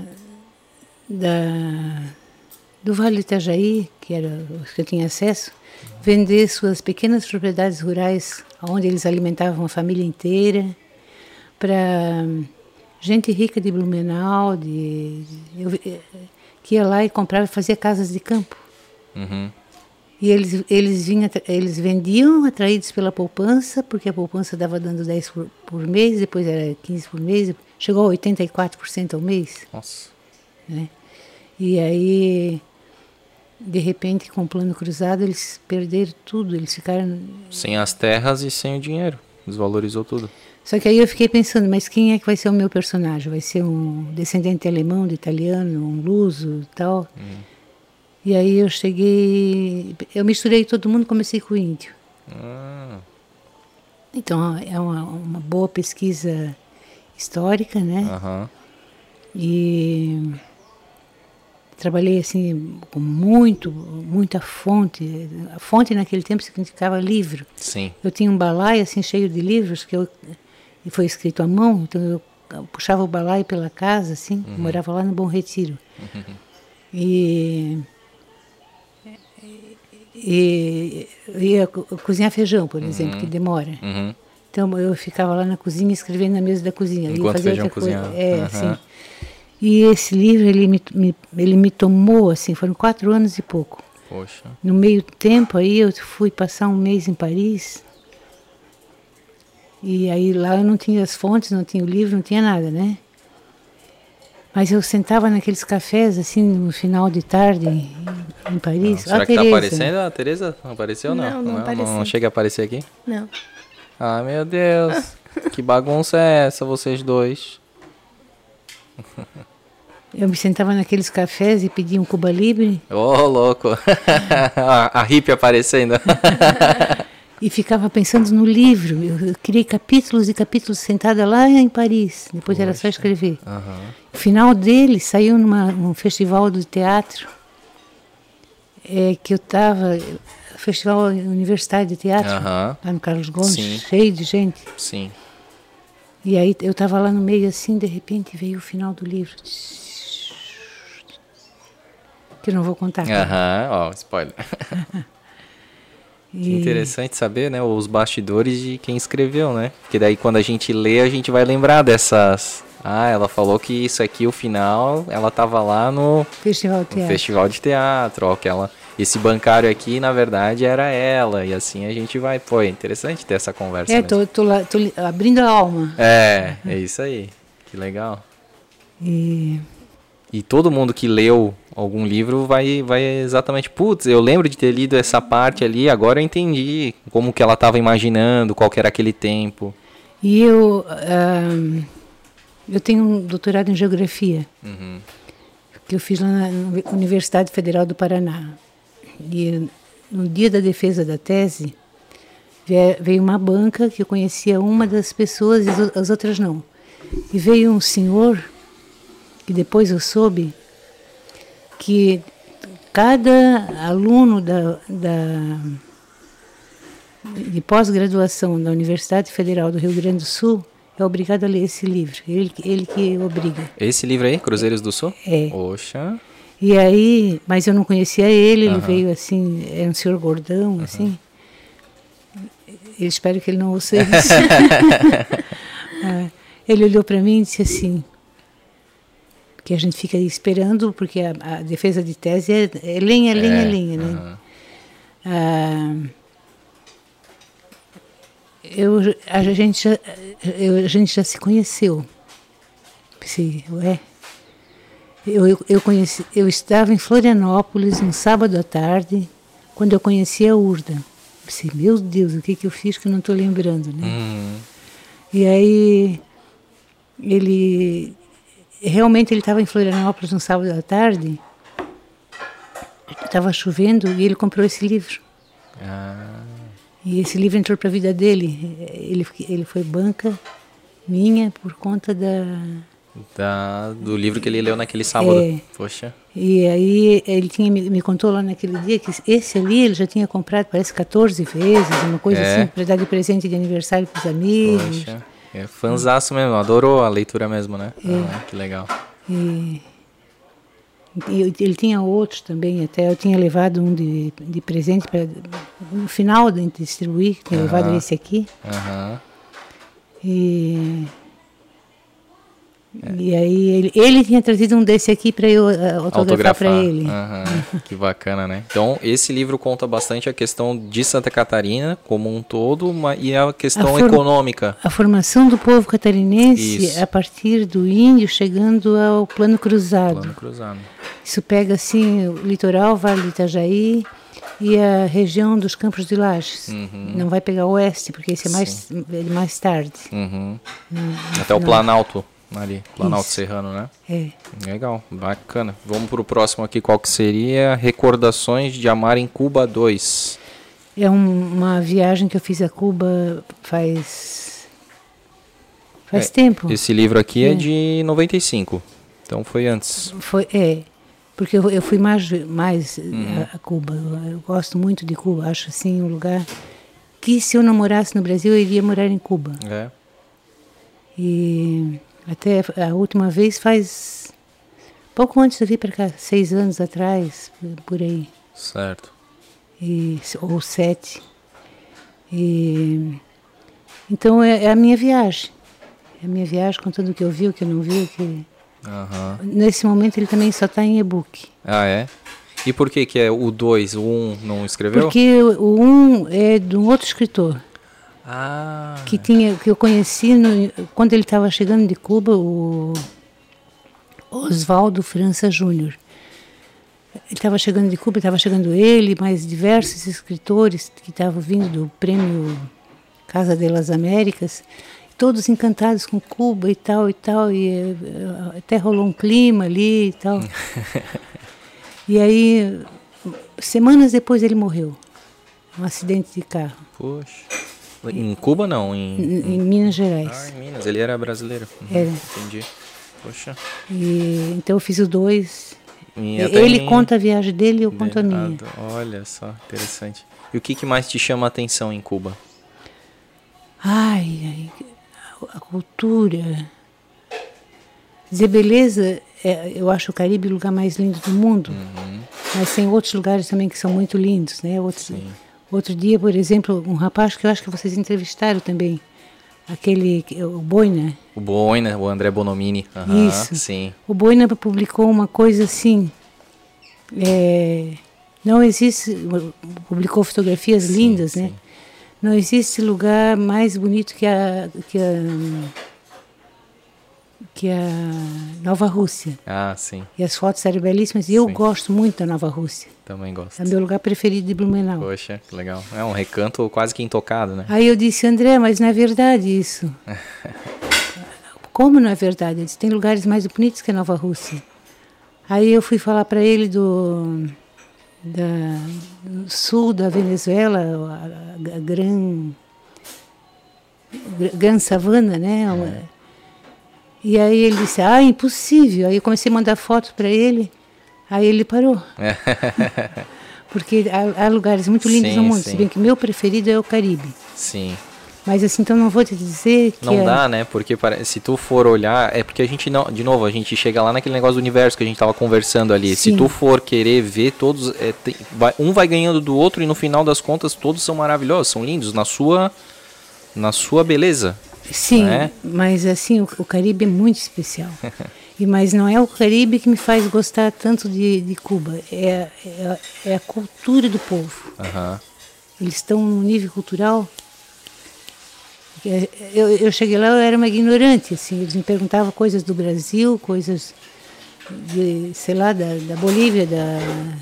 da, do Vale do Itajaí, que era os que eu tinha acesso, vender suas pequenas propriedades rurais, onde eles alimentavam a família inteira, para gente rica de Blumenau, de, de, eu, que ia lá e comprava e fazia casas de campo. Uhum. E eles, eles, vinham, eles vendiam atraídos pela poupança, porque a poupança dava dando dez por, por mês, depois era quinze por mês, chegou a oitenta e quatro por cento ao mês. Nossa. Né? E aí, de repente, com o plano cruzado, eles perderam tudo, eles ficaram... Sem as terras e sem o dinheiro, desvalorizou tudo. Só que aí eu fiquei pensando, mas quem é que vai ser o meu personagem? Vai ser um descendente alemão, de italiano, um luso e tal? Hum. E aí eu cheguei, eu misturei todo mundo, comecei com o índio. Ah. Então é uma, uma boa pesquisa histórica, né? Uhum. E trabalhei assim com muito, muita fonte. A fonte naquele tempo significava livro. Sim. Eu tinha um balaio assim cheio de livros que eu, e foi escrito à mão. Então eu, eu puxava o balaio pela casa, assim. Uhum. Morava lá no Bom Retiro. Uhum. E E eu ia cozinhar feijão, por exemplo, uhum. que demora. Uhum. Então eu ficava lá na cozinha escrevendo na mesa da cozinha. Enquanto o feijão cozinhava. É, uhum. assim. E esse livro, ele me, me, ele me tomou, assim, foram quatro anos e pouco. Poxa. No meio tempo aí eu fui passar um mês em Paris. E aí lá eu não tinha as fontes, não tinha o livro, não tinha nada, né? Mas eu sentava naqueles cafés, assim, no final de tarde, em, em Paris. Não, será ah, que está aparecendo? A Tereza não apareceu ou não? Não, não, não, apareceu. não, não chega a aparecer aqui? Não. Ah, meu Deus. Que bagunça é essa, vocês dois? Eu me sentava naqueles cafés e pedia um Cuba Libre. Ô, oh, louco. a, a hippie aparecendo. E ficava pensando no livro. Eu, eu criei capítulos e capítulos sentada lá em Paris. Depois Poxa. Era só escrever. Uhum. O final dele saiu numa, num festival de teatro é, que eu estava... Festival Universitário de Teatro, uhum. lá no Carlos Gomes, Sim. cheio de gente. Sim. E aí eu estava lá no meio assim, de repente veio o final do livro. Que eu não vou contar. Aham, ó, oh, spoiler. Que interessante saber, né, os bastidores de quem escreveu, né? Porque daí quando a gente lê, a gente vai lembrar dessas... Ah, ela falou que isso aqui, o final, ela estava lá no... Festival de Teatro. No Festival de Teatro, ó, que ela... Esse bancário aqui, na verdade, era ela. E assim a gente vai... Pô, é interessante ter essa conversa. É, tô, tô, lá, tô abrindo a alma. É, é isso aí. Que legal. E... E todo mundo que leu algum livro vai, vai exatamente... Putz, eu lembro de ter lido essa parte ali, agora eu entendi como que ela estava imaginando, qual que era aquele tempo. E eu... Um, eu tenho um doutorado em Geografia. Uhum. Que eu fiz lá na Universidade Federal do Paraná. E no dia da defesa da tese, veio uma banca que eu conhecia uma das pessoas e as outras não. E veio um senhor, que depois eu soube, que cada aluno da, da, de pós-graduação da Universidade Federal do Rio Grande do Sul é obrigado a ler esse livro. Ele, ele que obriga. Esse livro aí, Cruzeiros do Sul? É. Poxa... E aí, mas eu não conhecia ele, ele uhum. veio assim, era um senhor gordão, uhum. assim. Eu espero que ele não ouça isso. é, ele olhou para mim e disse assim, que a gente fica esperando, porque a, a defesa de tese é, é lenha, lenha, é, lenha, né? Uhum. Ah, eu, a, gente já, eu, a gente já se conheceu. Pensei, ué... Eu, eu, eu, conheci, eu estava em Florianópolis, um sábado à tarde, quando eu conheci a Urda. Pensei, meu Deus, o que, que eu fiz que eu não estou lembrando, né? Uhum. E aí, ele... Realmente ele estava em Florianópolis um sábado à tarde, estava chovendo e ele comprou esse livro. Ah. E esse livro entrou para a vida dele. Ele, ele foi banca minha por conta da... Da, do livro que ele leu naquele sábado. É, Poxa. E aí ele tinha, me, me contou lá naquele dia que esse ali ele já tinha comprado, parece quatorze vezes, uma coisa é. assim, para dar de presente de aniversário para os amigos. Poxa, é fãzaço mesmo, adorou a leitura mesmo, né? É. Ah, que legal. E, e ele tinha outros também, até eu tinha levado um de, de presente para no final de distribuir, tinha uh-huh. levado esse aqui. Uh-huh. E... É. E aí ele, ele tinha trazido um desse aqui para eu uh, autografar para ele. Uhum. Que bacana, né? Então, esse livro conta bastante a questão de Santa Catarina como um todo uma, e a questão a for, econômica. A formação do povo catarinense Isso. a partir do índio chegando ao Plano Cruzado. Plano Cruzado. Isso pega assim o litoral, Vale do Itajaí e a região dos Campos de Lages. Uhum. Não vai pegar o oeste, porque esse é mais, é mais tarde. Uhum. Hum, Até o Planalto. Ali, Planalto Isso. Serrano, né? É. Legal, bacana. Vamos para o próximo aqui, qual que seria? Recordações de Amar em Cuba dois. É um, uma viagem que eu fiz a Cuba faz... Faz é, tempo. Esse livro aqui é. é de noventa e cinco, então foi antes. Foi, é, porque eu, eu fui mais, mais uhum. a, a Cuba. Eu, eu gosto muito de Cuba, acho assim um lugar que se eu não morasse no Brasil, eu iria morar em Cuba. É. E... Até a última vez faz pouco antes de eu vir para cá, seis anos atrás, por aí. Certo. E, ou sete. E, então é, é a minha viagem. É a minha viagem com tudo que eu vi, o que eu não vi. O que... Uhum. Nesse momento ele também só está em e-book. Ah, é? E por que, que é o dois, o um não escreveu? Porque o um é de um outro escritor. Ah. Que, tinha, que eu conheci no, quando ele estava chegando de Cuba, o Oswaldo França Júnior. Ele estava chegando de Cuba, estava chegando ele, mais diversos escritores que estavam vindo do prêmio Casa de las Américas, todos encantados com Cuba e tal e tal, e até rolou um clima ali e tal. E aí, semanas depois ele morreu, um acidente de carro. Poxa. Em Cuba não? Em, em, em Minas Gerais. Ah, em Minas. Ele era brasileiro. Uhum, era. Entendi. Poxa. E, então eu fiz o dois. E ele em... conta a viagem dele e eu conto a minha. Olha só, interessante. E o que, que mais te chama a atenção em Cuba? Ai, a cultura. Dizer beleza, é, eu acho o Caribe o lugar mais lindo do mundo. Uhum. Mas tem outros lugares também que são muito lindos, né? Outros, Sim. Outro dia, por exemplo, um rapaz que eu acho que vocês entrevistaram também, aquele, o Boina. O Boina, o André Bonomini. Uhum, Isso. Sim. O Boina publicou uma coisa assim, é, não existe, publicou fotografias sim, lindas, sim. né? Não existe lugar mais bonito que a, que a, que a Nova Rússia. Ah, sim. E as fotos eram belíssimas e eu sim. gosto muito da Nova Rússia. Também gosto. É meu lugar preferido de Blumenau. Poxa, que legal. É um recanto quase que intocado, né? Aí eu disse, André, mas não é verdade isso. Como não é verdade? Ele disse, tem lugares mais bonitos que a Nova Rússia. Aí eu fui falar para ele do, da, do sul da Venezuela, a, a, a Gran, Gran Savana, né? É. E aí ele disse, ah, impossível. Aí eu comecei a mandar fotos para ele. Aí ele parou. Porque há, há lugares muito lindos sim, no mundo, sim. se bem que meu preferido é o Caribe. Sim. Mas assim, então não vou te dizer que... Não é... dá, né? Porque se tu for olhar, é porque a gente não... De novo, a gente chega lá naquele negócio do universo que a gente tava conversando ali. Sim. Se tu for querer ver todos... É, tem, vai, um vai ganhando do outro e no final das contas todos são maravilhosos, são lindos na sua, na sua beleza. Sim, né? Mas assim, o, o Caribe é muito especial. E, mas não é o Caribe que me faz gostar tanto de, de Cuba, é, é, é a cultura do povo. Uhum. Eles estão num nível cultural... Eu, eu cheguei lá, eu era uma ignorante, assim, eles me perguntavam coisas do Brasil, coisas, de, sei lá, da, da Bolívia, da,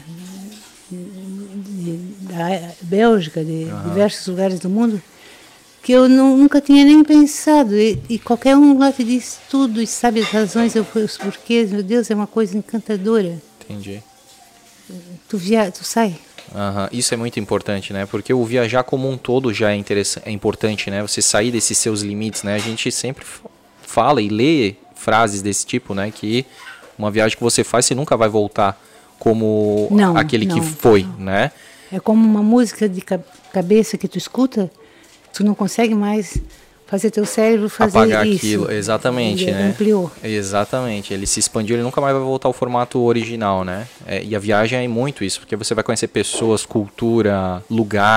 de, da Bélgica, de uhum. diversos lugares do mundo, que eu não, nunca tinha nem pensado. E, e qualquer um lá te diz tudo e sabe as razões, os porquês. Meu Deus, é uma coisa encantadora. Entendi. Tu, via, tu sai. Uhum. Isso é muito importante, né? Porque o viajar como um todo já é, interessante, é importante, né? Você sair desses seus limites, né? A gente sempre fala e lê frases desse tipo, né? Que uma viagem que você faz, você nunca vai voltar como não, aquele não, que foi, não. né? É como uma música de cabeça que tu escuta, tu não consegue mais fazer teu cérebro fazer apagar isso. aquilo, exatamente, ele né? Ampliou. Exatamente, ele se expandiu, ele nunca mais vai voltar ao formato original, né? É, e a viagem é muito isso, porque você vai conhecer pessoas, cultura,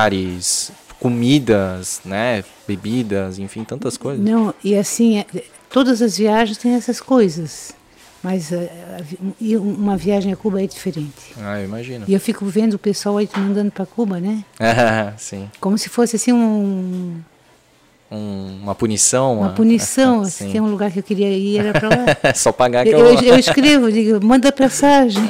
lugares, comidas, né? Bebidas, enfim, tantas coisas. Não, e assim, todas as viagens têm essas coisas. Mas uh, uma viagem a Cuba é diferente. Ah, eu imagino. E eu fico vendo o pessoal aí mandando para Cuba, né? Ah, sim. Como se fosse assim um... um uma punição. Uma, uma punição. Se tem um lugar que eu queria ir, era para lá. Só pagar que eu... Eu, eu escrevo, digo, manda passagem.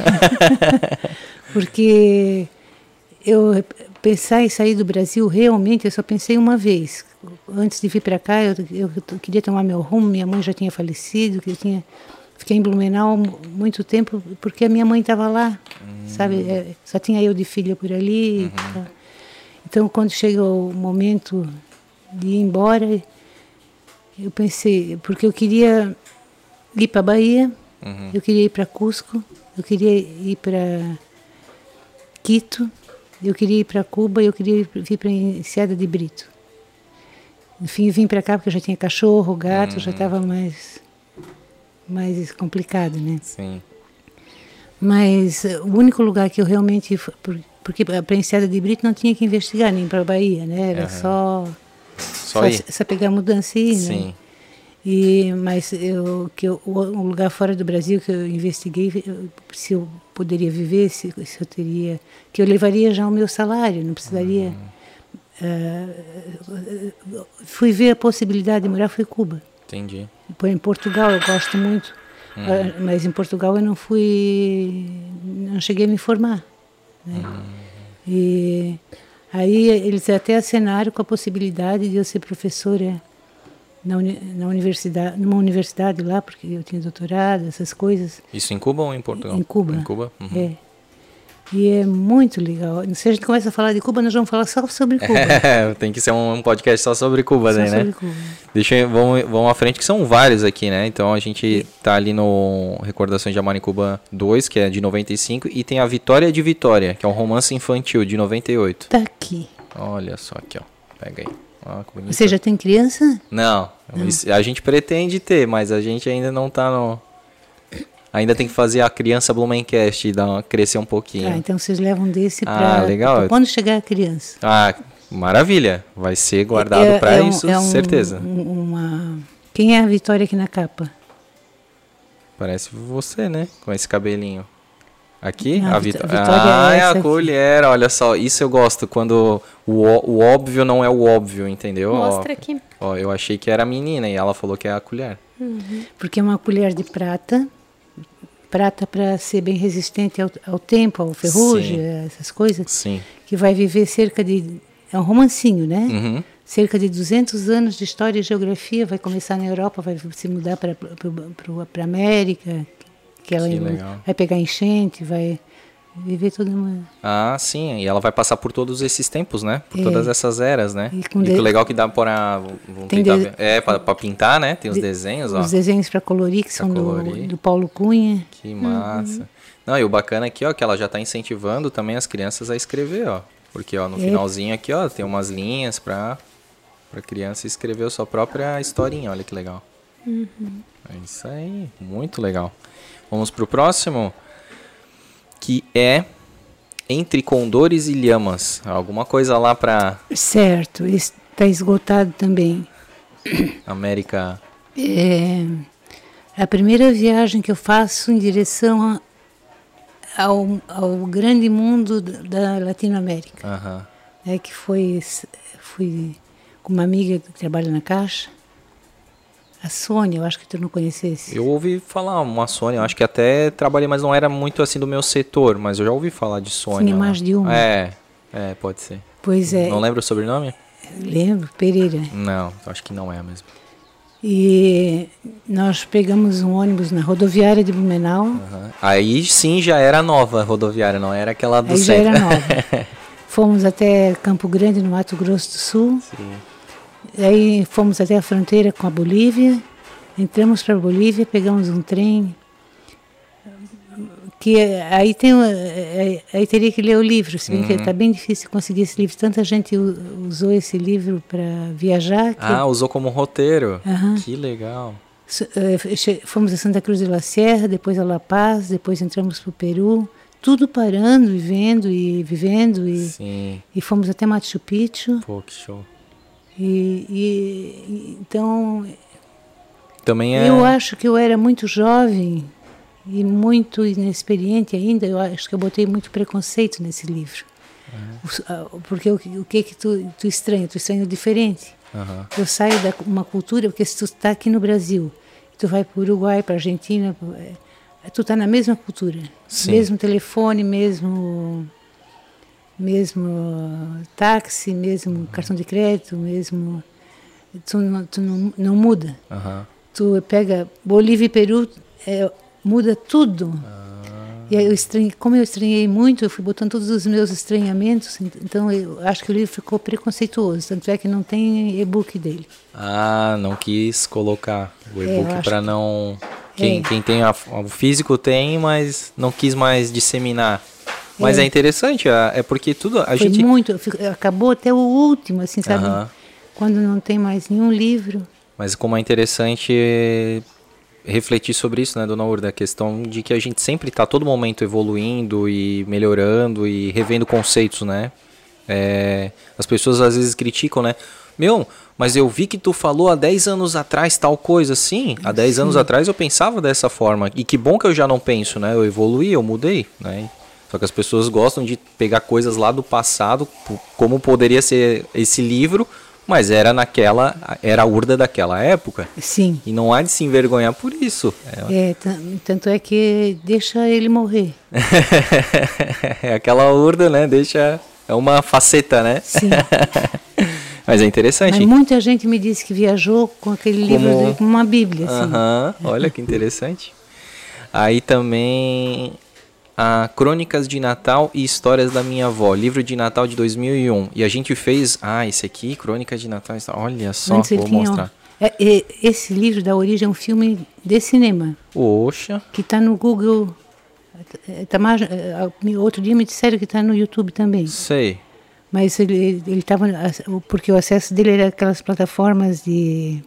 Porque eu pensar em sair do Brasil, realmente, eu só pensei uma vez. Antes de vir para cá, eu, eu, eu queria tomar meu rumo, minha mãe já tinha falecido, que eu tinha... Fiquei em Blumenau muito tempo porque a minha mãe estava lá, hum. sabe? É, só tinha eu de filha por ali. Uhum. Tá. Então, quando chegou o momento de ir embora, eu pensei, porque eu queria ir para a Bahia, uhum. eu queria ir para Cusco, eu queria ir para Quito, eu queria ir para Cuba e eu queria vir para Enseada de Brito. Enfim, eu vim para cá porque eu já tinha cachorro, gato, uhum. já estava mais... mais complicado, né? Sim. Mas o único lugar que eu realmente... Porque para a Enseada de Brito não tinha que investigar, nem para a Bahia, né? Era uhum. só... Só, só, ir. só pegar a mudança e ir, Sim. né? E, mas eu, que eu, um lugar fora do Brasil que eu investiguei, eu, se eu poderia viver, se, se eu teria... Que eu levaria já o meu salário, não precisaria... Uhum. Uh, fui ver a possibilidade de morar, foi Cuba. Entendi. Em Portugal eu gosto muito, uhum. mas em Portugal eu não fui, não cheguei a me formar. Né? Uhum. E aí eles até acenaram com a possibilidade de eu ser professora na, uni, na universidade, numa universidade lá, porque eu tinha doutorado, essas coisas. Isso em Cuba ou em Portugal? Em Cuba. Em Cuba? Uhum. É. E é muito legal. Se a gente começa a falar de Cuba, nós vamos falar só sobre Cuba. É, tem que ser um podcast só sobre Cuba, só daí, sobre né? Cuba. Deixa eu, vamos, vamos à frente, que são vários aqui, né? Então a gente tá ali no Recordações de Amar em Cuba dois, que é de noventa e cinco, e tem a Vitória de Vitória, que é um romance infantil de noventa e oito. Tá aqui. Olha só aqui, ó. Pega aí. Ó, que bonito. Você já tem criança? Não, não. A gente pretende ter, mas a gente ainda não tá no... Ainda tem que fazer a criança Blumencast e dar uma, crescer um pouquinho. Ah, então vocês levam desse ah, para... legal. Pra quando chegar a criança. Ah, maravilha. Vai ser guardado é, para é um, isso, é um, certeza. Uma... Quem é a Vitória aqui na capa? Parece você, né? Com esse cabelinho. Aqui? Não, a Vitória. Vitória ah, é, é a aqui. colher. Olha só, isso eu gosto. Quando o, o óbvio não é o óbvio, entendeu? Mostra ó, aqui. Ó, eu achei que era a menina e ela falou que é a colher. Uhum. Porque é uma colher de prata... Prata para ser bem resistente ao, ao tempo, ao ferrugem, Sim. essas coisas. Sim. Que vai viver cerca de... É um romancinho, né? Uhum. Cerca de duzentos anos de história e geografia. Vai começar na Europa, vai se mudar para a América. Que ela que vai pegar enchente, vai viver toda uma... Ah, sim. E ela vai passar por todos esses tempos, né? Por é. todas essas eras, né? E, e de... o legal que dá para... Tem de... É, para pintar, né? Tem os de... desenhos, ó. Os desenhos para colorir, que pra são colorir. Do, do Paulo Cunha. Que massa. Uhum. Não, e o bacana aqui, ó, que ela já está incentivando também as crianças a escrever, ó. Porque, ó, no é. finalzinho aqui, ó, tem umas linhas para a criança escrever a sua própria historinha. Olha que legal. Uhum. É isso aí. Muito legal. Vamos pro próximo... que é Entre Condores e Lhamas. Alguma coisa lá para... Certo, está esgotado também. América... É a primeira viagem que eu faço em direção a, ao, ao grande mundo da Latinoamérica. Uhum. É que foi, fui com uma amiga que trabalha na Caixa. A Sônia, eu acho que tu não conhecesse. Eu ouvi falar uma Sônia, eu acho que até trabalhei, mas não era muito assim do meu setor, mas eu já ouvi falar de Sônia. Tinha mais de uma. É, é, pode ser. Pois é. Não lembra o sobrenome? Lembro, Pereira. Não, acho que não é mesmo. E nós pegamos um ônibus na rodoviária de Blumenau. Uhum. Aí sim já era nova a rodoviária, não era aquela do Aí centro. já era nova. Fomos até Campo Grande, no Mato Grosso do Sul. Sim. Aí fomos até a fronteira com a Bolívia, entramos para a Bolívia, pegamos um trem, que aí, tem, aí teria que ler o livro, se bem uhum. que está bem difícil conseguir esse livro, tanta gente usou esse livro para viajar. Que... Ah, usou como roteiro, uhum. Que legal. Fomos a Santa Cruz de la Sierra, depois a La Paz, depois entramos para o Peru, tudo parando e vendo e vivendo, e, Sim. e fomos até Machu Picchu. Pô, que show. E, e então também é... Eu acho que eu era muito jovem e muito inexperiente ainda. Eu acho que eu botei muito preconceito nesse livro. Uhum. Porque o, o que que tu, tu estranha? Tu estranha o diferente. Uhum. Eu saio de uma cultura, porque se tu está aqui no Brasil, tu vai para o Uruguai, para a Argentina, tu está na mesma cultura. Sim. Mesmo telefone, mesmo, mesmo táxi, mesmo uhum. cartão de crédito, mesmo... Tu não, tu não, não muda. Uhum. Tu pega Bolívia e Peru, é, muda tudo. Uhum. E aí eu estranhei, como eu estranhei muito, eu fui botando todos os meus estranhamentos, então eu acho que o livro ficou preconceituoso, tanto é que não tem e-book dele. Ah, não quis colocar o e-book é, para não... Quem, é. quem tem a, o físico tem, mas não quis mais disseminar. Mas é, é interessante, é porque tudo... A Foi gente... muito, acabou até o último, assim, sabe? Uhum. Quando não tem mais nenhum livro. Mas como é interessante... refletir sobre isso, né, dona Urda, a questão de que a gente sempre está a todo momento evoluindo e melhorando e revendo conceitos, né? É, as pessoas às vezes criticam, né? Meu, mas eu vi que tu falou há dez anos atrás tal coisa, sim, há dez anos atrás eu pensava dessa forma, e que bom que eu já não penso, né? Eu evoluí, eu mudei, né? Só que as pessoas gostam de pegar coisas lá do passado, como poderia ser esse livro, mas era naquela, era a Urda daquela época. Sim. E não há de se envergonhar por isso. É, é tanto é que deixa ele morrer. É aquela Urda, né? Deixa, é uma faceta, né? Sim. Mas é interessante. Mas muita gente me disse que viajou com aquele como... livro, como uma bíblia, assim. Aham, uh-huh, olha que interessante. Aí também... a Crônicas de Natal e Histórias da Minha Avó, livro de Natal de dois mil e um. E a gente fez... Ah, esse aqui, Crônicas de Natal... Olha só, Antes vou mostrar. É, é, esse livro dá origem a um filme de cinema. Oxa. Que está no Google... Tá mais, outro dia me disseram que está no YouTube também. Sei. Mas ele estava... Porque o acesso dele era aquelas plataformas de,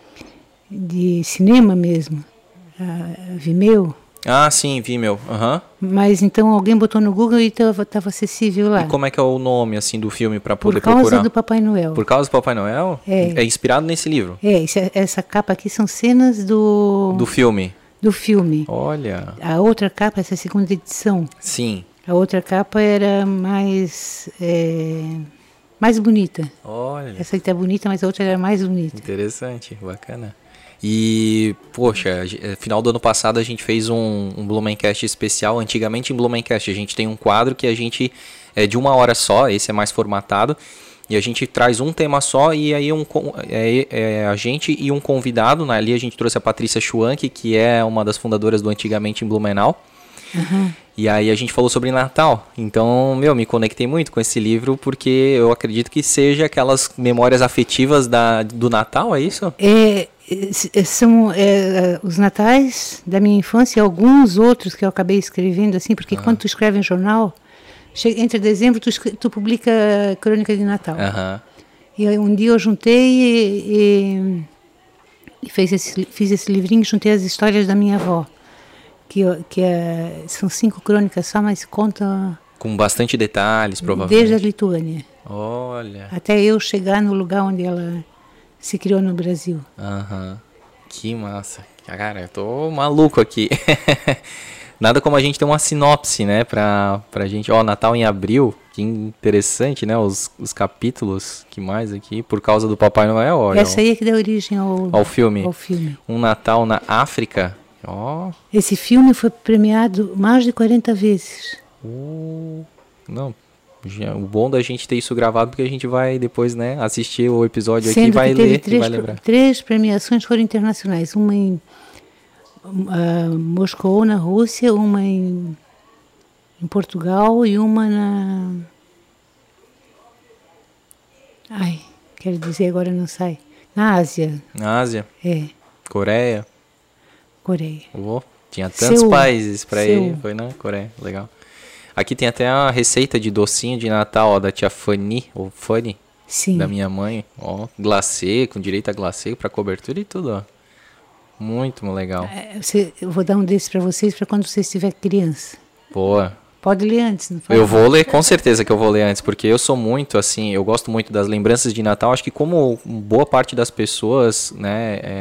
de cinema mesmo. A, a Vimeo... Ah, sim, Vimeo. Uhum. Mas então alguém botou no Google e estava acessível lá. E como é que é o nome assim do filme para poder procurar? Por causa procurar? do Papai Noel. Por causa do Papai Noel? É. É inspirado nesse livro? É, essa capa aqui são cenas do... Do filme? Do filme. Olha. A outra capa, essa é a segunda edição. Sim. A outra capa era mais... É, mais bonita. Olha. Essa aqui tá bonita, mas a outra era mais bonita. Interessante, bacana. E, poxa, final do ano passado a gente fez um, um Blumencast especial. Antigamente em Blumencast a gente tem um quadro que a gente é de uma hora só, esse é mais formatado, e a gente traz um tema só e aí um, é, é a gente e um convidado, né? Ali a gente trouxe a Patrícia Schwank, que é uma das fundadoras do Antigamente em Blumenau. Uhum. E aí a gente falou sobre Natal. Então, meu, me conectei muito com esse livro porque eu acredito que seja aquelas memórias afetivas da, do Natal, é isso? É, são é, os natais da minha infância e alguns outros que eu acabei escrevendo, assim, porque uhum. quando tu escreve em jornal, chega, entre dezembro tu, tu publica Crônica de Natal. Uhum. E aí, um dia eu juntei e, e, e fez esse, fiz esse livrinho, juntei as histórias da minha avó. Que, que é, são cinco crônicas só, mas conta... Com bastante detalhes, provavelmente. Desde a Lituânia. Olha. Até eu chegar no lugar onde ela se criou no Brasil. Aham. Uhum. Que massa. Cara, eu tô maluco aqui. Nada como a gente ter uma sinopse, né? Pra, pra gente... Ó, Natal em abril. Que interessante, né? Os, os capítulos. Que mais aqui? Por causa do Papai Noel. Olha, essa aí é que dá origem ao, ao filme. Ao filme. Um Natal na África. Oh. Esse filme foi premiado mais de quarenta vezes. Uh, não, já, o bom da gente ter isso gravado porque a gente vai depois, né, assistir o episódio Sendo aqui e vai ler três, e vai lembrar. Três premiações foram internacionais, uma em uh, Moscou, na Rússia, uma em, em Portugal e uma na... Ai, quero dizer, agora não sai. Na Ásia. Na Ásia? É. Coreia? Coreia. Oh, tinha tantos Seul. países para Seul. ir, foi na Coreia, legal. Aqui tem até a receita de docinho de Natal, ó, da tia Fanny, ou Fanny, Sim. da minha mãe, ó, glacê, com direito a glacê para cobertura e tudo, ó. Muito legal. É, você, eu vou dar um desses para vocês para quando você estiver criança. Boa. Pode ler antes, não pode? Eu vou ler, com certeza que eu vou ler antes, porque eu sou muito, assim, eu gosto muito das lembranças de Natal. Acho que como boa parte das pessoas, né, é,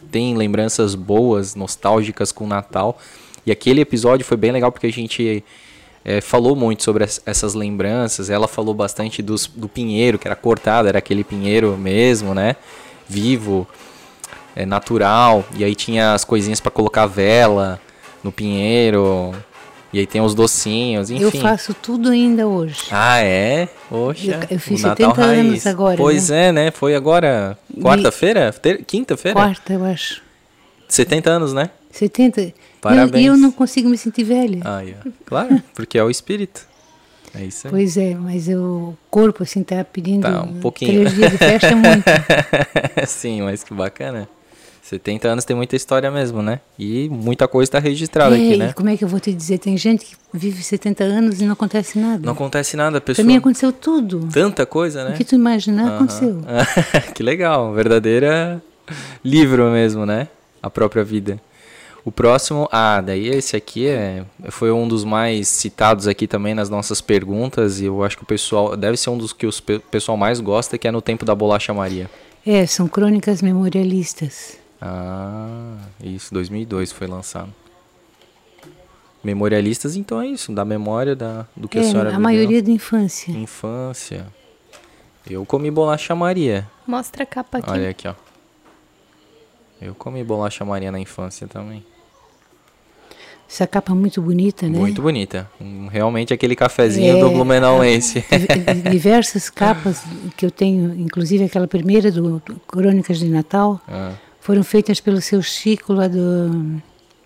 tem lembranças boas, nostálgicas com o Natal. E aquele episódio foi bem legal porque a gente é, falou muito sobre as, essas lembranças. Ela falou bastante dos, do pinheiro, que era cortado, era aquele pinheiro mesmo, né? Vivo, é, natural. E aí tinha as coisinhas para colocar vela no pinheiro. E aí tem os docinhos, enfim. Eu faço tudo ainda hoje. Ah, é? Poxa, eu, eu fiz o Natal setenta raiz. anos agora. Pois né? é, né? Foi agora, quarta-feira? Ter... Quinta-feira? Quarta, eu acho. setenta anos, né? setenta. Parabéns. E eu, eu não consigo me sentir velha. Ah, yeah. Claro, porque é o espírito. É isso aí. Pois é, mas o corpo, assim, tá pedindo Tá, um pouquinho. três dias de festa é muito. Sim, mas que bacana. setenta anos tem muita história mesmo, né? E muita coisa está registrada é, aqui, né? E como é que eu vou te dizer? Tem gente que vive setenta anos e não acontece nada. Não acontece nada, pessoal. Pra mim aconteceu tudo. Tanta coisa, né? O que tu imaginar Uhum. aconteceu. Que legal, verdadeira livro mesmo, né? A própria vida. O próximo, ah, daí esse aqui é, foi um dos mais citados aqui também nas nossas perguntas, e eu acho que o pessoal, deve ser um dos que o pe- pessoal mais gosta, que é No Tempo da Bolacha Maria. É, são crônicas memorialistas. Ah, isso, dois mil e dois foi lançado. Memorialistas, então é isso, da memória da, do que é, a senhora a viveu. maioria da infância. Infância. Eu comi bolacha Maria. Mostra a capa aqui. Olha aqui, ó. Eu comi bolacha Maria na infância também. Essa capa muito bonita, né? Muito bonita. Um, realmente aquele cafezinho É, do Blumenauense. Div- Diversas capas que eu tenho, inclusive aquela primeira do, do Crônicas de Natal, Ah. foram feitas pelo seu Chico lá do...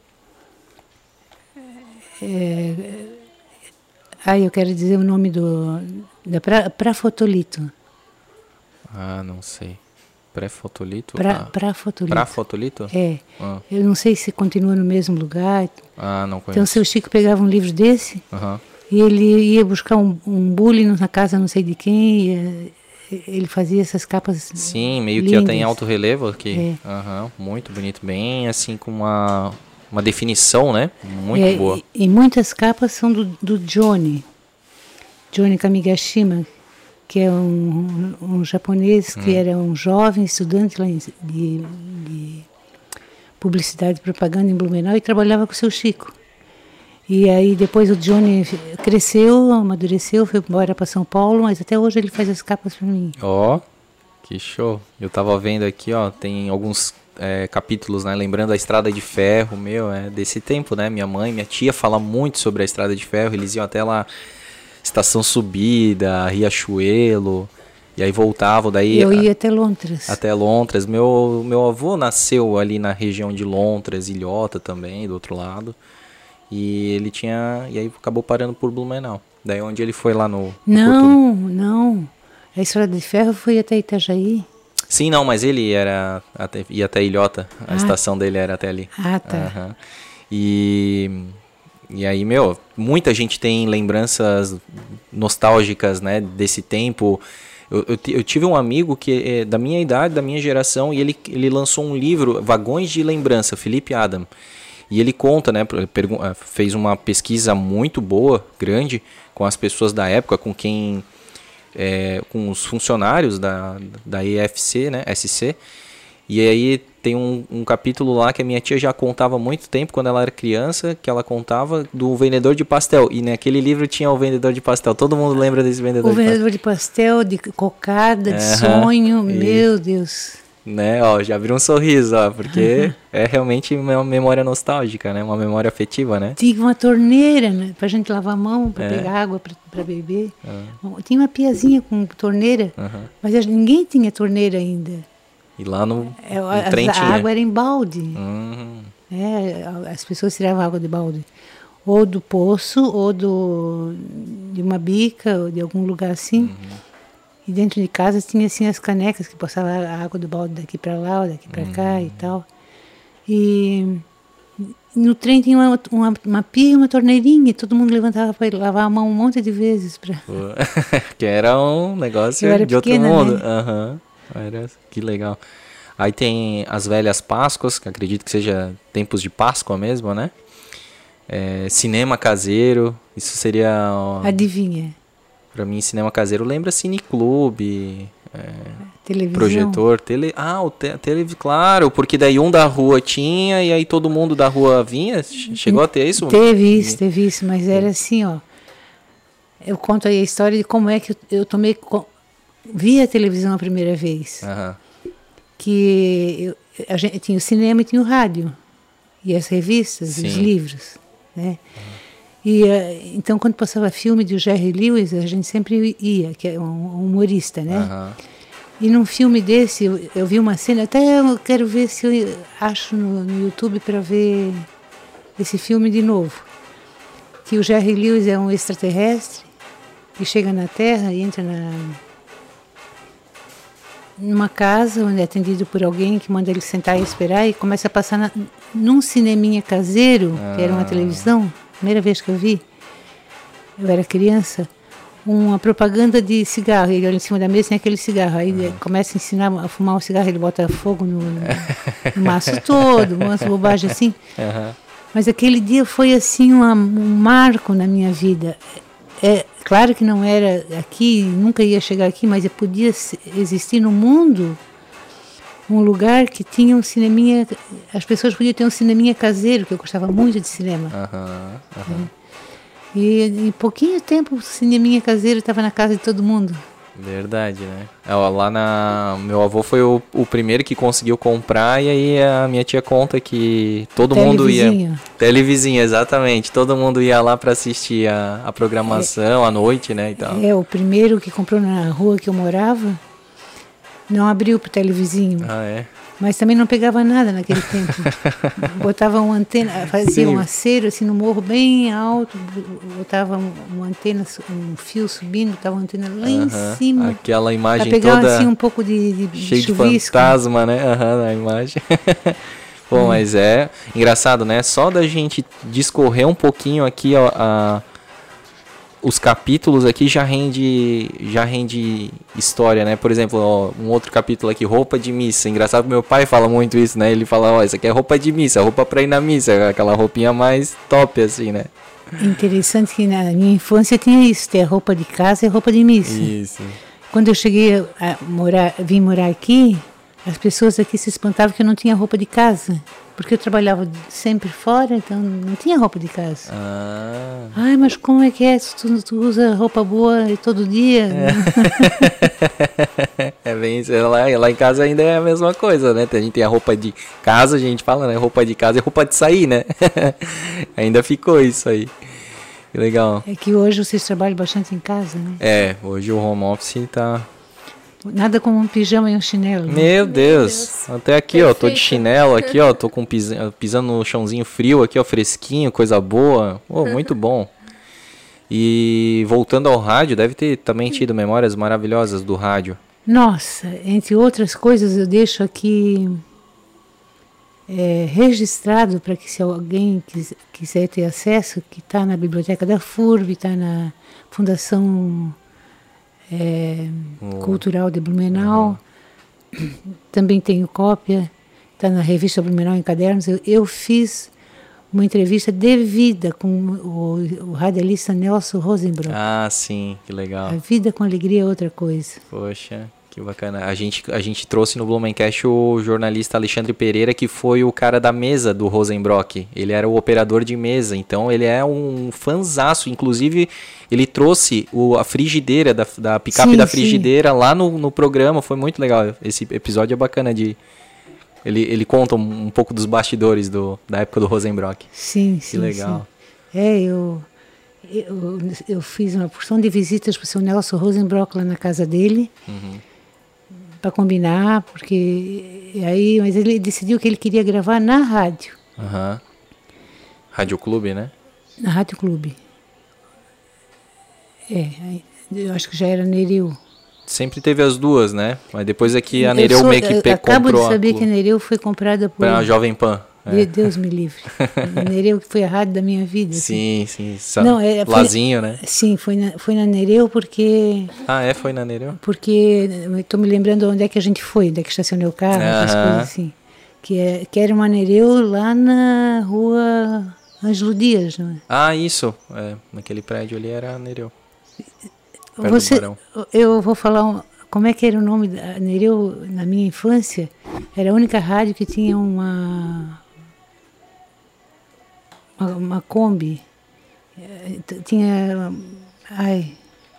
É, ah, eu quero dizer o nome do... Da pra, pra Fotolito. Ah, não sei. Pré-fotolito? Pra, Ah. pra Fotolito. Pra fotolito? É. Ah. Eu não sei se continua no mesmo lugar. Ah, não conheço. Então, o seu Chico pegava um livro desse Aham. e ele ia buscar um, um bullying na casa não sei de quem. E, ele fazia essas capas. Sim, meio lindas. que até em alto relevo aqui. É. Aham, muito bonito. Bem assim, com uma, uma definição, né? Muito É, boa. E, e muitas capas são do, do Johnny. Johnny Kamigashima, que é um, um japonês que Hum. era um jovem estudante lá em, de, de publicidade e propaganda em Blumenau e trabalhava com o seu Chico. E aí depois o Johnny cresceu, amadureceu, foi embora para São Paulo, mas até hoje ele faz as capas para mim. Ó, que show. Eu tava vendo aqui, ó, tem alguns é, capítulos, né? Lembrando a Estrada de Ferro, meu, é desse tempo, né? Minha mãe, minha tia falam muito sobre a Estrada de Ferro, eles iam até lá, Estação Subida, Riachuelo, e aí voltavam, daí... Eu ia até Lontras. Até Lontras. Meu, meu avô nasceu ali na região de Lontras, Ilhota também, do outro lado. E ele tinha... E aí acabou parando por Blumenau. Daí onde ele foi lá no... no Não, não. A Estrada de Ferro foi até Itajaí. Sim, não, mas ele era até, ia até Ilhota. A Ah. estação dele era até ali. Ah, tá. Aham. E... E aí, meu, muita gente tem lembranças nostálgicas, né, desse tempo. Eu, eu, eu tive um amigo que é da minha idade, da minha geração, e ele, ele lançou um livro, Vagões de Lembrança, Felipe Adam. E ele conta, né, fez uma pesquisa muito boa, grande, com as pessoas da época, com quem, é, com os funcionários da, da E F C, né, S C. E aí tem um, um capítulo lá que a minha tia já contava há muito tempo, quando ela era criança, que ela contava do vendedor de pastel. E naquele livro tinha o vendedor de pastel. Todo mundo lembra desse vendedor O de pastel. vendedor de pastel, de cocada, de Aham, sonho, isso. meu Deus. Né, ó, já abriu um sorriso, ó, porque é realmente uma memória nostálgica, né, uma memória afetiva, né. Tinha uma torneira, né, pra gente lavar a mão, pra É. pegar água, pra, pra beber. Ah. Tinha uma piazinha com torneira, Aham. mas a- ninguém tinha torneira ainda. E lá no, É, no a, trem a tinha. água era em balde. Hum, É, as pessoas tiravam água de balde. Ou do poço, ou do, de uma bica, ou de algum lugar assim. Uhum. E dentro de casa tinha assim as canecas que passavam a água do balde daqui para lá, ou daqui para cá Uhum. e tal. E no trem tinha uma, uma, uma pia e uma torneirinha, e todo mundo levantava para lavar a mão um monte de vezes. Pra... que era um negócio Eu era de pequena, outro mundo. né? Aham. Era, que legal. Aí tem as velhas Páscoas, que acredito que seja tempos de Páscoa mesmo, né? É, cinema caseiro, isso seria... ó, Adivinha? pra mim, cinema caseiro lembra cineclube, é, televisão. Projetor, tele... Ah, o te... televisão, claro, porque daí um da rua tinha e aí todo mundo da rua vinha? Chegou a ter isso? Teve isso, teve isso, mas era assim, ó. Eu conto aí a história de como é que eu, eu tomei... Vi a televisão a primeira vez. Aham. Que eu, a gente tinha o cinema e tinha o rádio. E as revistas, Sim. os livros, né? E, uh, então, quando passava filme de Jerry Lewis, a gente sempre ia, que é um, um humorista, né? Aham. E num filme desse, eu, eu vi uma cena, até eu quero ver se eu acho no, no YouTube para ver esse filme de novo. Que o Jerry Lewis é um extraterrestre que chega na Terra e entra na, numa casa onde é atendido por alguém que manda ele sentar e esperar e começa a passar na, num cineminha caseiro, ah. que era uma televisão, primeira vez que eu vi, eu era criança, uma propaganda de cigarro, ele olha em cima da mesa tem aquele cigarro, aí uhum. começa a ensinar a fumar um cigarro, ele bota fogo no, no, no maço todo, umas bobagens assim. Uhum. Mas aquele dia foi assim uma, um marco na minha vida. É claro que não era aqui, nunca ia chegar aqui, mas podia existir no mundo um lugar que tinha um cineminha, as pessoas podiam ter um cineminha caseiro, que eu gostava muito de cinema. Uhum. Uhum. É. E em pouquinho tempo o cineminha caseiro estava na casa de todo mundo. Verdade, né? É, ó, lá na... Meu avô foi o, o primeiro que conseguiu comprar e aí a minha tia conta que todo mundo ia... Televizinha, exatamente. Todo mundo ia lá para assistir a, a programação é, à noite, né? E tal. É, o primeiro que comprou na rua que eu morava não abriu pro televizinho. Ah, é? Mas também não pegava nada naquele tempo. Botava uma antena, fazia Sim. um acero assim no morro bem alto, botava uma antena, um fio subindo, botava uma antena lá uh-huh. em cima. Aquela imagem pra pegar, toda assim um pouco de, de cheio chuvisco. De fantasma, né? Uhum, a imagem. Pô, hum. mas é engraçado, né? Só da gente discorrer um pouquinho aqui ó, a os capítulos aqui já rende, já rende história, né? Por exemplo, ó, um outro capítulo aqui, roupa de missa. Engraçado que meu pai fala muito isso, né? Ele fala, ó, isso aqui é roupa de missa, roupa pra ir na missa, aquela roupinha mais top, assim, né? Interessante que na minha infância tinha isso, ter roupa de casa e roupa de missa. Isso. Quando eu cheguei a morar, vim morar aqui, as pessoas aqui se espantavam que eu não tinha roupa de casa. Porque eu trabalhava sempre fora, então não tinha roupa de casa. Ah. Ai, mas como é que é? Tu, tu usa roupa boa todo dia? É, é bem isso. Lá, lá em casa ainda é a mesma coisa, né? A gente tem a roupa de casa, a gente fala, né? Roupa de casa e roupa de sair, né? Ainda ficou isso aí. Que legal. É que hoje vocês trabalham bastante em casa, né? É, hoje o home office tá... Nada como um pijama e um chinelo. Né? Meu Deus. Deus. Até aqui, Perfeito. Ó, tô de chinelo aqui, ó, tô com pis... pisando no chãozinho frio aqui, ó, fresquinho, coisa boa. Oh, muito bom. E voltando ao rádio, deve ter também tido memórias maravilhosas do rádio. Nossa, entre outras coisas, eu deixo aqui é, registrado para que se alguém quis, quiser ter acesso, que está na biblioteca da F U R B, está na Fundação É, oh. Cultural de Blumenau, uhum. também tenho cópia, está na revista Blumenau em Cadernos. Eu, eu fiz uma entrevista de vida com o, o radialista Nelson Rosenbrock. Ah, sim, que legal. A vida com alegria é outra coisa. Poxa, que bacana. A gente, a gente trouxe no Blumencast o jornalista Alexandre Pereira, que foi o cara da mesa do Rosenbrock. Ele era o operador de mesa, então ele é um fanzaço. Inclusive, ele trouxe o, a frigideira, da, da picape sim, da frigideira sim. lá no, no programa. Foi muito legal. Esse episódio é bacana de... Ele, ele conta um, um pouco dos bastidores do, da época do Rosenbrock. Sim, que sim. legal. Sim. É, eu, eu, eu fiz uma porção de visitas para o seu Nelson Rosenbrock lá na casa dele. Uhum. Para combinar, porque aí, mas ele decidiu que ele queria gravar na rádio. Uhum. Rádio Clube, né? Na Rádio Clube. É, eu acho que já era Nereu. Sempre teve as duas, né? Mas depois é que a Nereu sou, meio que pe- acabo comprou. Acabo de saber a que a Nereu foi comprada por... Pra Jovem Pan. É. Deus me livre. A Nereu que foi a rádio da minha vida. Sim, assim. sim. Não, é, Lazinho, né? Sim, foi na, foi na Nereu porque... Ah, é? Foi na Nereu? Porque estou me lembrando onde é que a gente foi, onde é que estacionei o carro, uh-huh. essas coisas assim. Que, é, que era uma Nereu lá na rua Ângelo Dias, não é? Ah, isso. É, naquele prédio ali era a Nereu. Você, eu vou falar um, como é que era o nome da Nereu na minha infância? Era a única rádio que tinha uma uma, uma Kombi. Tinha, ai,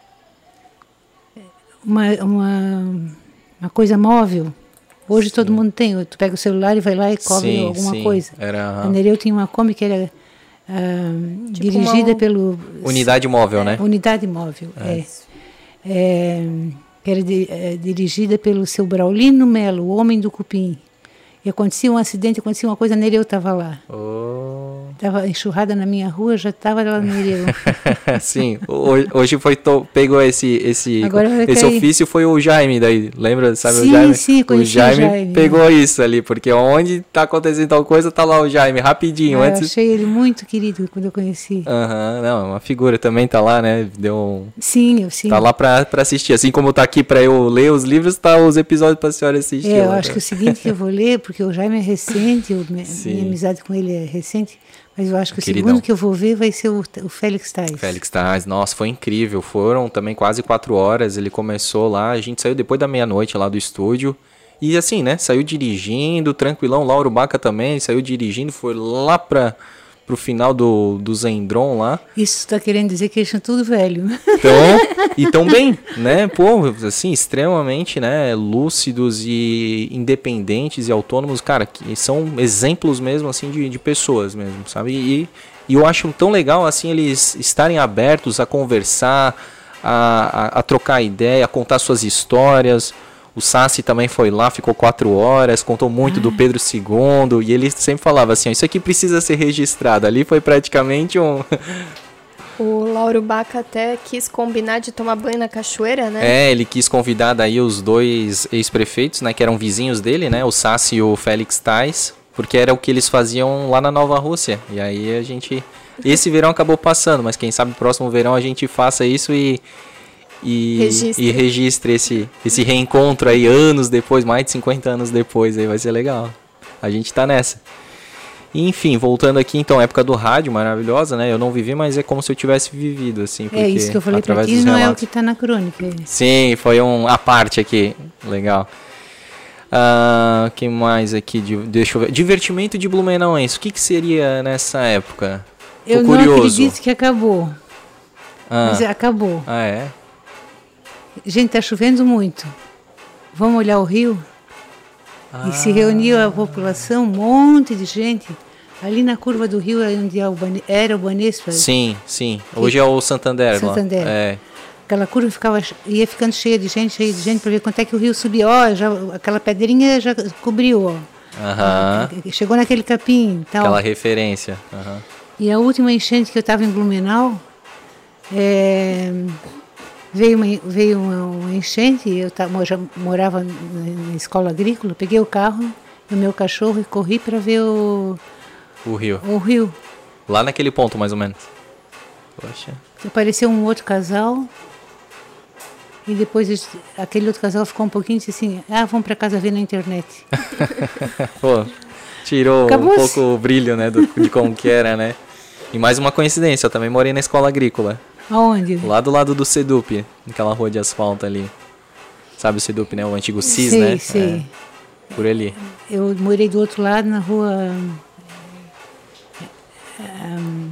uma, uma, uma coisa móvel. Hoje sim. Todo mundo tem. Tu pega o celular e vai lá e cobre sim, alguma sim. coisa. Era... A Nereu tinha uma Kombi que era uh, tipo dirigida uma... pelo... Unidade móvel, é, né? Unidade móvel, é. é. é era de, é, dirigida pelo seu Braulino Melo, o homem do cupim. E acontecia um acidente, acontecia uma coisa, a Nereu estava lá. Estava oh. enxurrada na minha rua, já estava lá na Nereu. Sim, hoje foi to, pegou esse esse esse ofício, foi o Jaime daí, lembra? Sabe sim, o Jaime? Sim, o Jaime, Jaime pegou é. isso ali, porque onde está acontecendo tal coisa, tá lá o Jaime, rapidinho. Ah, antes... Eu achei ele muito querido quando eu conheci. Aham, uhum, não, uma figura também tá lá, né? Deu um... Sim, sim. Tá lá para assistir, assim como tá aqui para eu ler os livros, tá os episódios para a senhora assistir. É, eu lá, acho né? que o seguinte que eu vou ler, porque o Jaime é recente, eu, minha amizade com ele é recente, mas eu acho que Queridão. o segundo que eu vou ver vai ser o, o Félix Tais. Félix Tais, nossa, foi incrível, foram também quase quatro horas, ele começou lá, a gente saiu depois da meia-noite lá do estúdio, e assim, né, saiu dirigindo, tranquilão, Lauro Baca também, saiu dirigindo, foi lá pra... pro final do, do Zendron lá. Isso está querendo dizer que eles são tudo velho. Então, e tão bem, né? Pô, assim, extremamente, né, lúcidos e independentes e autônomos, cara, que são exemplos mesmo, assim, de, de pessoas mesmo, sabe? E, e eu acho tão legal, assim, eles estarem abertos a conversar, a, a, a trocar ideia, a contar suas histórias. O Sassi também foi lá, ficou quatro horas, contou muito ah. do Pedro segundo, e ele sempre falava assim, ó, isso aqui precisa ser registrado. Ali foi praticamente um... O Lauro Baca até quis combinar de tomar banho na cachoeira, né? É, ele quis convidar daí os dois ex-prefeitos, né, que eram vizinhos dele, né, o Sassi e o Félix Tais, porque era o que eles faziam lá na Nova Rússia. E aí a gente... Esse verão acabou passando, mas quem sabe próximo verão a gente faça isso e... E registre, e registre esse, esse reencontro aí anos depois, mais de cinquenta anos depois, aí vai ser legal. A gente tá nessa. E, enfim, voltando aqui, então, época do rádio, maravilhosa, né? Eu não vivi, mas é como se eu tivesse vivido, assim. Porque, é isso que eu falei pra ti, não relatos... é o que tá na crônica. Sim, foi um a parte aqui, legal. Uh, que mais aqui? De, deixa eu ver. Divertimento de Blumenauense, o que, que seria nessa época? Tô eu curioso. não acredito que acabou. Ah. Mas acabou. Ah, é? Gente, tá chovendo muito. Vamos olhar o rio? Ah. E se reuniu a população, um monte de gente. Ali na curva do rio onde era o Banespa. Sim, sim. Hoje é o Santander. Santander. É. Aquela curva ficava, ia ficando cheia de gente, cheia de gente, para ver quanto é que o rio subia. Ó, já, aquela pedrinha já cobriu, ó. Aham. Chegou naquele capim. Tal. Aquela referência. Aham. E a última enchente que eu estava em Blumenau, é... Veio uma, veio uma, uma enchente, eu tava, já morava na, na escola agrícola, peguei o carro e o meu cachorro e corri para ver o... O rio. O rio. Lá naquele ponto, mais ou menos. Poxa. Apareceu um outro casal e depois aquele outro casal ficou um pouquinho e disse assim, ah, vamos para casa ver na internet. Pô, tirou Acabou-se. um pouco o brilho, né, do, de como que era, né? E mais uma coincidência, eu também morei na escola agrícola. Aonde? Lá do lado do Sedup, naquela rua de asfalto ali. Sabe o Sedup, né? O antigo C I S, sei, né? Sei. É, por ali. Eu morei do outro lado, na rua... Um,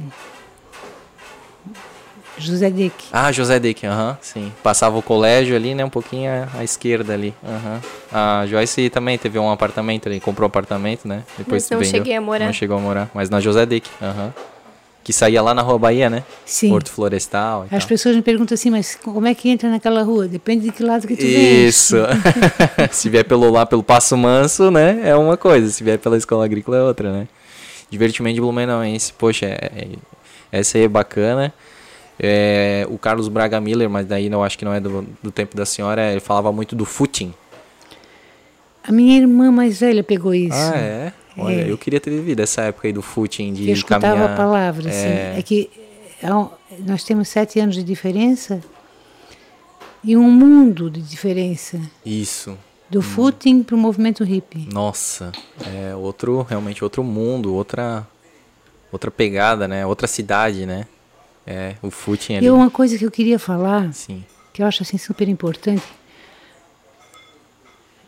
José Deck. Ah, José Deck, aham, uh-huh, sim. Passava o colégio ali, né? Um pouquinho à, à esquerda ali. Aham. Uh-huh. A Joyce também teve um apartamento ali, comprou um apartamento, né? Depois mas não vendeu. cheguei a morar. Não chegou a morar, mas na José Deck, aham. Uh-huh. Que saía lá na Rua Bahia, né? Sim. Porto Florestal e As tal. pessoas me perguntam assim, mas como é que entra naquela rua? Depende de que lado que tu vem. Isso. Se vier pelo lá, pelo Passo Manso, né? É uma coisa. Se vier pela Escola Agrícola, é outra, né? Divertimento de Blumenauense. Poxa, é, é, essa aí é bacana. É, o Carlos Braga Miller, mas daí eu acho que não é do, do tempo da senhora, ele falava muito do footing. A minha irmã mais velha pegou isso. Ah, é? Olha, é. eu queria ter vivido essa época aí do footing, de eu escutava caminhar. a palavra, assim. É, é que nós temos sete anos de diferença e um mundo de diferença. Isso. Do hum. footing para o movimento hippie. Nossa, é outro, realmente outro mundo, outra, outra pegada, né? Outra cidade, né? É, o footing ali. E uma coisa que eu queria falar, Sim. que eu acho assim super importante,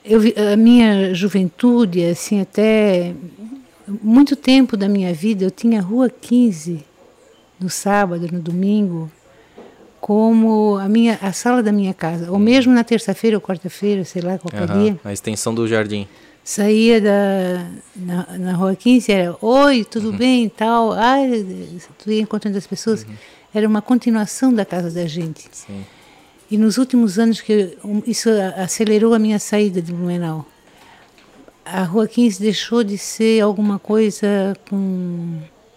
Eu, a minha juventude, assim, até muito tempo da minha vida, eu tinha a Rua quinze, no sábado, no domingo, como a, minha, a sala da minha casa. Ou mesmo na terça-feira ou quarta-feira, sei lá, qualquer uhum, dia. A extensão do jardim. Saía da, na, na Rua quinze, era, oi, tudo uhum. bem e tal. Ai, tu ia encontrando as pessoas. Uhum. Era uma continuação da casa da gente. Sim. E nos últimos anos, que isso acelerou a minha saída de Blumenau. A Rua quinze deixou de ser alguma coisa com,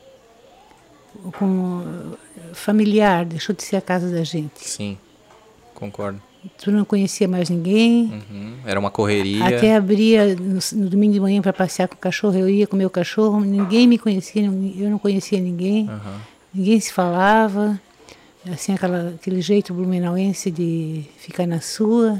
com familiar, deixou de ser a casa da gente. Sim, concordo. Tu não conhecia mais ninguém. Uhum. Era uma correria. Até abria no, no domingo de manhã para passear com o cachorro, eu ia com o meu cachorro, ninguém me conhecia, eu não conhecia ninguém, uhum. ninguém se falava. Assim, aquela, aquele jeito blumenauense de ficar na sua.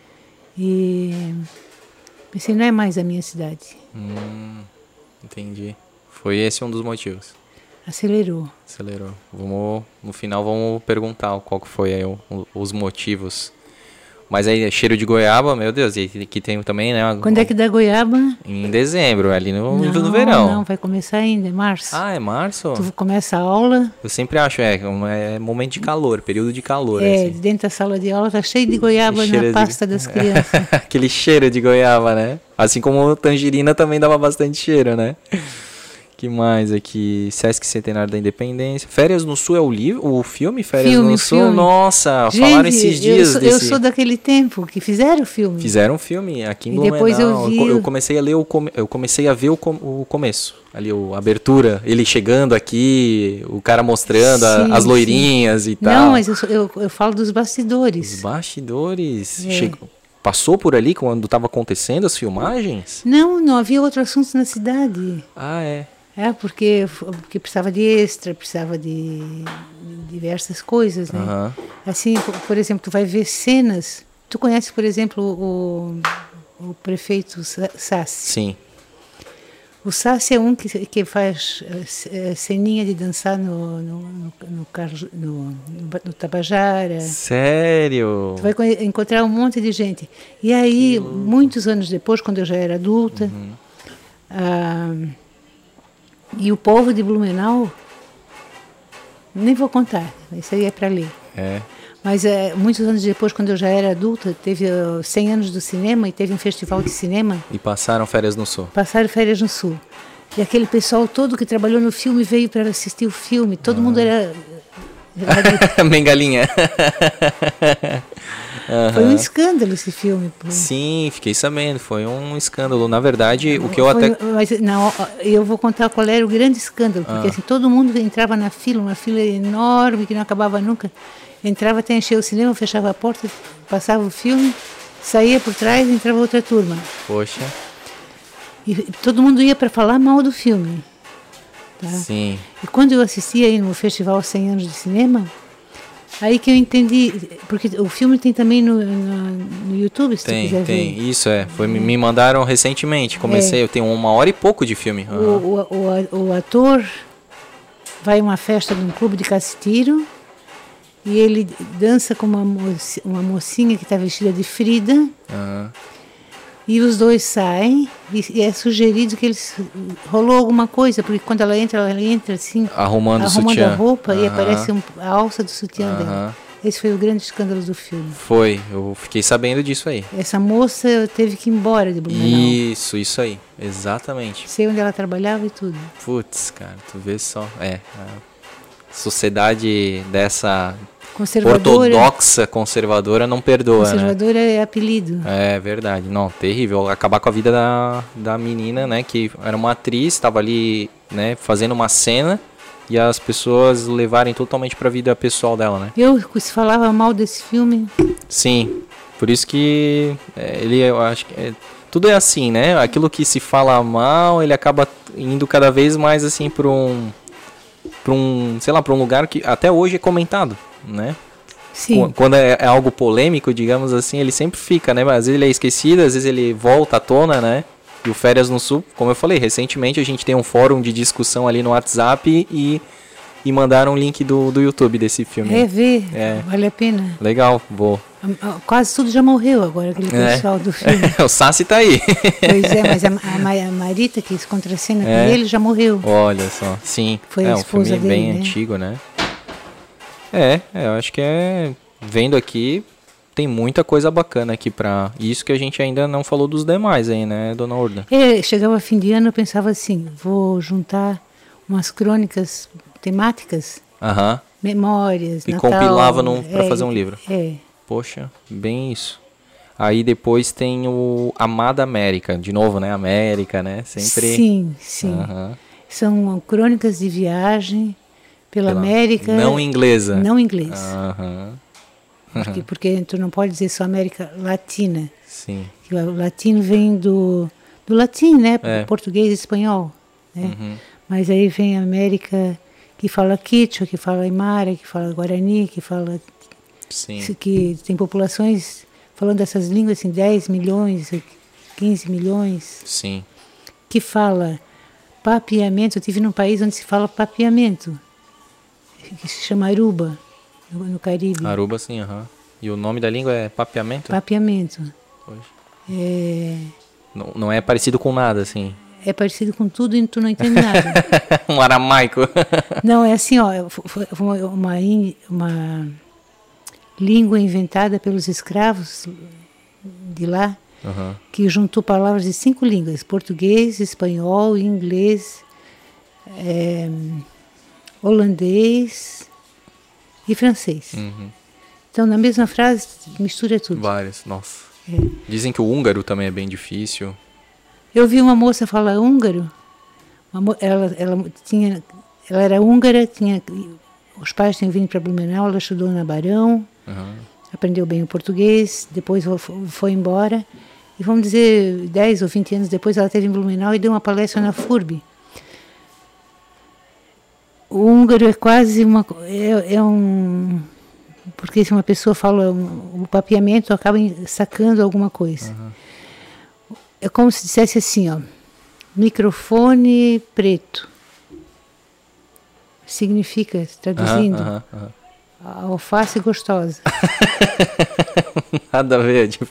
E pensei, não é mais a minha cidade. Hum, entendi. Foi esse um dos motivos. Acelerou. Acelerou. Vamos, no final vamos perguntar qual que foi aí o, os motivos. Mas aí, cheiro de goiaba, meu Deus, e aqui tem também, né? Quando é que dá goiaba? Em dezembro, ali no, não, no verão. Não, vai começar ainda, é março. Ah, é março? Tu começa a aula. Eu sempre acho, é, é momento de calor, período de calor. É, assim. Dentro da sala de aula tá cheio de goiaba na pasta de... das crianças. Aquele cheiro de goiaba, né? Assim como tangerina também dava bastante cheiro, né? Que mais aqui? Sesc Centenário da Independência. Férias no Sul é o livro, o filme Férias filme, no Sul? Filme. Nossa, Gente, falaram esses dias eu sou, desse... eu sou daquele tempo que fizeram o filme. Fizeram um filme aqui em e Blumenau. Depois eu, vi... eu comecei a ler o come... eu comecei a ver o, com... o começo, ali o... a abertura, ele chegando aqui, o cara mostrando sim, a... as loirinhas sim. e tal. Não, mas eu, eu, eu falo dos bastidores. Os bastidores. É. Chegou... Passou por ali quando estava acontecendo as filmagens? Não, não havia outro assunto na cidade. Ah, é. É, porque, porque precisava de extra, precisava de, de diversas coisas, né? Uhum. Assim, por, por exemplo, tu vai ver cenas... Tu conhece, por exemplo, o, o prefeito Sassi? Sim. O Sassi é um que, que faz uh, ceninha de dançar no, no, no, no, no, no Tabajara. Sério? Tu vai encontrar um monte de gente. E aí, muitos anos depois, quando eu já era adulta... Uhum. Uh, E o povo de Blumenau, nem vou contar, isso aí é para ler. É. Mas é, muitos anos depois, quando eu já era adulta, teve uh, cem anos do cinema e teve um festival de cinema. E passaram Férias no Sul. Passaram Férias no Sul. E aquele pessoal todo que trabalhou no filme veio para assistir o filme. Todo ah. mundo era... era... Bengalinha. Uhum. Foi um escândalo esse filme. Pô. Sim, fiquei sabendo, foi um escândalo. Na verdade, o que eu foi, até... Mas não, eu vou contar qual era o grande escândalo, porque ah. assim, todo mundo entrava na fila, uma fila enorme que não acabava nunca. Entrava até encher o cinema, fechava a porta, passava o filme, saía por trás e entrava outra turma. Poxa. E todo mundo ia para falar mal do filme. Tá? Sim. E quando eu assistia aí no Festival cem anos de Cinema... Aí que eu entendi, porque o filme tem também no, no, no YouTube, se tem, tu quiser tem. ver. Tem, isso é. Foi, me mandaram recentemente, comecei, é. eu tenho uma hora e pouco de filme. Uhum. O, o, o, o ator vai a uma festa de um clube de cassitiro e ele dança com uma, moci, uma mocinha que está vestida de Frida. Uhum. E os dois saem e, e é sugerido que eles rolou alguma coisa, porque quando ela entra, ela entra assim, arrumando, arrumando sutiã. a roupa uhum. e aparece um, a alça do sutiã uhum. dela. Esse foi o grande escândalo do filme. Foi, eu fiquei sabendo disso aí. Essa moça teve que ir embora de Blumenau. Isso, isso aí, exatamente. Sei onde ela trabalhava e tudo. Putz, cara, tu vê só, é, a sociedade dessa... Conservadora. Ortodoxa, conservadora, não perdoa, conservadora né? é apelido. É verdade, não, terrível. Acabar com a vida da, da menina, né? Que era uma atriz, estava ali, né? Fazendo uma cena e as pessoas levarem totalmente para a vida pessoal dela, né? Eu se falava mal desse filme. Sim, por isso que é, ele, eu acho que é, tudo é assim, né? Aquilo que se fala mal, ele acaba indo cada vez mais assim para um, para um, sei lá, para um lugar que até hoje é comentado. Né? Sim. Quando é, é algo polêmico, digamos assim, ele sempre fica, né? Às vezes ele é esquecido, às vezes ele volta à tona, né? E o Férias no Sul, como eu falei, recentemente a gente tem um fórum de discussão ali no WhatsApp e, e mandaram um link do, do YouTube desse filme. É, ver, é. vale a pena. Legal, vou. Quase tudo já morreu agora, aquele é. pessoal do filme. O Sassi tá aí. Pois é, mas a, a, a Marita, que contracena é. com ele, já morreu. Olha só, sim. Foi é a um esposa filme dele, bem né? antigo, né? É, eu acho que é... Vendo aqui, tem muita coisa bacana aqui pra... Isso que a gente ainda não falou dos demais aí, né, dona Urda? É, chegava fim de ano, eu pensava assim, vou juntar umas crônicas temáticas, Aham. memórias, E Natal, compilava num, pra é, fazer um livro. É. Poxa, bem isso. Aí depois tem o Amada América, de novo, né? América, né? Sempre. Sim, sim. Uhum. São crônicas de viagem pela, pela América. Não inglesa. Não inglês. Uhum. Porque, porque tu não pode dizer só América Latina. Sim. O latino vem do, do latim, né? É. Português e espanhol. Né? Uhum. Mas aí vem a América que fala quichua, que fala aimara, que fala guarani, que fala... Sim. Que tem populações falando essas línguas, assim, dez milhões, quinze milhões. Sim. Que fala papiamento. Eu estive num país onde se fala papiamento, que se chama Aruba, no, no Caribe. Aruba, sim, aham. Uhum. E o nome da língua é papiamento? Papiamento. Poxa. É... Não, não é parecido com nada, assim. É parecido com tudo e tu não entende nada. Um aramaico. Não, é assim, ó, foi uma, uma, uma língua inventada pelos escravos de lá, uhum. que juntou palavras de cinco línguas: português, espanhol, inglês, é, holandês e francês. Uhum. Então, na mesma frase, mistura tudo. Várias, nossa. É. Dizem que o húngaro também é bem difícil. Eu vi uma moça falar húngaro. Uma, ela, ela, tinha, ela era húngara, tinha, os pais tinham vindo para Blumenau, ela estudou na Barão, uhum. aprendeu bem o português, depois foi embora. E vamos dizer, dez ou vinte anos depois, ela esteve em Blumenau e deu uma palestra na F U R B. O húngaro é quase uma... É, é um... Porque se uma pessoa fala um, o papiamento, acaba sacando alguma coisa. Uhum. É como se dissesse assim, ó, microfone preto. Significa, traduzindo, uhum, uhum, uhum. alface gostosa. Nada a ver, tipo...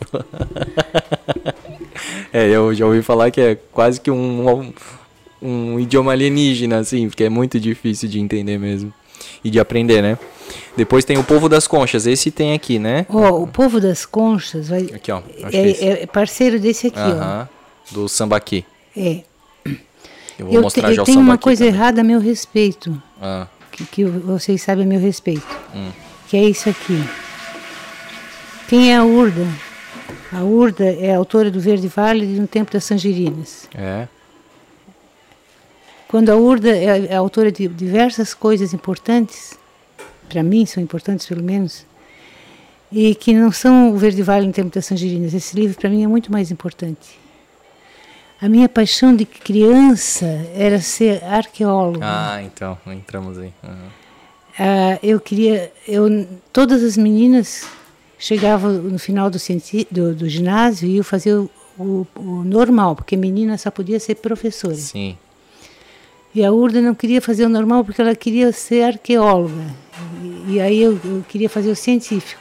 é, eu já ouvi falar que é quase que um, um, um idioma alienígena, assim, porque é muito difícil de entender mesmo. E de aprender, né? Depois tem o Povo das Conchas, esse tem aqui, né? Oh, o Povo das Conchas vai, aqui, ó, acho é, que é, é parceiro desse aqui, uh-huh, ó. Do Sambaqui. É. Eu vou eu mostrar te, já eu o tenho Sambaqui uma coisa também. errada a meu respeito, ah. que, que vocês sabem a meu respeito, hum. que é isso aqui. Quem é a Urda? A Urda é a autora do Verde Vale e no Tempo das Tangerinas. É. Quando a Urda é a autora de diversas coisas importantes, para mim são importantes pelo menos, e que não são o Verde Vale no Tempo das Tangerinas. Esse livro para mim é muito mais importante. A minha paixão de criança era ser arqueóloga. Ah, então, entramos aí. Uhum. Ah, eu queria, eu, todas as meninas chegavam no final do, cienti, do, do ginásio e iam fazer o, o, o normal, porque menina só podia ser professora. Sim. E a Urda não queria fazer o normal porque ela queria ser arqueóloga. E, e aí eu, eu queria fazer o científico.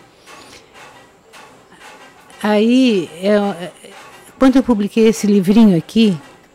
Aí, eu, quando eu publiquei esse livrinho aqui,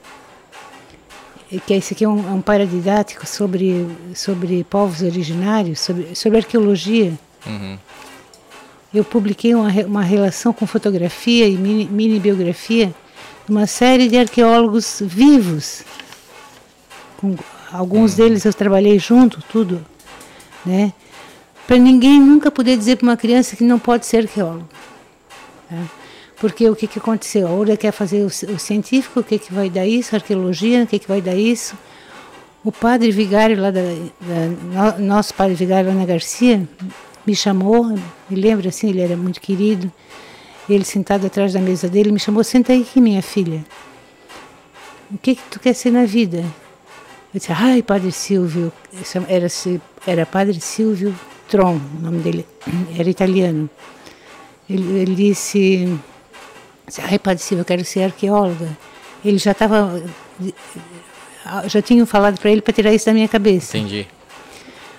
que esse aqui é um, é um paradidático sobre, sobre povos originários, sobre, sobre arqueologia, uhum. eu publiquei uma, uma relação com fotografia e mini, mini biografia de uma série de arqueólogos vivos. Com alguns uhum. deles eu trabalhei junto, tudo, né? Para ninguém nunca poder dizer para uma criança que não pode ser arqueólogo. Tá? Porque o que, que aconteceu? A Urda quer fazer o, o científico, o que, que vai dar isso? A arqueologia, o que, que vai dar isso? O padre vigário lá, da, da, nosso padre vigário Ana Garcia, me chamou, me lembro assim, ele era muito querido, ele sentado atrás da mesa dele, me chamou, senta aí aqui, minha filha. O que, que tu quer ser na vida? Eu disse, ai, Padre Silvio, era, era Padre Silvio Tron, o nome dele, era italiano. Ele, ele disse, ai, Padre Silvio, eu quero ser arqueóloga. Ele já estava, já tinham falado para ele para tirar isso da minha cabeça. Entendi.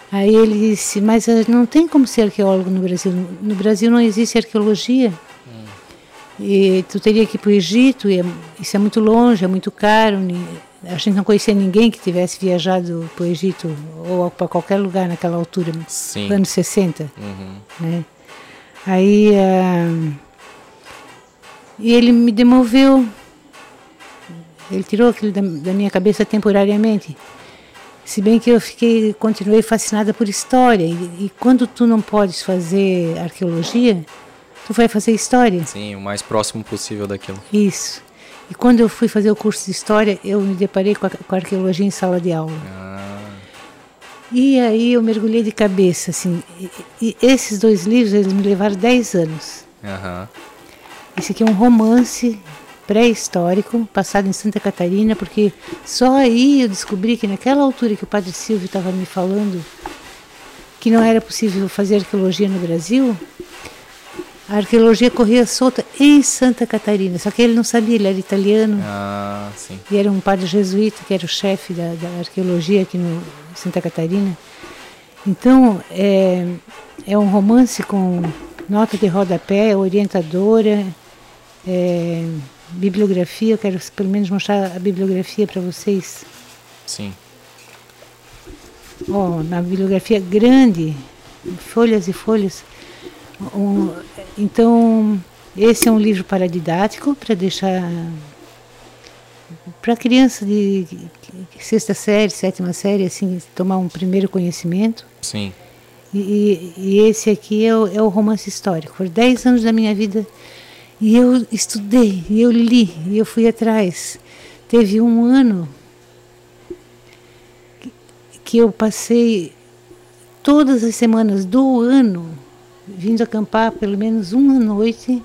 Aí ele disse, mas não tem como ser arqueólogo no Brasil. No Brasil não existe arqueologia. Hum. E tu teria que ir para o Egito, e é, isso é muito longe, é muito caro. A gente não conhecia ninguém que tivesse viajado para o Egito ou para qualquer lugar naquela altura, Sim. nos anos sessenta. Uhum. Né? Aí uh, e ele me demoveu, ele tirou aquilo da, da minha cabeça temporariamente. Se bem que eu fiquei, continuei fascinada por história. E, e quando tu não podes fazer arqueologia, tu vai fazer história. Sim, o mais próximo possível daquilo. Isso. E quando eu fui fazer o curso de História, eu me deparei com a, com a arqueologia em sala de aula. Ah. E aí eu mergulhei de cabeça, assim. E, e esses dois livros, eles me levaram dez anos. Uhum. Esse aqui é um romance pré-histórico, passado em Santa Catarina, porque só aí eu descobri que naquela altura que o Padre Silvio estava me falando que não era possível fazer arqueologia no Brasil, a arqueologia corria solta em Santa Catarina, só que ele não sabia, ele era italiano. Ah, sim. E era um padre jesuíta, que era o chefe da, da arqueologia aqui no Santa Catarina. Então, é, é um romance com nota de rodapé, orientadora, é, bibliografia. Eu quero pelo menos mostrar a bibliografia para vocês. Sim. Ó, na bibliografia grande, folhas e folhas. Um, então, esse é um livro paradidático para deixar para criança de, de, de sexta série, sétima série, assim, tomar um primeiro conhecimento. Sim. E, e, e esse aqui é o, é o romance histórico. Por dez anos da minha vida, e eu estudei, e eu li, e eu fui atrás. Teve um ano que, que eu passei todas as semanas do ano vindo acampar pelo menos uma noite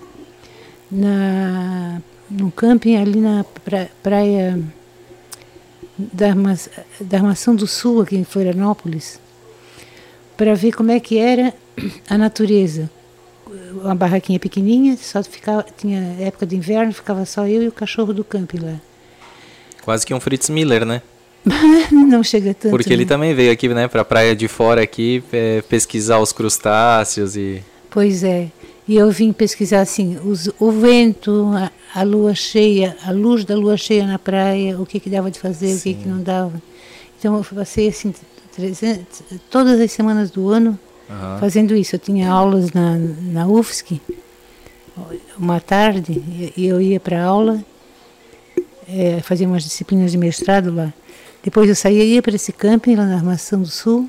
na, num camping ali na pra, praia da, Arma, da Armação do Sul, aqui em Florianópolis, para ver como é que era a natureza. Uma barraquinha pequenininha, só ficava, tinha época de inverno, ficava só eu e o cachorro do camping lá. Quase que um Fritz Miller, né? Não chega tanto. Porque ele né? também veio aqui, né, pra praia de fora aqui, é, pesquisar os crustáceos e... Pois é. E eu vim pesquisar assim, os, o vento, a, a lua cheia, a luz da lua cheia na praia, o que que dava de fazer, Sim. o que que não dava. Então eu passei assim, trezentas, todas as semanas do ano uhum. fazendo isso. Eu tinha aulas na, na U F S C, uma tarde, e eu ia para aula, é, fazia umas disciplinas de mestrado lá. Depois eu saía, ia para esse camping lá na Armação do Sul,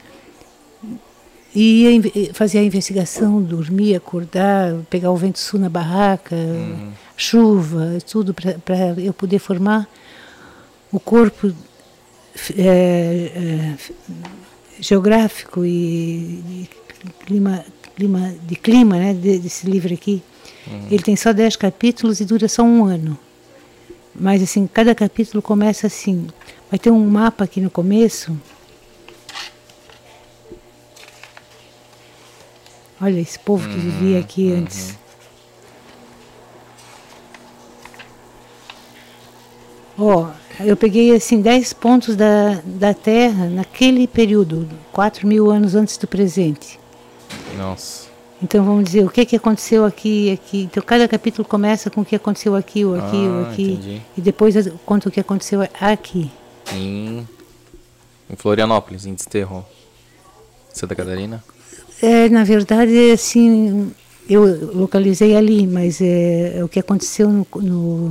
e ia fazer a investigação, dormir, acordar, pegar o vento sul na barraca, uhum. chuva, tudo para eu poder formar o corpo é, é, geográfico e, e clima, clima, de clima, né, desse livro aqui. Uhum. Ele tem só dez capítulos e dura só um ano. Mas assim, cada capítulo começa assim. Vai ter um mapa aqui no começo. Olha, esse povo que vivia aqui uhum. antes. Ó, oh, eu peguei assim dez pontos da, da Terra naquele período, quatro mil anos antes do presente. Nossa. Então vamos dizer o que que aconteceu aqui, aqui. Então cada capítulo começa com o que aconteceu aqui, ou aqui, ah, ou aqui, entendi. E depois conta o que aconteceu aqui. Em, em Florianópolis, em Desterro, Santa Catarina? É, na verdade, assim, eu localizei ali, mas é, é o que aconteceu no, no,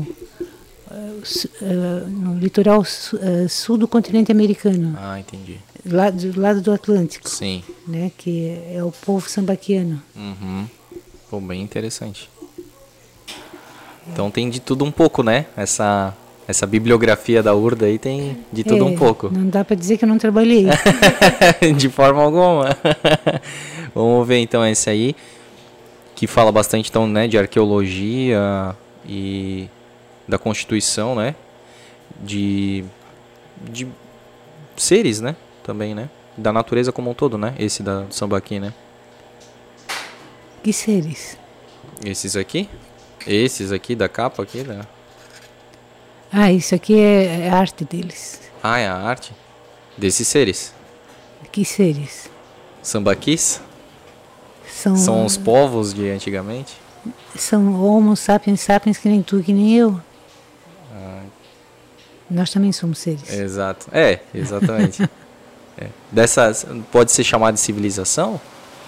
no litoral sul do continente americano. Ah, entendi. Lá, do lado do Atlântico. Sim. Né, que é o povo sambaquiano. Uhum. Pô, bem interessante. Então tem de tudo um pouco, né? Essa... Essa bibliografia da U R D aí tem de tudo é, um pouco. Não dá para dizer que eu não trabalhei. De forma alguma. Vamos ver então esse aí, que fala bastante então, né, de arqueologia e da Constituição, né? De, de seres, né? Também, né? Da natureza como um todo, né? Esse da, do Sambaqui, né? Que seres? Esses aqui? Esses aqui da capa aqui, da... Ah, isso aqui é a arte deles. Ah, é a arte? Desses seres? Que seres? Sambaquis? São, São os povos de antigamente? São homo sapiens sapiens que nem tu, que nem eu. Ah. Nós também somos seres. Exato. É, exatamente. é. Dessas, pode ser chamado de civilização?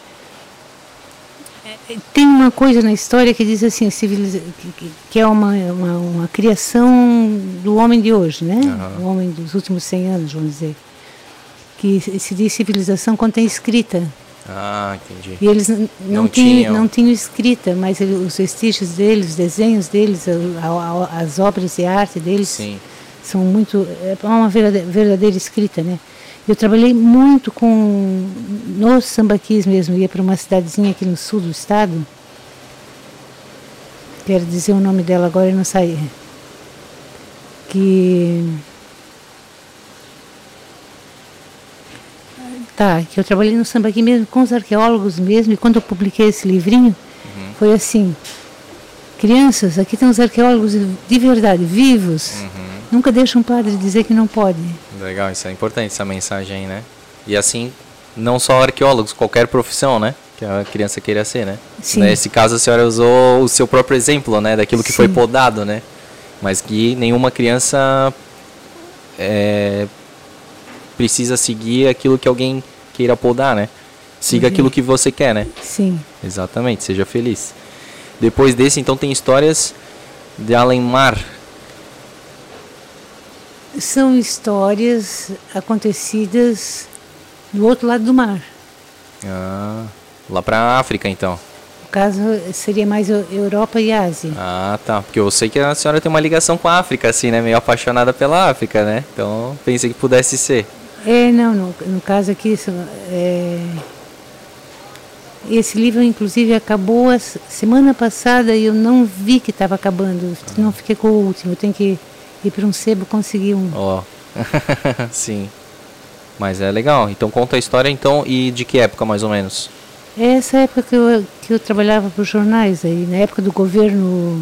Tem uma coisa na história que diz assim, civiliza, que, que é uma, uma, uma criação do homem de hoje, né? Uhum. O homem dos últimos cem anos, vamos dizer. Que se diz civilização quando tem escrita. Ah, entendi. E eles não, não, não, tinham, tinham. não tinham escrita, mas ele, os vestígios deles, os desenhos deles, a, a, as obras de arte deles, Sim. são muito... É uma verdadeira, verdadeira escrita, né? Eu trabalhei muito com... Nos sambaquis mesmo, ia para uma cidadezinha aqui no sul do estado. Quero dizer o nome dela agora e não sair. Que... Tá, que eu trabalhei no sambaqui mesmo, com os arqueólogos mesmo, e quando eu publiquei esse livrinho, uhum. foi assim, crianças, aqui tem os arqueólogos de verdade, vivos, uhum. nunca deixa um padre dizer que não pode. Legal, isso é importante, essa mensagem aí, né? E assim, não só arqueólogos, qualquer profissão, né? Que a criança queira ser, né? Sim. Nesse caso a senhora usou o seu próprio exemplo, né? Daquilo que Sim. foi podado, né? Mas que nenhuma criança... É, precisa seguir aquilo que alguém queira podar, né? Siga uhum. aquilo que você quer, né? Sim. Exatamente, seja feliz. Depois desse, então, tem histórias de além-mar. São histórias acontecidas do outro lado do mar. Ah, lá pra África, então. No caso, seria mais Europa e Ásia. Ah, tá. Porque eu sei que a senhora tem uma ligação com a África, assim, né? Meio apaixonada pela África, né? Então, pensei que pudesse ser. É, não, no, no caso aqui, é, esse livro inclusive acabou a semana passada e eu não vi que estava acabando, ah. não fiquei com o último, eu tenho que ir para um sebo conseguir um. Ó, oh. Sim, mas é legal, então conta a história então, e de que época mais ou menos? É essa época que eu, que eu trabalhava para os jornais, aí, na época do governo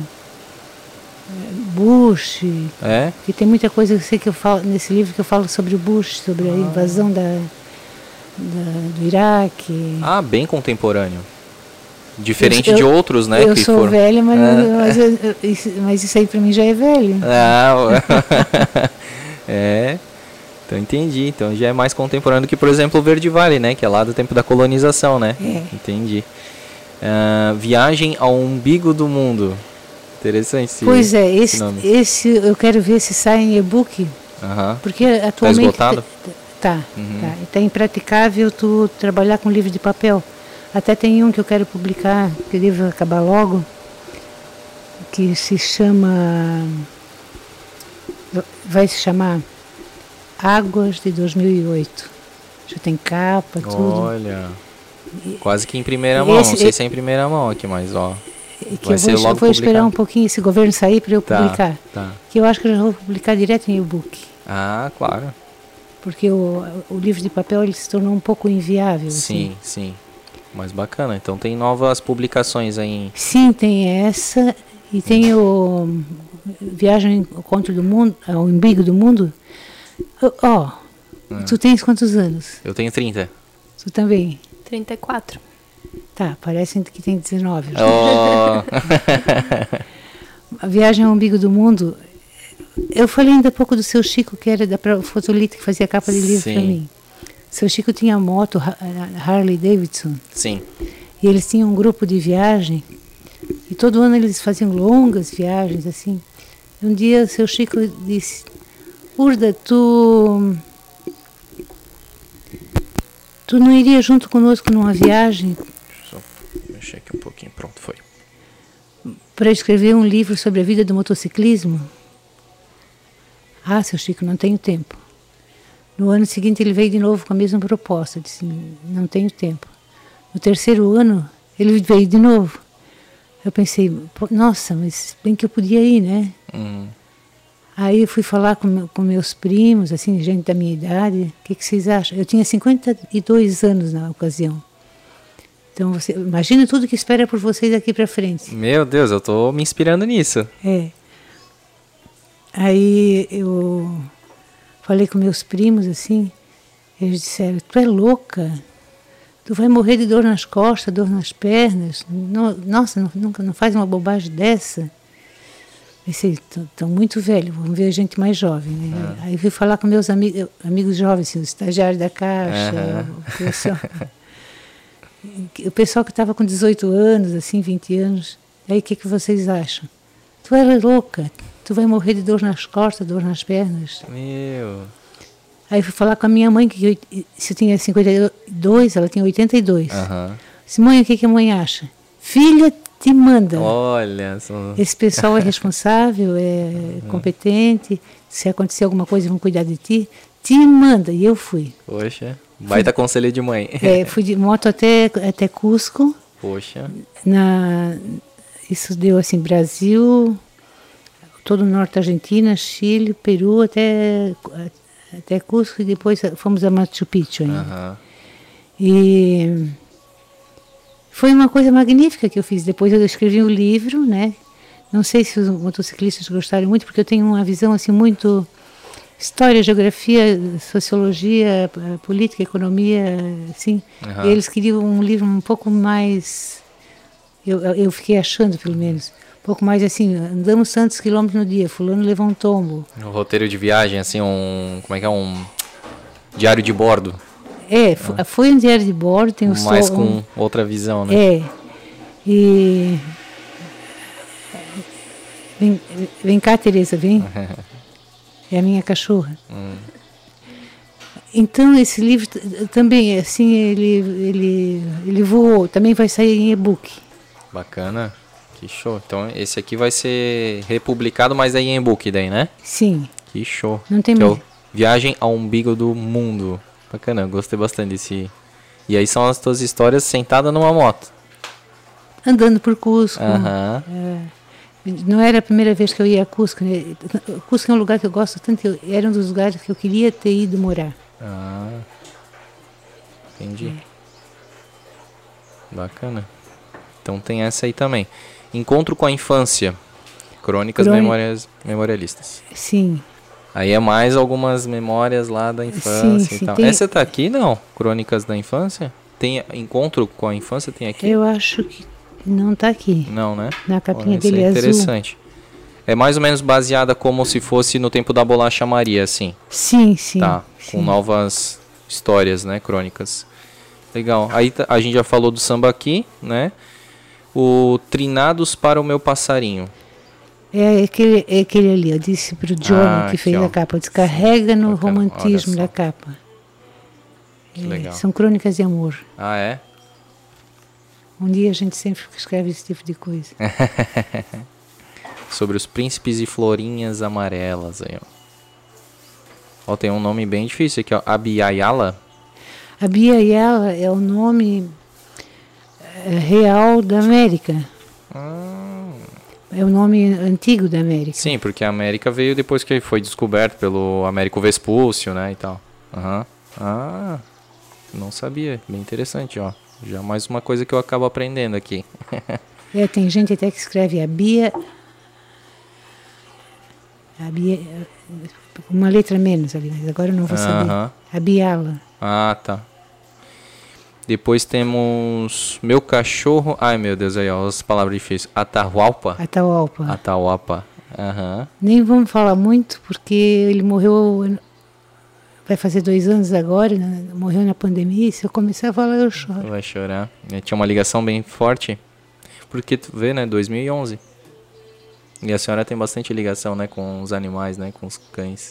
Bush, é? que tem muita coisa que eu sei que eu falo nesse livro que eu falo sobre o Bush, sobre ah. a invasão da, da, do Iraque. Ah, bem contemporâneo. Diferente eu, de outros, né? Eu que sou foram... velha, mas, é. mas, eu, isso, mas isso aí para mim já é velho. Ah, é. Então entendi. Então já é mais contemporâneo do que, por exemplo, o Verde Vale, né? Que é lá do tempo da colonização, né? É. Entendi. Uh, Viagem ao Umbigo do Mundo. Interessante esse Pois é, esse, nome. esse eu quero ver se sai em e-book, uh-huh. porque atualmente tá esgotado? Tá, uhum. tá. Tá impraticável tu trabalhar com livro de papel. Até tem um que eu quero publicar, que o livro vai acabar logo, que se chama, vai se chamar Águas de dois mil e oito. Já tem capa, tudo. Olha, quase que em primeira mão, esse, não sei se é em primeira mão aqui, mas ó. Que eu vou, eu vou esperar um pouquinho esse governo sair para eu tá, publicar. Tá. Que eu acho que eu já vou publicar direto em e-book. Ah, claro. Porque o, o livro de papel ele se tornou um pouco inviável. Sim, assim. sim. Mas bacana. Então tem novas publicações aí. Em... Sim, tem essa. E tem o Viagem ao Conto do Mundo, ao Umbigo do Mundo. Ó, oh, hum. tu tens quantos anos? Eu tenho trinta. Tu também? trinta e quatro. Tá, parece que tem dezenove. Oh. A Viagem ao Umbigo do Mundo. Eu falei ainda há pouco do seu Chico, que era da Fotolito, que fazia capa de livro para mim. Seu Chico tinha moto, Harley Davidson. Sim. E eles tinham um grupo de viagem. E todo ano eles faziam longas viagens, assim. Um dia seu Chico disse: Urda, tu... Tu não iria junto conosco numa viagem? Só mexer aqui um pouquinho, pronto, foi. Para escrever um livro sobre a vida do motociclismo? Ah, seu Chico, não tenho tempo. No ano seguinte ele veio de novo com a mesma proposta, disse, não tenho tempo. No terceiro ano ele veio de novo. Eu pensei, nossa, mas bem que eu podia ir, né? Uhum. Aí eu fui falar com, com meus primos, assim, gente da minha idade, o que, que vocês acham? Eu tinha cinquenta e dois anos na ocasião. Então, você, imagina tudo que espera por vocês daqui para frente. Meu Deus, eu tô me inspirando nisso. É. Aí eu falei com meus primos, assim, Eles disseram, tu é louca, tu vai morrer de dor nas costas, dor nas pernas, no, nossa, não, nunca, não faz uma bobagem dessa. Pensei, estão muito velhos, vamos ver a gente mais jovem. Né? Ah. Aí fui falar com meus amigos, amigos jovens, assim, os estagiários da Caixa, uh-huh. o, pessoal, o pessoal que estava com dezoito anos, assim, vinte anos. Aí o que, que vocês acham? Tu era louca, tu vai morrer de dor nas costas, dor nas pernas. Meu... Aí fui falar com a minha mãe, que se eu tinha cinquenta e dois, ela tinha oitenta e dois. Uhum. Disse, mãe, o que, que a mãe acha? Filha, te manda. Olha só. Esse pessoal é responsável, é uhum. competente, se acontecer alguma coisa vão cuidar de ti. Te manda. E eu fui. Poxa, baita conselho de mãe. É, fui de moto até, até Cusco. Poxa. Na, isso deu assim, Brasil, todo o norte da Argentina, Chile, Peru, até... até Cusco, e depois fomos a Machu Picchu ainda. Uhum. E foi uma coisa magnífica que eu fiz. Depois eu escrevi um livro, né? Não sei se os motociclistas gostaram muito, porque eu tenho uma visão assim muito história, geografia, sociologia, política, economia, assim. Uhum. E eles queriam um livro um pouco mais, eu, eu fiquei achando pelo menos, um pouco mais assim, andamos tantos quilômetros no dia, fulano levou um tombo. Um roteiro de viagem, assim, um, como é que é, um diário de bordo. É, ah. foi um diário de bordo, tem o sol. Mais com um, outra visão, né? É, e... Vem, vem cá, Tereza, vem. É a minha cachorra. Hum. Então, esse livro também, assim, ele, ele, ele voou, também vai sair em e-book. Bacana. Que show. Então esse aqui vai ser republicado, mas aí em e-book daí, né? Sim. Que show. Não tem mais. Viagem ao umbigo do mundo. Bacana, gostei bastante desse. E aí são as tuas histórias sentada numa moto. Andando por Cusco. Aham. É, não era a primeira vez que eu ia a Cusco, né? Cusco é um lugar que eu gosto tanto, era um dos lugares que eu queria ter ido morar. Ah. Entendi. É. Bacana. Então tem essa aí também. Encontro com a infância. Crônicas Crônica. memórias, memorialistas. Sim. Aí é mais algumas memórias lá da infância sim, e sim, tal. Tem... Essa tá aqui, não? Crônicas da infância? Tem encontro com a infância? Tem aqui? Eu acho que não tá aqui. Não, né? Na capinha dele é azul. Interessante. É mais ou menos baseada como se fosse no tempo da Bolacha Maria, assim. Sim, sim. Tá, sim. com novas histórias, né? Crônicas. Legal. Aí a gente já falou do samba aqui, né? O Trinados para o Meu Passarinho. É aquele, é aquele ali, eu disse para o Johnny ah, que fez ó. a capa, descarrega no Bacana. romantismo da capa. Que é, legal. São crônicas de amor. Ah, é? Um dia a gente sempre escreve esse tipo de coisa. Sobre os príncipes e florinhas amarelas. Aí, ó. Ó, tem um nome bem difícil aqui, ó. Abiyala. Abiyala é o nome real da América. Ah. É o nome antigo da América. Sim, porque a América veio depois que foi descoberto pelo Américo Vespúcio, né, e tal. Uhum. Ah, não sabia. Bem interessante, ó. Já mais uma coisa que eu acabo aprendendo aqui. É, tem gente até que escreve a Bia... A Bia... Uma letra menos ali, mas agora eu não vou saber. Uhum. A Biala. Ah, tá. Depois temos Meu Cachorro... Ai, meu Deus, aí, ó, as palavras difíceis. Atahualpa. Atahualpa. Atahualpa. Aham. Uhum. Nem vamos falar muito, porque ele morreu... Vai fazer dois anos agora, né? Morreu na pandemia. Se eu começar a falar, eu choro. Vai chorar. Eu tinha uma ligação bem forte. Porque, tu vê, né, dois mil e onze. E a senhora tem bastante ligação, né, com os animais, né, com os cães.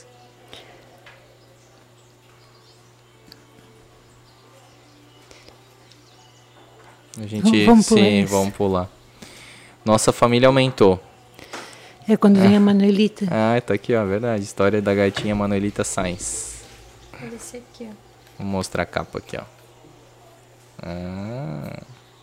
A gente, vamos pular sim, isso. vamos pular. Nossa família aumentou. É quando vem ah. a Manuelita. Ah, tá aqui, ó, verdade. História da gatinha Manuelita Sainz. Olha esse aqui, ó. Vou mostrar a capa aqui, ó. Ah.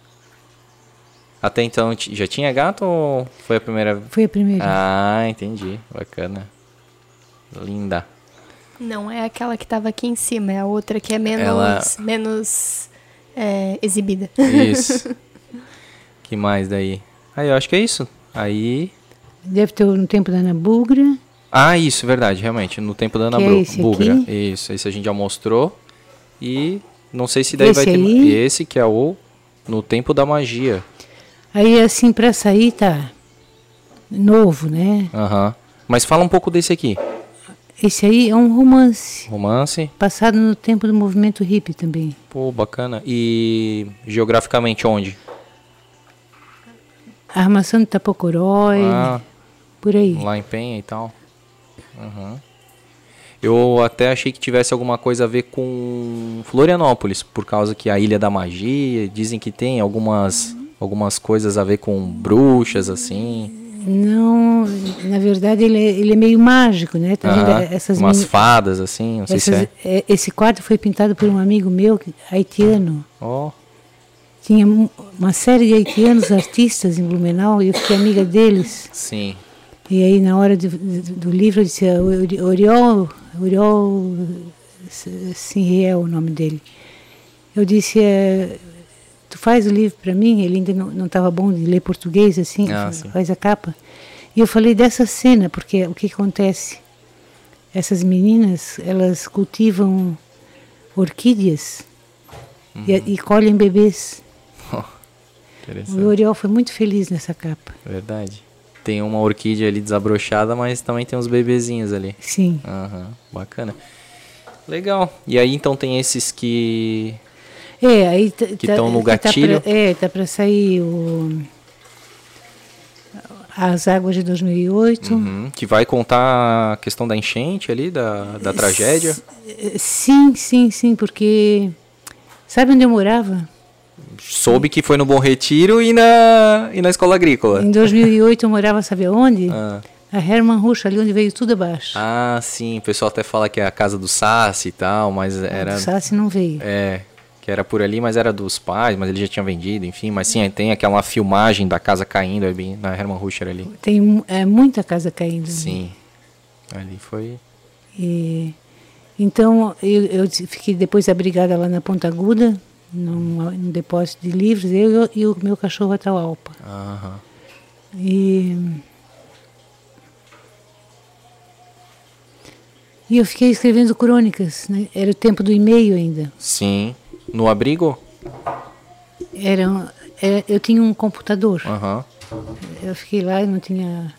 Até então já tinha gato ou foi a primeira? Foi a primeira. Ah, entendi. Bacana. Linda. Não é aquela que tava aqui em cima, é a outra que é menos, Ela... menos é, exibida. Isso. Que mais daí? Aí eu acho que é isso. Aí... Deve ter no tempo da Ana Bugra. Ah, isso, verdade, realmente. No tempo da Ana que Bru- é esse Bugra. Aqui? Isso, esse a gente já mostrou. E não sei se daí esse vai ter aí, esse que é o No Tempo da Magia. Aí assim, para sair tá novo, né? Aham. Mas fala um pouco desse aqui. Esse aí é um romance. Romance. Passado no tempo do movimento hippie também. Pô, bacana. E geograficamente onde? Armação de Tapocorói, Ah, por aí. lá em Penha e tal. Uhum. Eu até achei que tivesse alguma coisa a ver com Florianópolis, por causa que a Ilha da Magia, dizem que tem algumas, algumas coisas a ver com bruxas, assim. Não, na verdade ele é, ele é meio mágico, né? Tá Aham, vendo essas umas meni- fadas, assim, não sei essas- se é. é, Esse quadro foi pintado por um amigo meu, que- haitiano. Ó, Tinha mu- uma série de haitianos artistas em Blumenau e eu fiquei amiga deles. sim. E aí, na hora do, do, do livro, eu disse, Ori- Oriol, Oriol Sinriel, o nome dele. Eu disse, é, tu faz o livro para mim? Ele ainda não estava bom de ler português, assim, Ah, fa- sim. faz a capa. E eu falei dessa cena, porque o que acontece? Essas meninas, elas cultivam orquídeas Uhum. e, e colhem bebês. O Interessante. Oriol foi muito feliz nessa capa. Verdade. Tem uma orquídea ali desabrochada, mas também tem uns bebezinhos ali. Sim. Aham, bacana. Legal. E aí então tem esses que... É, aí tá, Que tão no tá gatilho. pra- é, tá para sair o As Águas de dois mil e oito. Uhum, que vai contar a questão da enchente ali, da, da tragédia. S- Sim, sim, sim, porque sabe onde eu morava? Soube que foi no Bom Retiro e na, e na Escola Agrícola. Em dois mil e oito eu morava, sabe aonde? Ah. A Hermann Rusch, ali onde veio tudo abaixo. Ah, sim. O pessoal até fala que é a casa do Sassi e tal, mas era... O Sassi não veio. É, que era por ali, mas era dos pais, mas ele já tinha vendido, enfim. Mas sim, tem aquela filmagem da casa caindo é bem na Hermann Ruscher ali. Tem mu- é, muita casa caindo. ali. Sim. Ali foi... E, então, eu, eu fiquei depois abrigada lá na Ponta Aguda, num, num depósito de livros, eu e o meu cachorro Atahualpa. Aham. E, e eu fiquei escrevendo crônicas, né? Era o tempo do e-mail ainda. Sim. No abrigo? Era, era, eu tinha um computador. Aham. Eu fiquei lá e não tinha...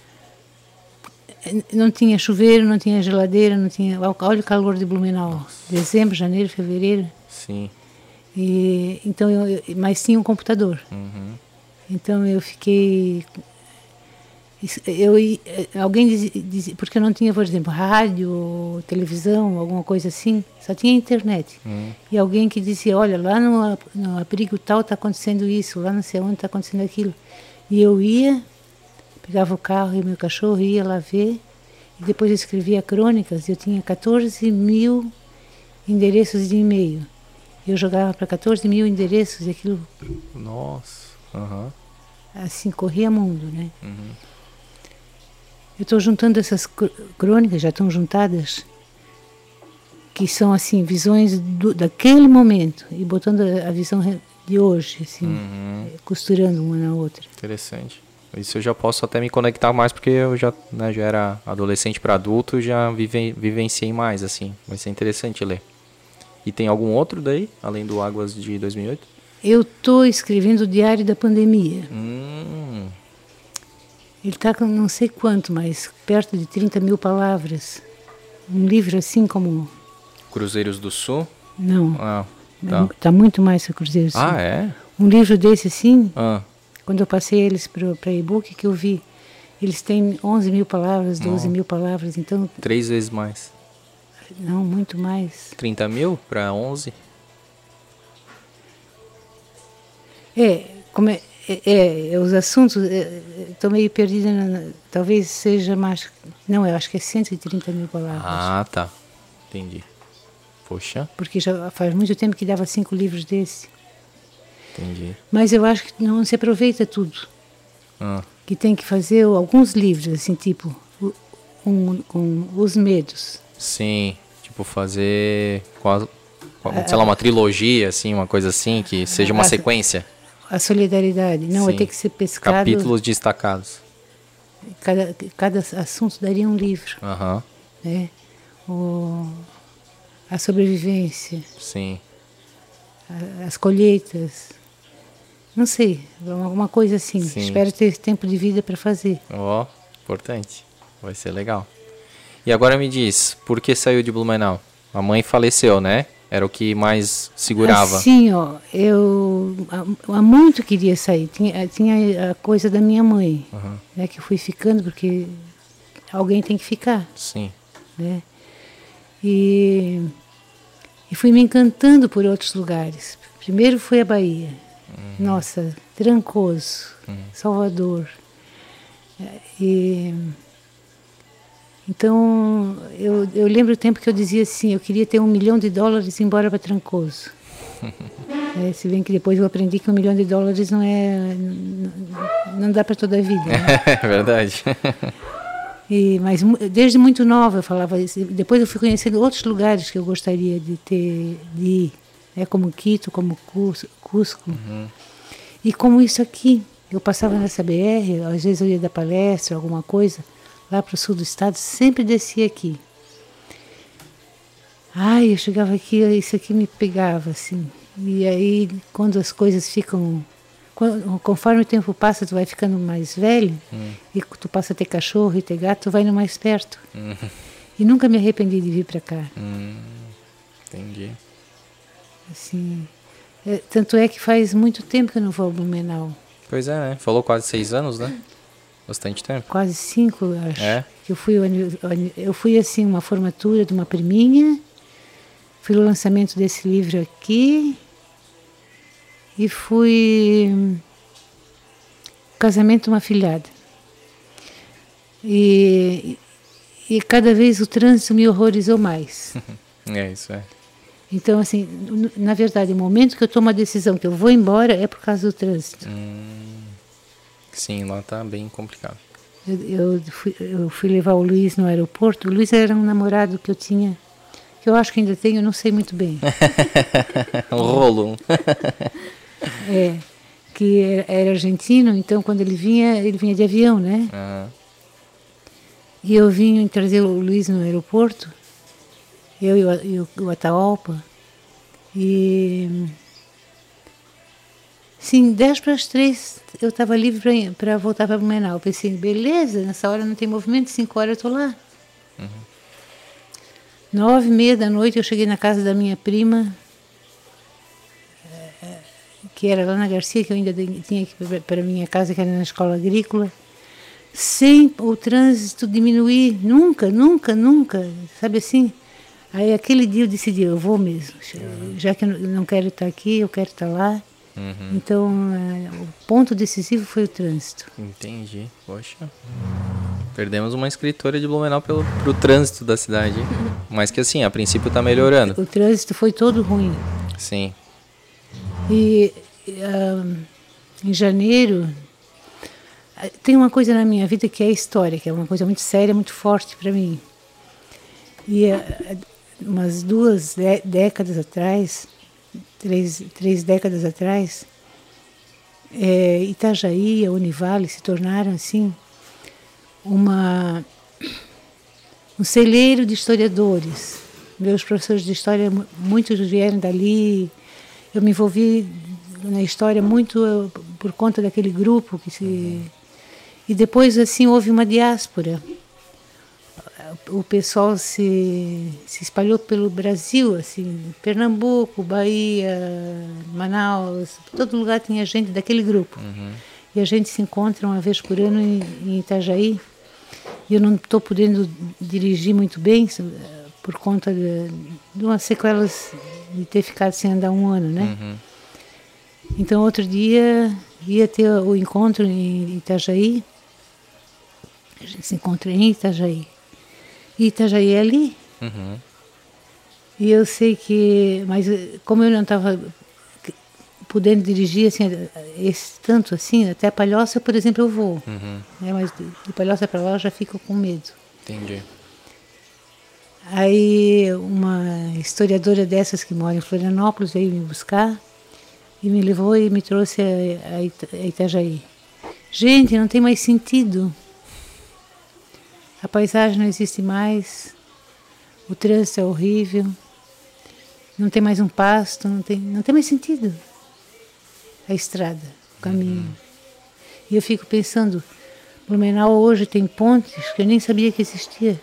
Não tinha chuveiro, não tinha geladeira, não tinha... Olha o calor de Blumenau. Dezembro, janeiro, fevereiro. Sim. E, então eu, eu- mas tinha um computador. Uhum. Então eu fiquei... isso- Eu, i- alguém dizia, dizia... Porque eu não tinha, por exemplo, rádio, televisão, alguma coisa assim. Só tinha internet. Uhum. E alguém que dizia, olha, lá no, a- no abrigo tal está acontecendo isso, lá não sei onde está acontecendo aquilo. E eu ia, pegava o carro e o meu cachorro ia lá ver. E depois eu escrevia crônicas. Eu tinha catorze mil endereços de e-mail. Eu jogava para catorze mil endereços e aquilo, Nossa. Aham. assim, corria mundo, né? Uhum. Eu estou juntando essas cr- crônicas, já estão juntadas, que são, assim, visões do, daquele momento, e botando a, a visão re- de hoje, assim, Uhum. costurando uma na outra. Interessante. Isso eu já posso até me conectar mais, porque eu já, né, já era adolescente para adulto, já vive, vivenciei mais, assim. Vai ser interessante ler. E tem algum outro daí, além do Águas de dois mil e oito? Eu estou escrevendo o Diário da Pandemia. Hum, Ele está com não sei quanto, mas perto de trinta mil palavras. Um livro assim como... Cruzeiros do Sul? Não, Ah, está tá. muito mais que Cruzeiro Sul. Ah, é? Um livro desse assim, Ah, quando eu passei eles para e-book, que eu vi, eles têm onze mil palavras, doze mil palavras, então, três vezes mais. não, muito mais. trinta mil para onze? É, como é, é, é, os assuntos, estou meio perdida, na, na- talvez seja mais, não, eu acho que é cento e trinta mil palavras, Ah, tá. Entendi. Poxa, porque já faz muito tempo que dava cinco livros desse. entendi. Mas eu acho que não se aproveita tudo, Ah, que tem que fazer alguns livros, assim, tipo, o- um, com os medos. sim, tipo fazer, quase, sei lá, uma trilogia, assim, uma coisa assim, que seja uma Ah, sequência. A solidariedade, não, vai Sim. ter que ser pescado. Capítulos destacados. Cada, cada assunto daria um livro, Aham. né? O, a sobrevivência. Sim. A, as colheitas. Não sei, alguma coisa assim. Sim. Espero ter tempo de vida para fazer. Ó, oh, importante. Vai ser legal. E agora me diz, por que saiu de Blumenau? A mãe faleceu, né? Era o que mais segurava. Sim, ó, eu há muito queria sair. Tinha, tinha a coisa da minha mãe, uhum. né, que eu fui ficando porque alguém tem que ficar. Sim. Né? E, e fui me encantando por outros lugares. Primeiro foi a Bahia. Uhum. Nossa, Trancoso, uhum. Salvador. E... Então, eu, eu lembro o tempo que eu dizia assim, eu queria ter um milhão de dólares e ir embora para Trancoso. é, se bem que depois eu aprendi que um milhão de dólares não é, não, não dá para toda a vida. Né? É verdade. E, mas desde muito nova eu falava isso. Depois eu fui conhecendo outros lugares que eu gostaria de ter, de ir. É, como Quito, como Cusco. Uhum. E como isso aqui. Eu passava nessa B R, às vezes eu ia dar palestra, alguma coisa. Lá para o sul do estado, sempre descia aqui. Ai, eu chegava aqui, isso aqui me pegava, assim. E aí, quando as coisas ficam... Conforme o tempo passa, tu vai ficando mais velho, hum. e tu passa a ter cachorro e ter gato, tu vai indo mais perto. Hum. E nunca me arrependi de vir para cá. Hum. Entendi. Assim, é, tanto é que faz muito tempo que eu não vou ao Blumenau. Pois é, né? Falou quase seis anos, né? Bastante tempo. Quase cinco, eu acho. É? Que eu fui, eu fui assim, uma formatura de uma priminha, fui o lançamento desse livro aqui, e fui o casamento de uma filhada. E, e cada vez o trânsito me horrorizou mais. É, isso é. Então, assim, na verdade, o momento que eu tomo a decisão que eu vou embora é por causa do trânsito. Hum. Sim, lá tá bem complicado. Eu, eu, fui, eu fui levar o Luiz no aeroporto. O Luiz era um namorado que eu tinha, que eu acho que ainda tenho, não sei muito bem. Um rolo. É, que era, era argentino, então quando ele vinha, ele vinha de avião, né? Uhum. E eu vim trazer o Luiz no aeroporto, eu e o, e o, o Ataopa, e... Sim, dez para as três eu estava livre para voltar para Blumenau. Eu pensei, beleza, nessa hora não tem movimento, cinco horas eu estou lá. Uhum. Nove e meia da noite eu cheguei na casa da minha prima, que era lá na Garcia, que eu ainda tinha que ir para a minha casa, que era na escola agrícola, sem o trânsito diminuir, nunca, nunca, nunca, sabe assim? Aí aquele dia eu decidi, eu vou mesmo, uhum. já que eu não quero estar aqui, eu quero estar lá. Uhum. Então, é, o ponto decisivo foi o trânsito. Entendi. Poxa. Perdemos uma escritora de Blumenau pelo pro trânsito da cidade. Mas que assim, a princípio está melhorando. O, o trânsito foi todo ruim. Sim. E uh, em janeiro, tem uma coisa na minha vida que é a história, que é uma coisa muito séria, muito forte para mim. E uh, umas duas de- décadas atrás... Três, três décadas atrás, é, Itajaí e a Univale se tornaram assim uma, um celeiro de historiadores. Meus professores de história, muitos vieram dali. Eu me envolvi na história muito por conta daquele grupo que se... E depois assim houve uma diáspora. O pessoal se, se espalhou pelo Brasil, assim, Pernambuco, Bahia, Manaus, todo lugar tinha gente daquele grupo. Uhum. E a gente se encontra uma vez por ano em, em Itajaí. E eu não estou podendo dirigir muito bem por conta de, de umas sequelas de ter ficado sem andar um ano, né? Uhum. Então, outro dia, ia ter o encontro em Itajaí. A gente se encontra em Itajaí. E Itajaí é ali. Uhum. E eu sei que... Mas como eu não estava podendo dirigir assim, esse tanto assim, até a Palhoça, por exemplo, eu vou. Uhum. Né? Mas de Palhoça para lá eu já fico com medo. Entendi. Aí uma historiadora dessas que mora em Florianópolis veio me buscar e me levou e me trouxe a, a, Ita, a Itajaí. Gente, não tem mais sentido. A paisagem não existe mais, o trânsito é horrível, não tem mais um pasto, não tem, não tem mais sentido a estrada, o caminho. Uhum. E eu fico pensando, Blumenau hoje tem pontes que eu nem sabia que existia.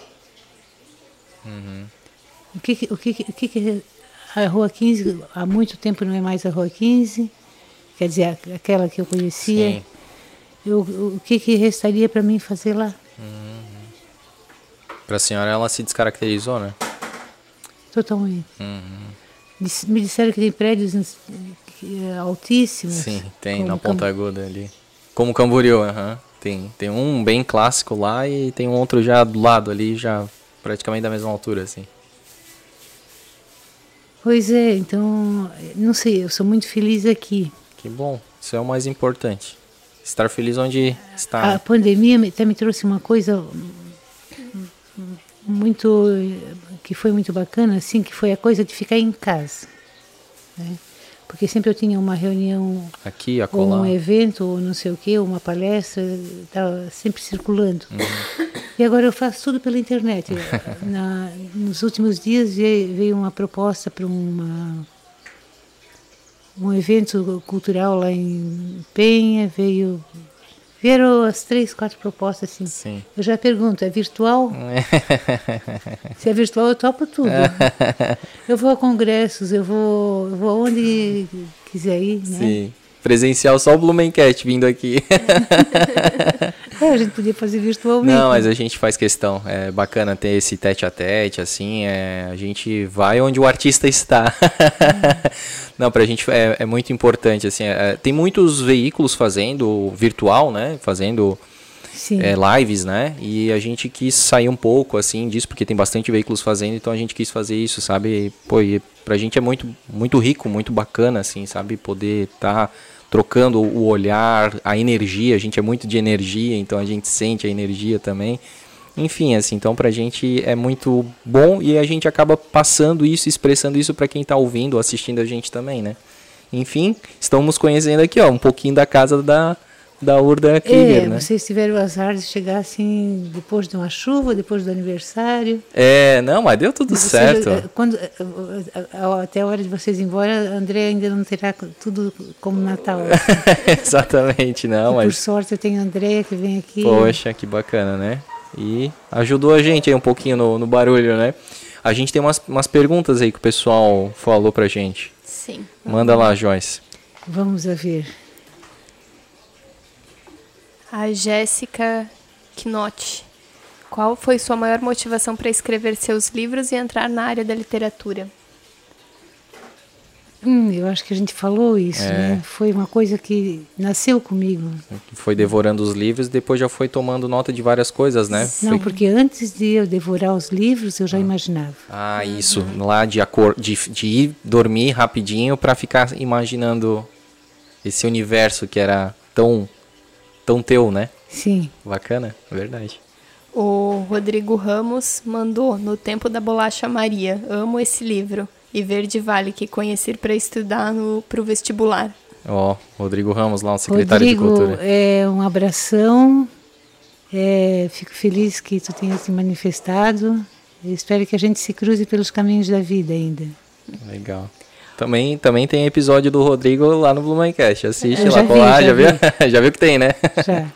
Uhum. O que o que, o que, que a Rua quinze, há muito tempo não é mais a Rua quinze, quer dizer, aquela que eu conhecia. Sim. Eu, o que, que restaria para mim fazer lá? Uhum. Para a senhora, ela se descaracterizou, né? Totalmente. Uhum. Me disseram que tem prédios altíssimos. Sim, tem na Ponta Aguda ali. Como Camboriú, uhum. tem, tem um bem clássico lá e tem um outro já do lado ali, já praticamente da mesma altura, assim. Pois é, então, não sei, eu sou muito feliz aqui. Que bom, isso é o mais importante. Estar feliz onde está. A pandemia até me trouxe uma coisa muito, que foi muito bacana, assim, que foi a coisa de ficar em casa, né? Porque sempre eu tinha uma reunião, aqui, acolá, ou um evento, ou não sei o quê, uma palestra, estava sempre circulando. Uhum. E agora eu faço tudo pela internet. Na, nos últimos dias veio uma proposta para uma, um evento cultural lá em Penha, veio... Vieram as três, quatro propostas assim. Sim. Eu já pergunto, é virtual? Se é virtual, eu topo tudo. Eu vou a congressos, eu vou, eu vou onde quiser ir, né? Sim. Presencial, só o Blumencast vindo aqui. É, a gente podia fazer virtualmente. Não, mas a gente faz questão. É bacana ter esse tete a tete, assim. É, a gente vai onde o artista está. Não, pra gente é, é muito importante, assim. É, tem muitos veículos fazendo virtual, né? Fazendo é, lives, né? E a gente quis sair um pouco, assim, disso, porque tem bastante veículos fazendo, então a gente quis fazer isso, sabe? E, pô, e pra gente é muito, muito rico, muito bacana, assim, sabe? Poder estar... Tá trocando o olhar, a energia, a gente é muito de energia, então a gente sente a energia também. Enfim, assim, então pra gente é muito bom e a gente acaba passando isso, expressando isso pra quem tá ouvindo ou assistindo a gente também, né? Enfim, estamos conhecendo aqui, ó, um pouquinho da casa da, da Urda Krieger, é, né? Vocês tiveram o azar de chegar assim, depois de uma chuva, depois do aniversário. É, não, mas deu tudo Você, certo. Quando, até a hora de vocês ir embora, a André ainda não terá tudo como Natal. Assim. Exatamente, não, e mas... Por sorte eu tenho a André que vem aqui. Poxa, que bacana, né? E ajudou a gente aí um pouquinho no, no barulho, né? A gente tem umas, umas perguntas aí que o pessoal falou pra gente. Sim. Manda lá, Joyce. Vamos a ver. A Jéssica Knott. Qual foi sua maior motivação para escrever seus livros e entrar na área da literatura? Hum, eu acho que a gente falou isso, é. né? Foi uma coisa que nasceu comigo. Foi devorando os livros e depois já foi tomando nota de várias coisas, né? Não, foi... porque antes de eu devorar os livros, eu já imaginava. Ah, isso. Uhum. Lá de, acor... de, de ir dormir rapidinho para ficar imaginando esse universo que era tão... tão teu, né? Sim. Bacana, verdade. O Rodrigo Ramos mandou No Tempo da Bolacha Maria. Amo esse livro. E Verde Vale, que conheci para estudar no, pro vestibular. Ó, oh, Rodrigo Ramos, lá, um secretário Rodrigo, de Cultura. É um abração. É, fico feliz que tu tenha se manifestado. Eu espero que a gente se cruze pelos caminhos da vida ainda. Legal. Também, também tem episódio do Rodrigo lá no Blumencast. Assiste eu lá, vi, colar, já, já viu? Vi. Já viu que tem, né? Já.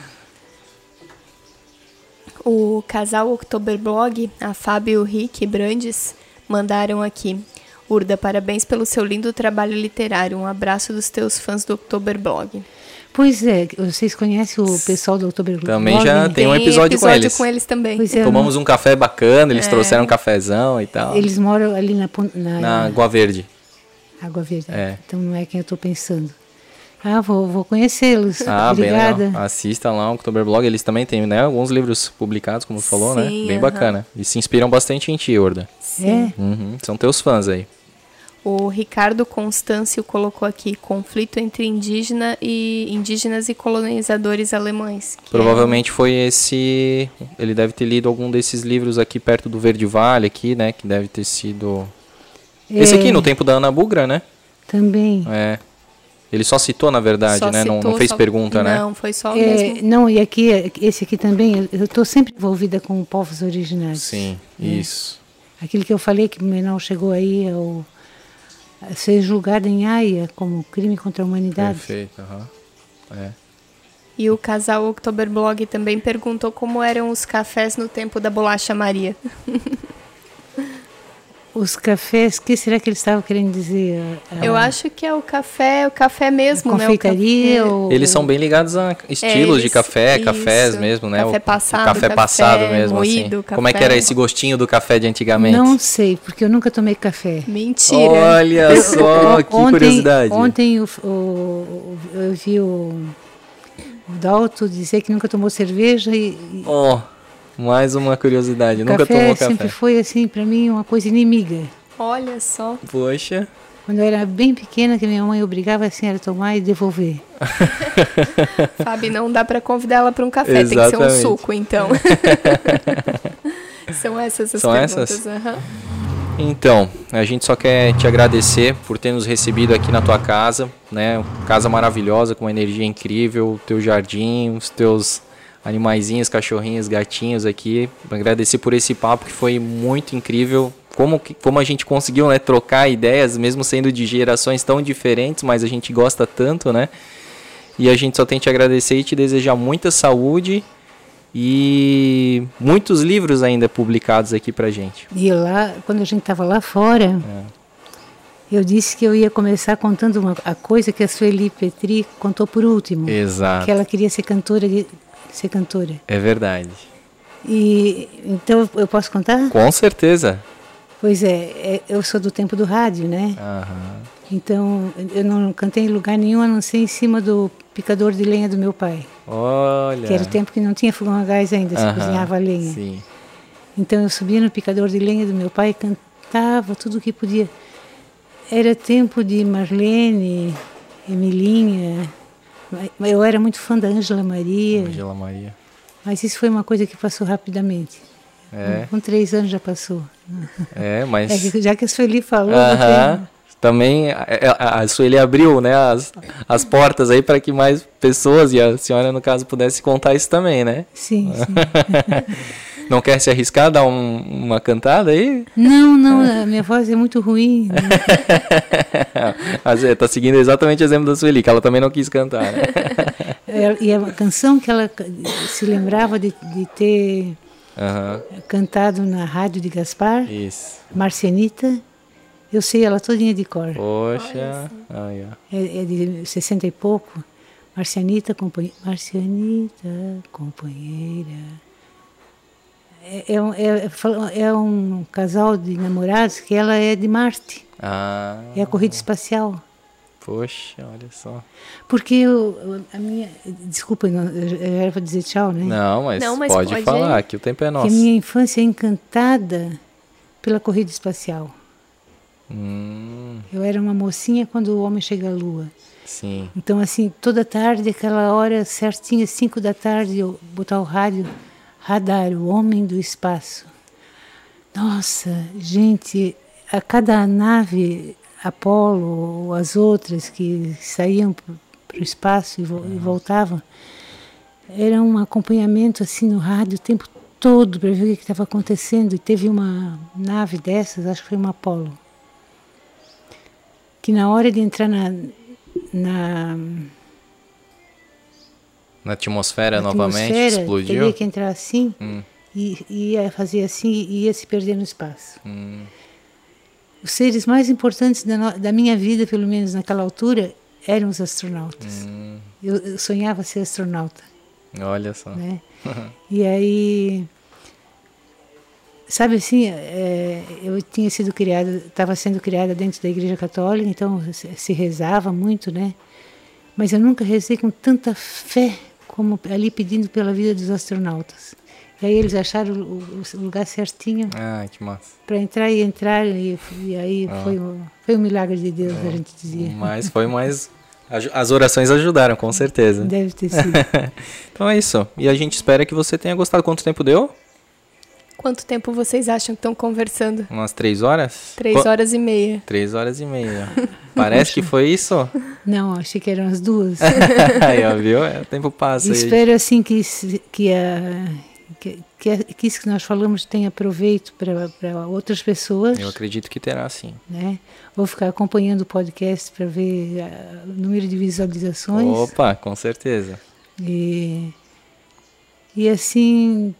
O casal Oktoberblog, a Fábio e o Rick Brandes, mandaram aqui. Urda, parabéns pelo seu lindo trabalho literário. Um abraço dos teus fãs do Oktoberblog. Pois é, vocês conhecem o pessoal do Oktoberblog? Também já tem, tem um episódio, episódio com eles. com eles também. Pois é, Tomamos um café bacana, eles é. trouxeram um cafezão e tal. Eles moram ali na... Na, na Água Verde. Água Verde, é. Então não é quem eu estou pensando. Ah, vou, vou conhecê-los. Ah, obrigada. Bem legal. Assista lá o Oktoberblog, eles também têm, né, alguns livros publicados, como você falou, Sim, né? Bem uh-huh. bacana. E se inspiram bastante em ti, Urda. Sim. É? Uhum. São teus fãs aí. O Ricardo Constâncio colocou aqui, conflito entre indígena e, indígenas e colonizadores alemães. Provavelmente é... foi esse... Ele deve ter lido algum desses livros aqui perto do Verde Vale, aqui, né? Que deve ter sido... É... Esse aqui, No Tempo da Ana Bugra, né? Também. É. Ele só citou, na verdade, só né? Citou, não, não fez só... pergunta, não, né? Não, foi só é, mesmo. Não, e aqui, esse aqui também, eu estou sempre envolvida com povos originários. Sim, né? isso. aquilo que eu falei que o Menor chegou aí ao a ser julgado em Haia como crime contra a humanidade. Perfeito, uhum. É. E o casal Oktoberblog também perguntou como eram os cafés no tempo da Bolacha Maria. Os cafés, o que será que eles estavam querendo dizer? Eu ah, acho que é o café, o café mesmo, a confeitaria, né? O café. Ou, Eles são bem ligados a estilos É, eles- de café, isso. cafés mesmo, né? Café O- passado, o café, café passado mesmo, moído, assim. café- Como é que era esse gostinho do café de antigamente? Não sei, porque eu nunca tomei café. Mentira. Olha só, que ontem, curiosidade. Ontem o, o, o- eu vi o, o Dalto dizer que nunca tomou cerveja e, e Ó, mais uma curiosidade, o nunca café tomou café. sempre foi assim para mim uma coisa inimiga. Olha só. Poxa. Quando eu era bem pequena, que minha mãe obrigava assim a tomar e devolver. Fábio, não dá pra convidar ela pra um café, tem que ser um Exatamente. suco, então. São essas as São perguntas. essas? aham. Então, a gente só quer te agradecer por ter nos recebido aqui na tua casa, né? Casa maravilhosa, com uma energia incrível, o teu jardim, os teus animaizinhos, cachorrinhos, gatinhos aqui. Agradecer por esse papo que foi muito incrível. Como, que- como a gente conseguiu, né, trocar ideias, mesmo sendo de gerações tão diferentes, mas a gente gosta tanto, né? E a gente só tem que te agradecer e te desejar muita saúde e muitos livros ainda publicados aqui pra gente. E lá, quando a gente estava lá fora, eu disse que eu ia começar contando uma, a coisa que a Sueli Petri contou por último. Exato. Que ela queria ser cantora, de- ser cantora. É verdade. E então eu posso contar? Com certeza. Pois é, é, eu sou do tempo do rádio, né? Aham. Então eu não cantei em lugar nenhum a não ser em cima do picador de lenha do meu pai. Olha. Que era o tempo que não tinha fogão a gás ainda, se Aham, cozinhava a lenha. Sim. Então eu subia no picador de lenha do meu pai e cantava tudo o que podia. Era tempo de Marlene, Emilinha. Eu era muito fã da Ângela Maria, Angela Maria. mas isso foi uma coisa que passou rapidamente. É, Com três anos já passou. é, mas... É que, já que a Sueli falou, Aham. não Também a, a, a Sueli abriu, né, as, as portas aí para que mais pessoas, e a senhora, no caso, pudesse contar isso também, né? tem... Sim, sim. Não quer se arriscar, dar um, uma cantada aí? Não, não, a minha voz é muito ruim. Né? Mas é, tá seguindo exatamente o exemplo da Sueli, que ela também não quis cantar, né? É, e a canção que ela se lembrava de, de ter Aham, cantado na rádio de Gaspar, isso. Marcianita, eu sei ela todinha de cor. Poxa. Aí, ó. É, é de sessenta e pouco. Marcianita, companhe... Marcianita, companheira. É, é, um- é, é um casal de namorados que ela é de Marte. Ah, É a corrida espacial. poxa, olha só. Porque eu, a minha... Desculpa, não, eu já era para dizer tchau, né? Não, mas, Não, mas pode, pode falar, ir. que o tempo é Que nosso. a minha infância é encantada pela corrida espacial. Hum, Eu era uma mocinha quando o homem chega à Lua. sim. Então, assim, toda tarde, aquela hora certinha, cinco da tarde, eu botar o rádio, radar, o homem do espaço. Nossa, gente, a cada nave, Apolo, ou as outras que saíam para o espaço e, vo- e voltavam, era um acompanhamento assim no rádio o tempo todo para ver o que estava acontecendo. E teve uma nave dessas, acho que foi uma Apolo, que na hora de entrar na, na, Na atmosfera na novamente, atmosfera, explodiu. teria que entrar assim Hum, e e ia fazer assim e ia se perder no espaço. hum. Os seres mais importantes da, no- da minha vida, pelo menos naquela altura, eram os astronautas. Hum, Eu, eu sonhava ser astronauta, olha só. né? E aí, sabe assim, é, eu tinha sido criada, estava sendo criada dentro da Igreja Católica, então se, se rezava muito, né? Mas eu nunca rezei com tanta fé como ali pedindo pela vida dos astronautas. E aí eles acharam o, o lugar certinho Ah, que massa. para entrar e entrar e, e aí Ah. foi, um, foi um milagre de Deus, a gente dizia. Mas foi mais... aju- As orações ajudaram, com certeza. Deve ter sido. Então é isso. E a gente espera que você tenha gostado. Quanto tempo deu? Quanto tempo vocês acham que estão conversando? Umas três horas? Três Qu- horas e meia. Três horas e meia. Parece que foi isso. Não, achei que eram as duas. Aí, ó, viu? É, o tempo passa. aí. Espero assim que, se- que, a, que, que, que isso que nós falamos tenha proveito para outras pessoas. Eu acredito que terá, sim. Né? Vou ficar acompanhando o podcast para ver uh, o número de visualizações. Opa, com certeza. E, e assim,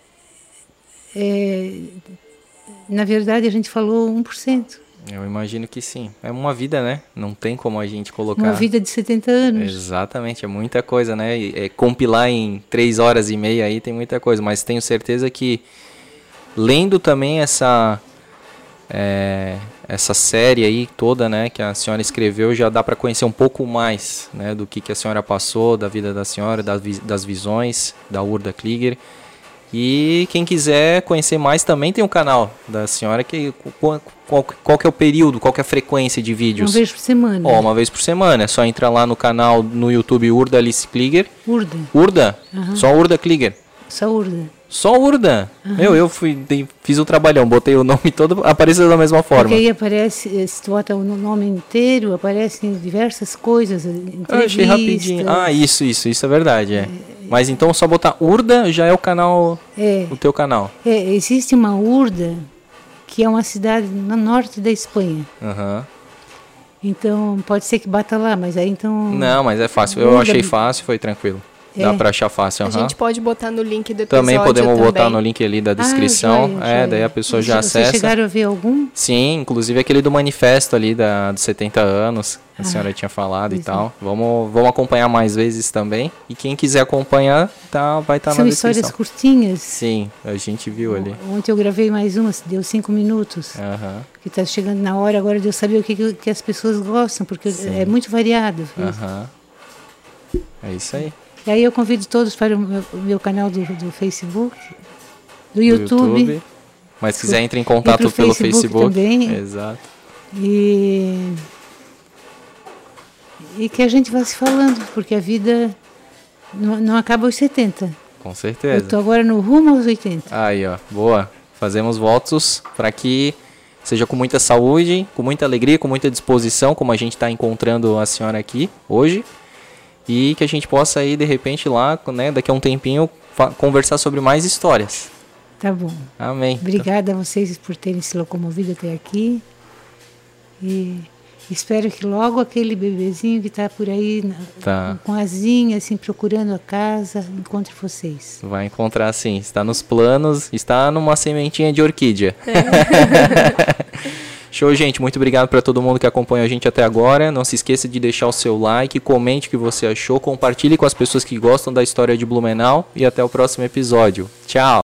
é, na verdade a gente falou um por cento. Eu imagino que sim. É uma vida, né? Não tem como a gente colocar... Uma vida de setenta anos. Exatamente, é muita coisa, né? E, é, compilar em três horas e meia aí tem muita coisa. Mas tenho certeza que, lendo também essa, é, essa série aí toda, né? Que a senhora escreveu, já dá para conhecer um pouco mais, né? Do que, que a senhora passou, da vida da senhora, das, das visões da Urda Klieger. E quem quiser conhecer mais também tem um canal da senhora que qual, qual, qual que é o período, qual que é a frequência de vídeos? Uma vez por semana. Ó, uma vez por semana. É só entrar lá no canal no YouTube Urda Alice Klieger. Urda. Urda? Uhum. Só Urda Klieger. Só Urda. Só Urda. Uhum. Meu, eu fui, dei, fiz um trabalhão, botei o nome todo, apareceu da mesma forma. Porque aí aparece, se tu bota o nome inteiro, aparecem diversas coisas, entrevistas. Eu achei rapidinho. Ah, isso, isso, isso é verdade, é. é. Mas então só botar Urda já é o canal, é, o teu canal. É, existe uma Urda, que é uma cidade no norte da Espanha. Uhum. Então pode ser que bata lá, mas aí então... Não, mas é fácil, eu Urda... achei fácil, foi tranquilo. É. Dá pra achar fácil. Uhum. A gente pode botar no link do episódio também. podemos também. botar no link ali da descrição. Ah, joia, joia. É, daí a pessoa já Vocês acessa. Vocês chegaram a ver algum? Sim, inclusive aquele do manifesto ali da, dos setenta anos. A ah, senhora tinha falado e tal. É. Vamos, vamos acompanhar mais vezes também. E quem quiser acompanhar, tá, vai estar tá na descrição. São histórias curtinhas. Sim, a gente viu ali. Ontem eu gravei mais uma, deu cinco minutos. Uhum. Que está chegando na hora agora de eu saber o que, que as pessoas gostam, porque Sim. é muito variado. Uhum. É isso aí. E aí eu convido todos para o meu, o meu canal do, do Facebook, do, do YouTube. YouTube. Mas se quiser, entre em contato pelo Facebook, Facebook também. Exato. E, e que a gente vá se falando, porque a vida não, não acaba aos setenta. Com certeza. Eu estou agora no rumo aos oitenta. Aí, ó, boa. Fazemos votos para que seja com muita saúde, com muita alegria, com muita disposição, como a gente está encontrando a senhora aqui hoje. E que a gente possa aí, de repente, lá, né, daqui a um tempinho, conversar sobre mais histórias. Tá bom. Amém. Obrigada a vocês por terem se locomovido até aqui. E espero que logo aquele bebezinho que está por aí, tá. com asinha, assim, procurando a casa, encontre vocês. Vai encontrar sim. Está nos planos, está numa sementinha de orquídea. É. Show, gente. Muito obrigado para todo mundo que acompanhou a gente até agora. Não se esqueça de deixar o seu like, comente o que você achou, compartilhe com as pessoas que gostam da história de Blumenau e até o próximo episódio. Tchau!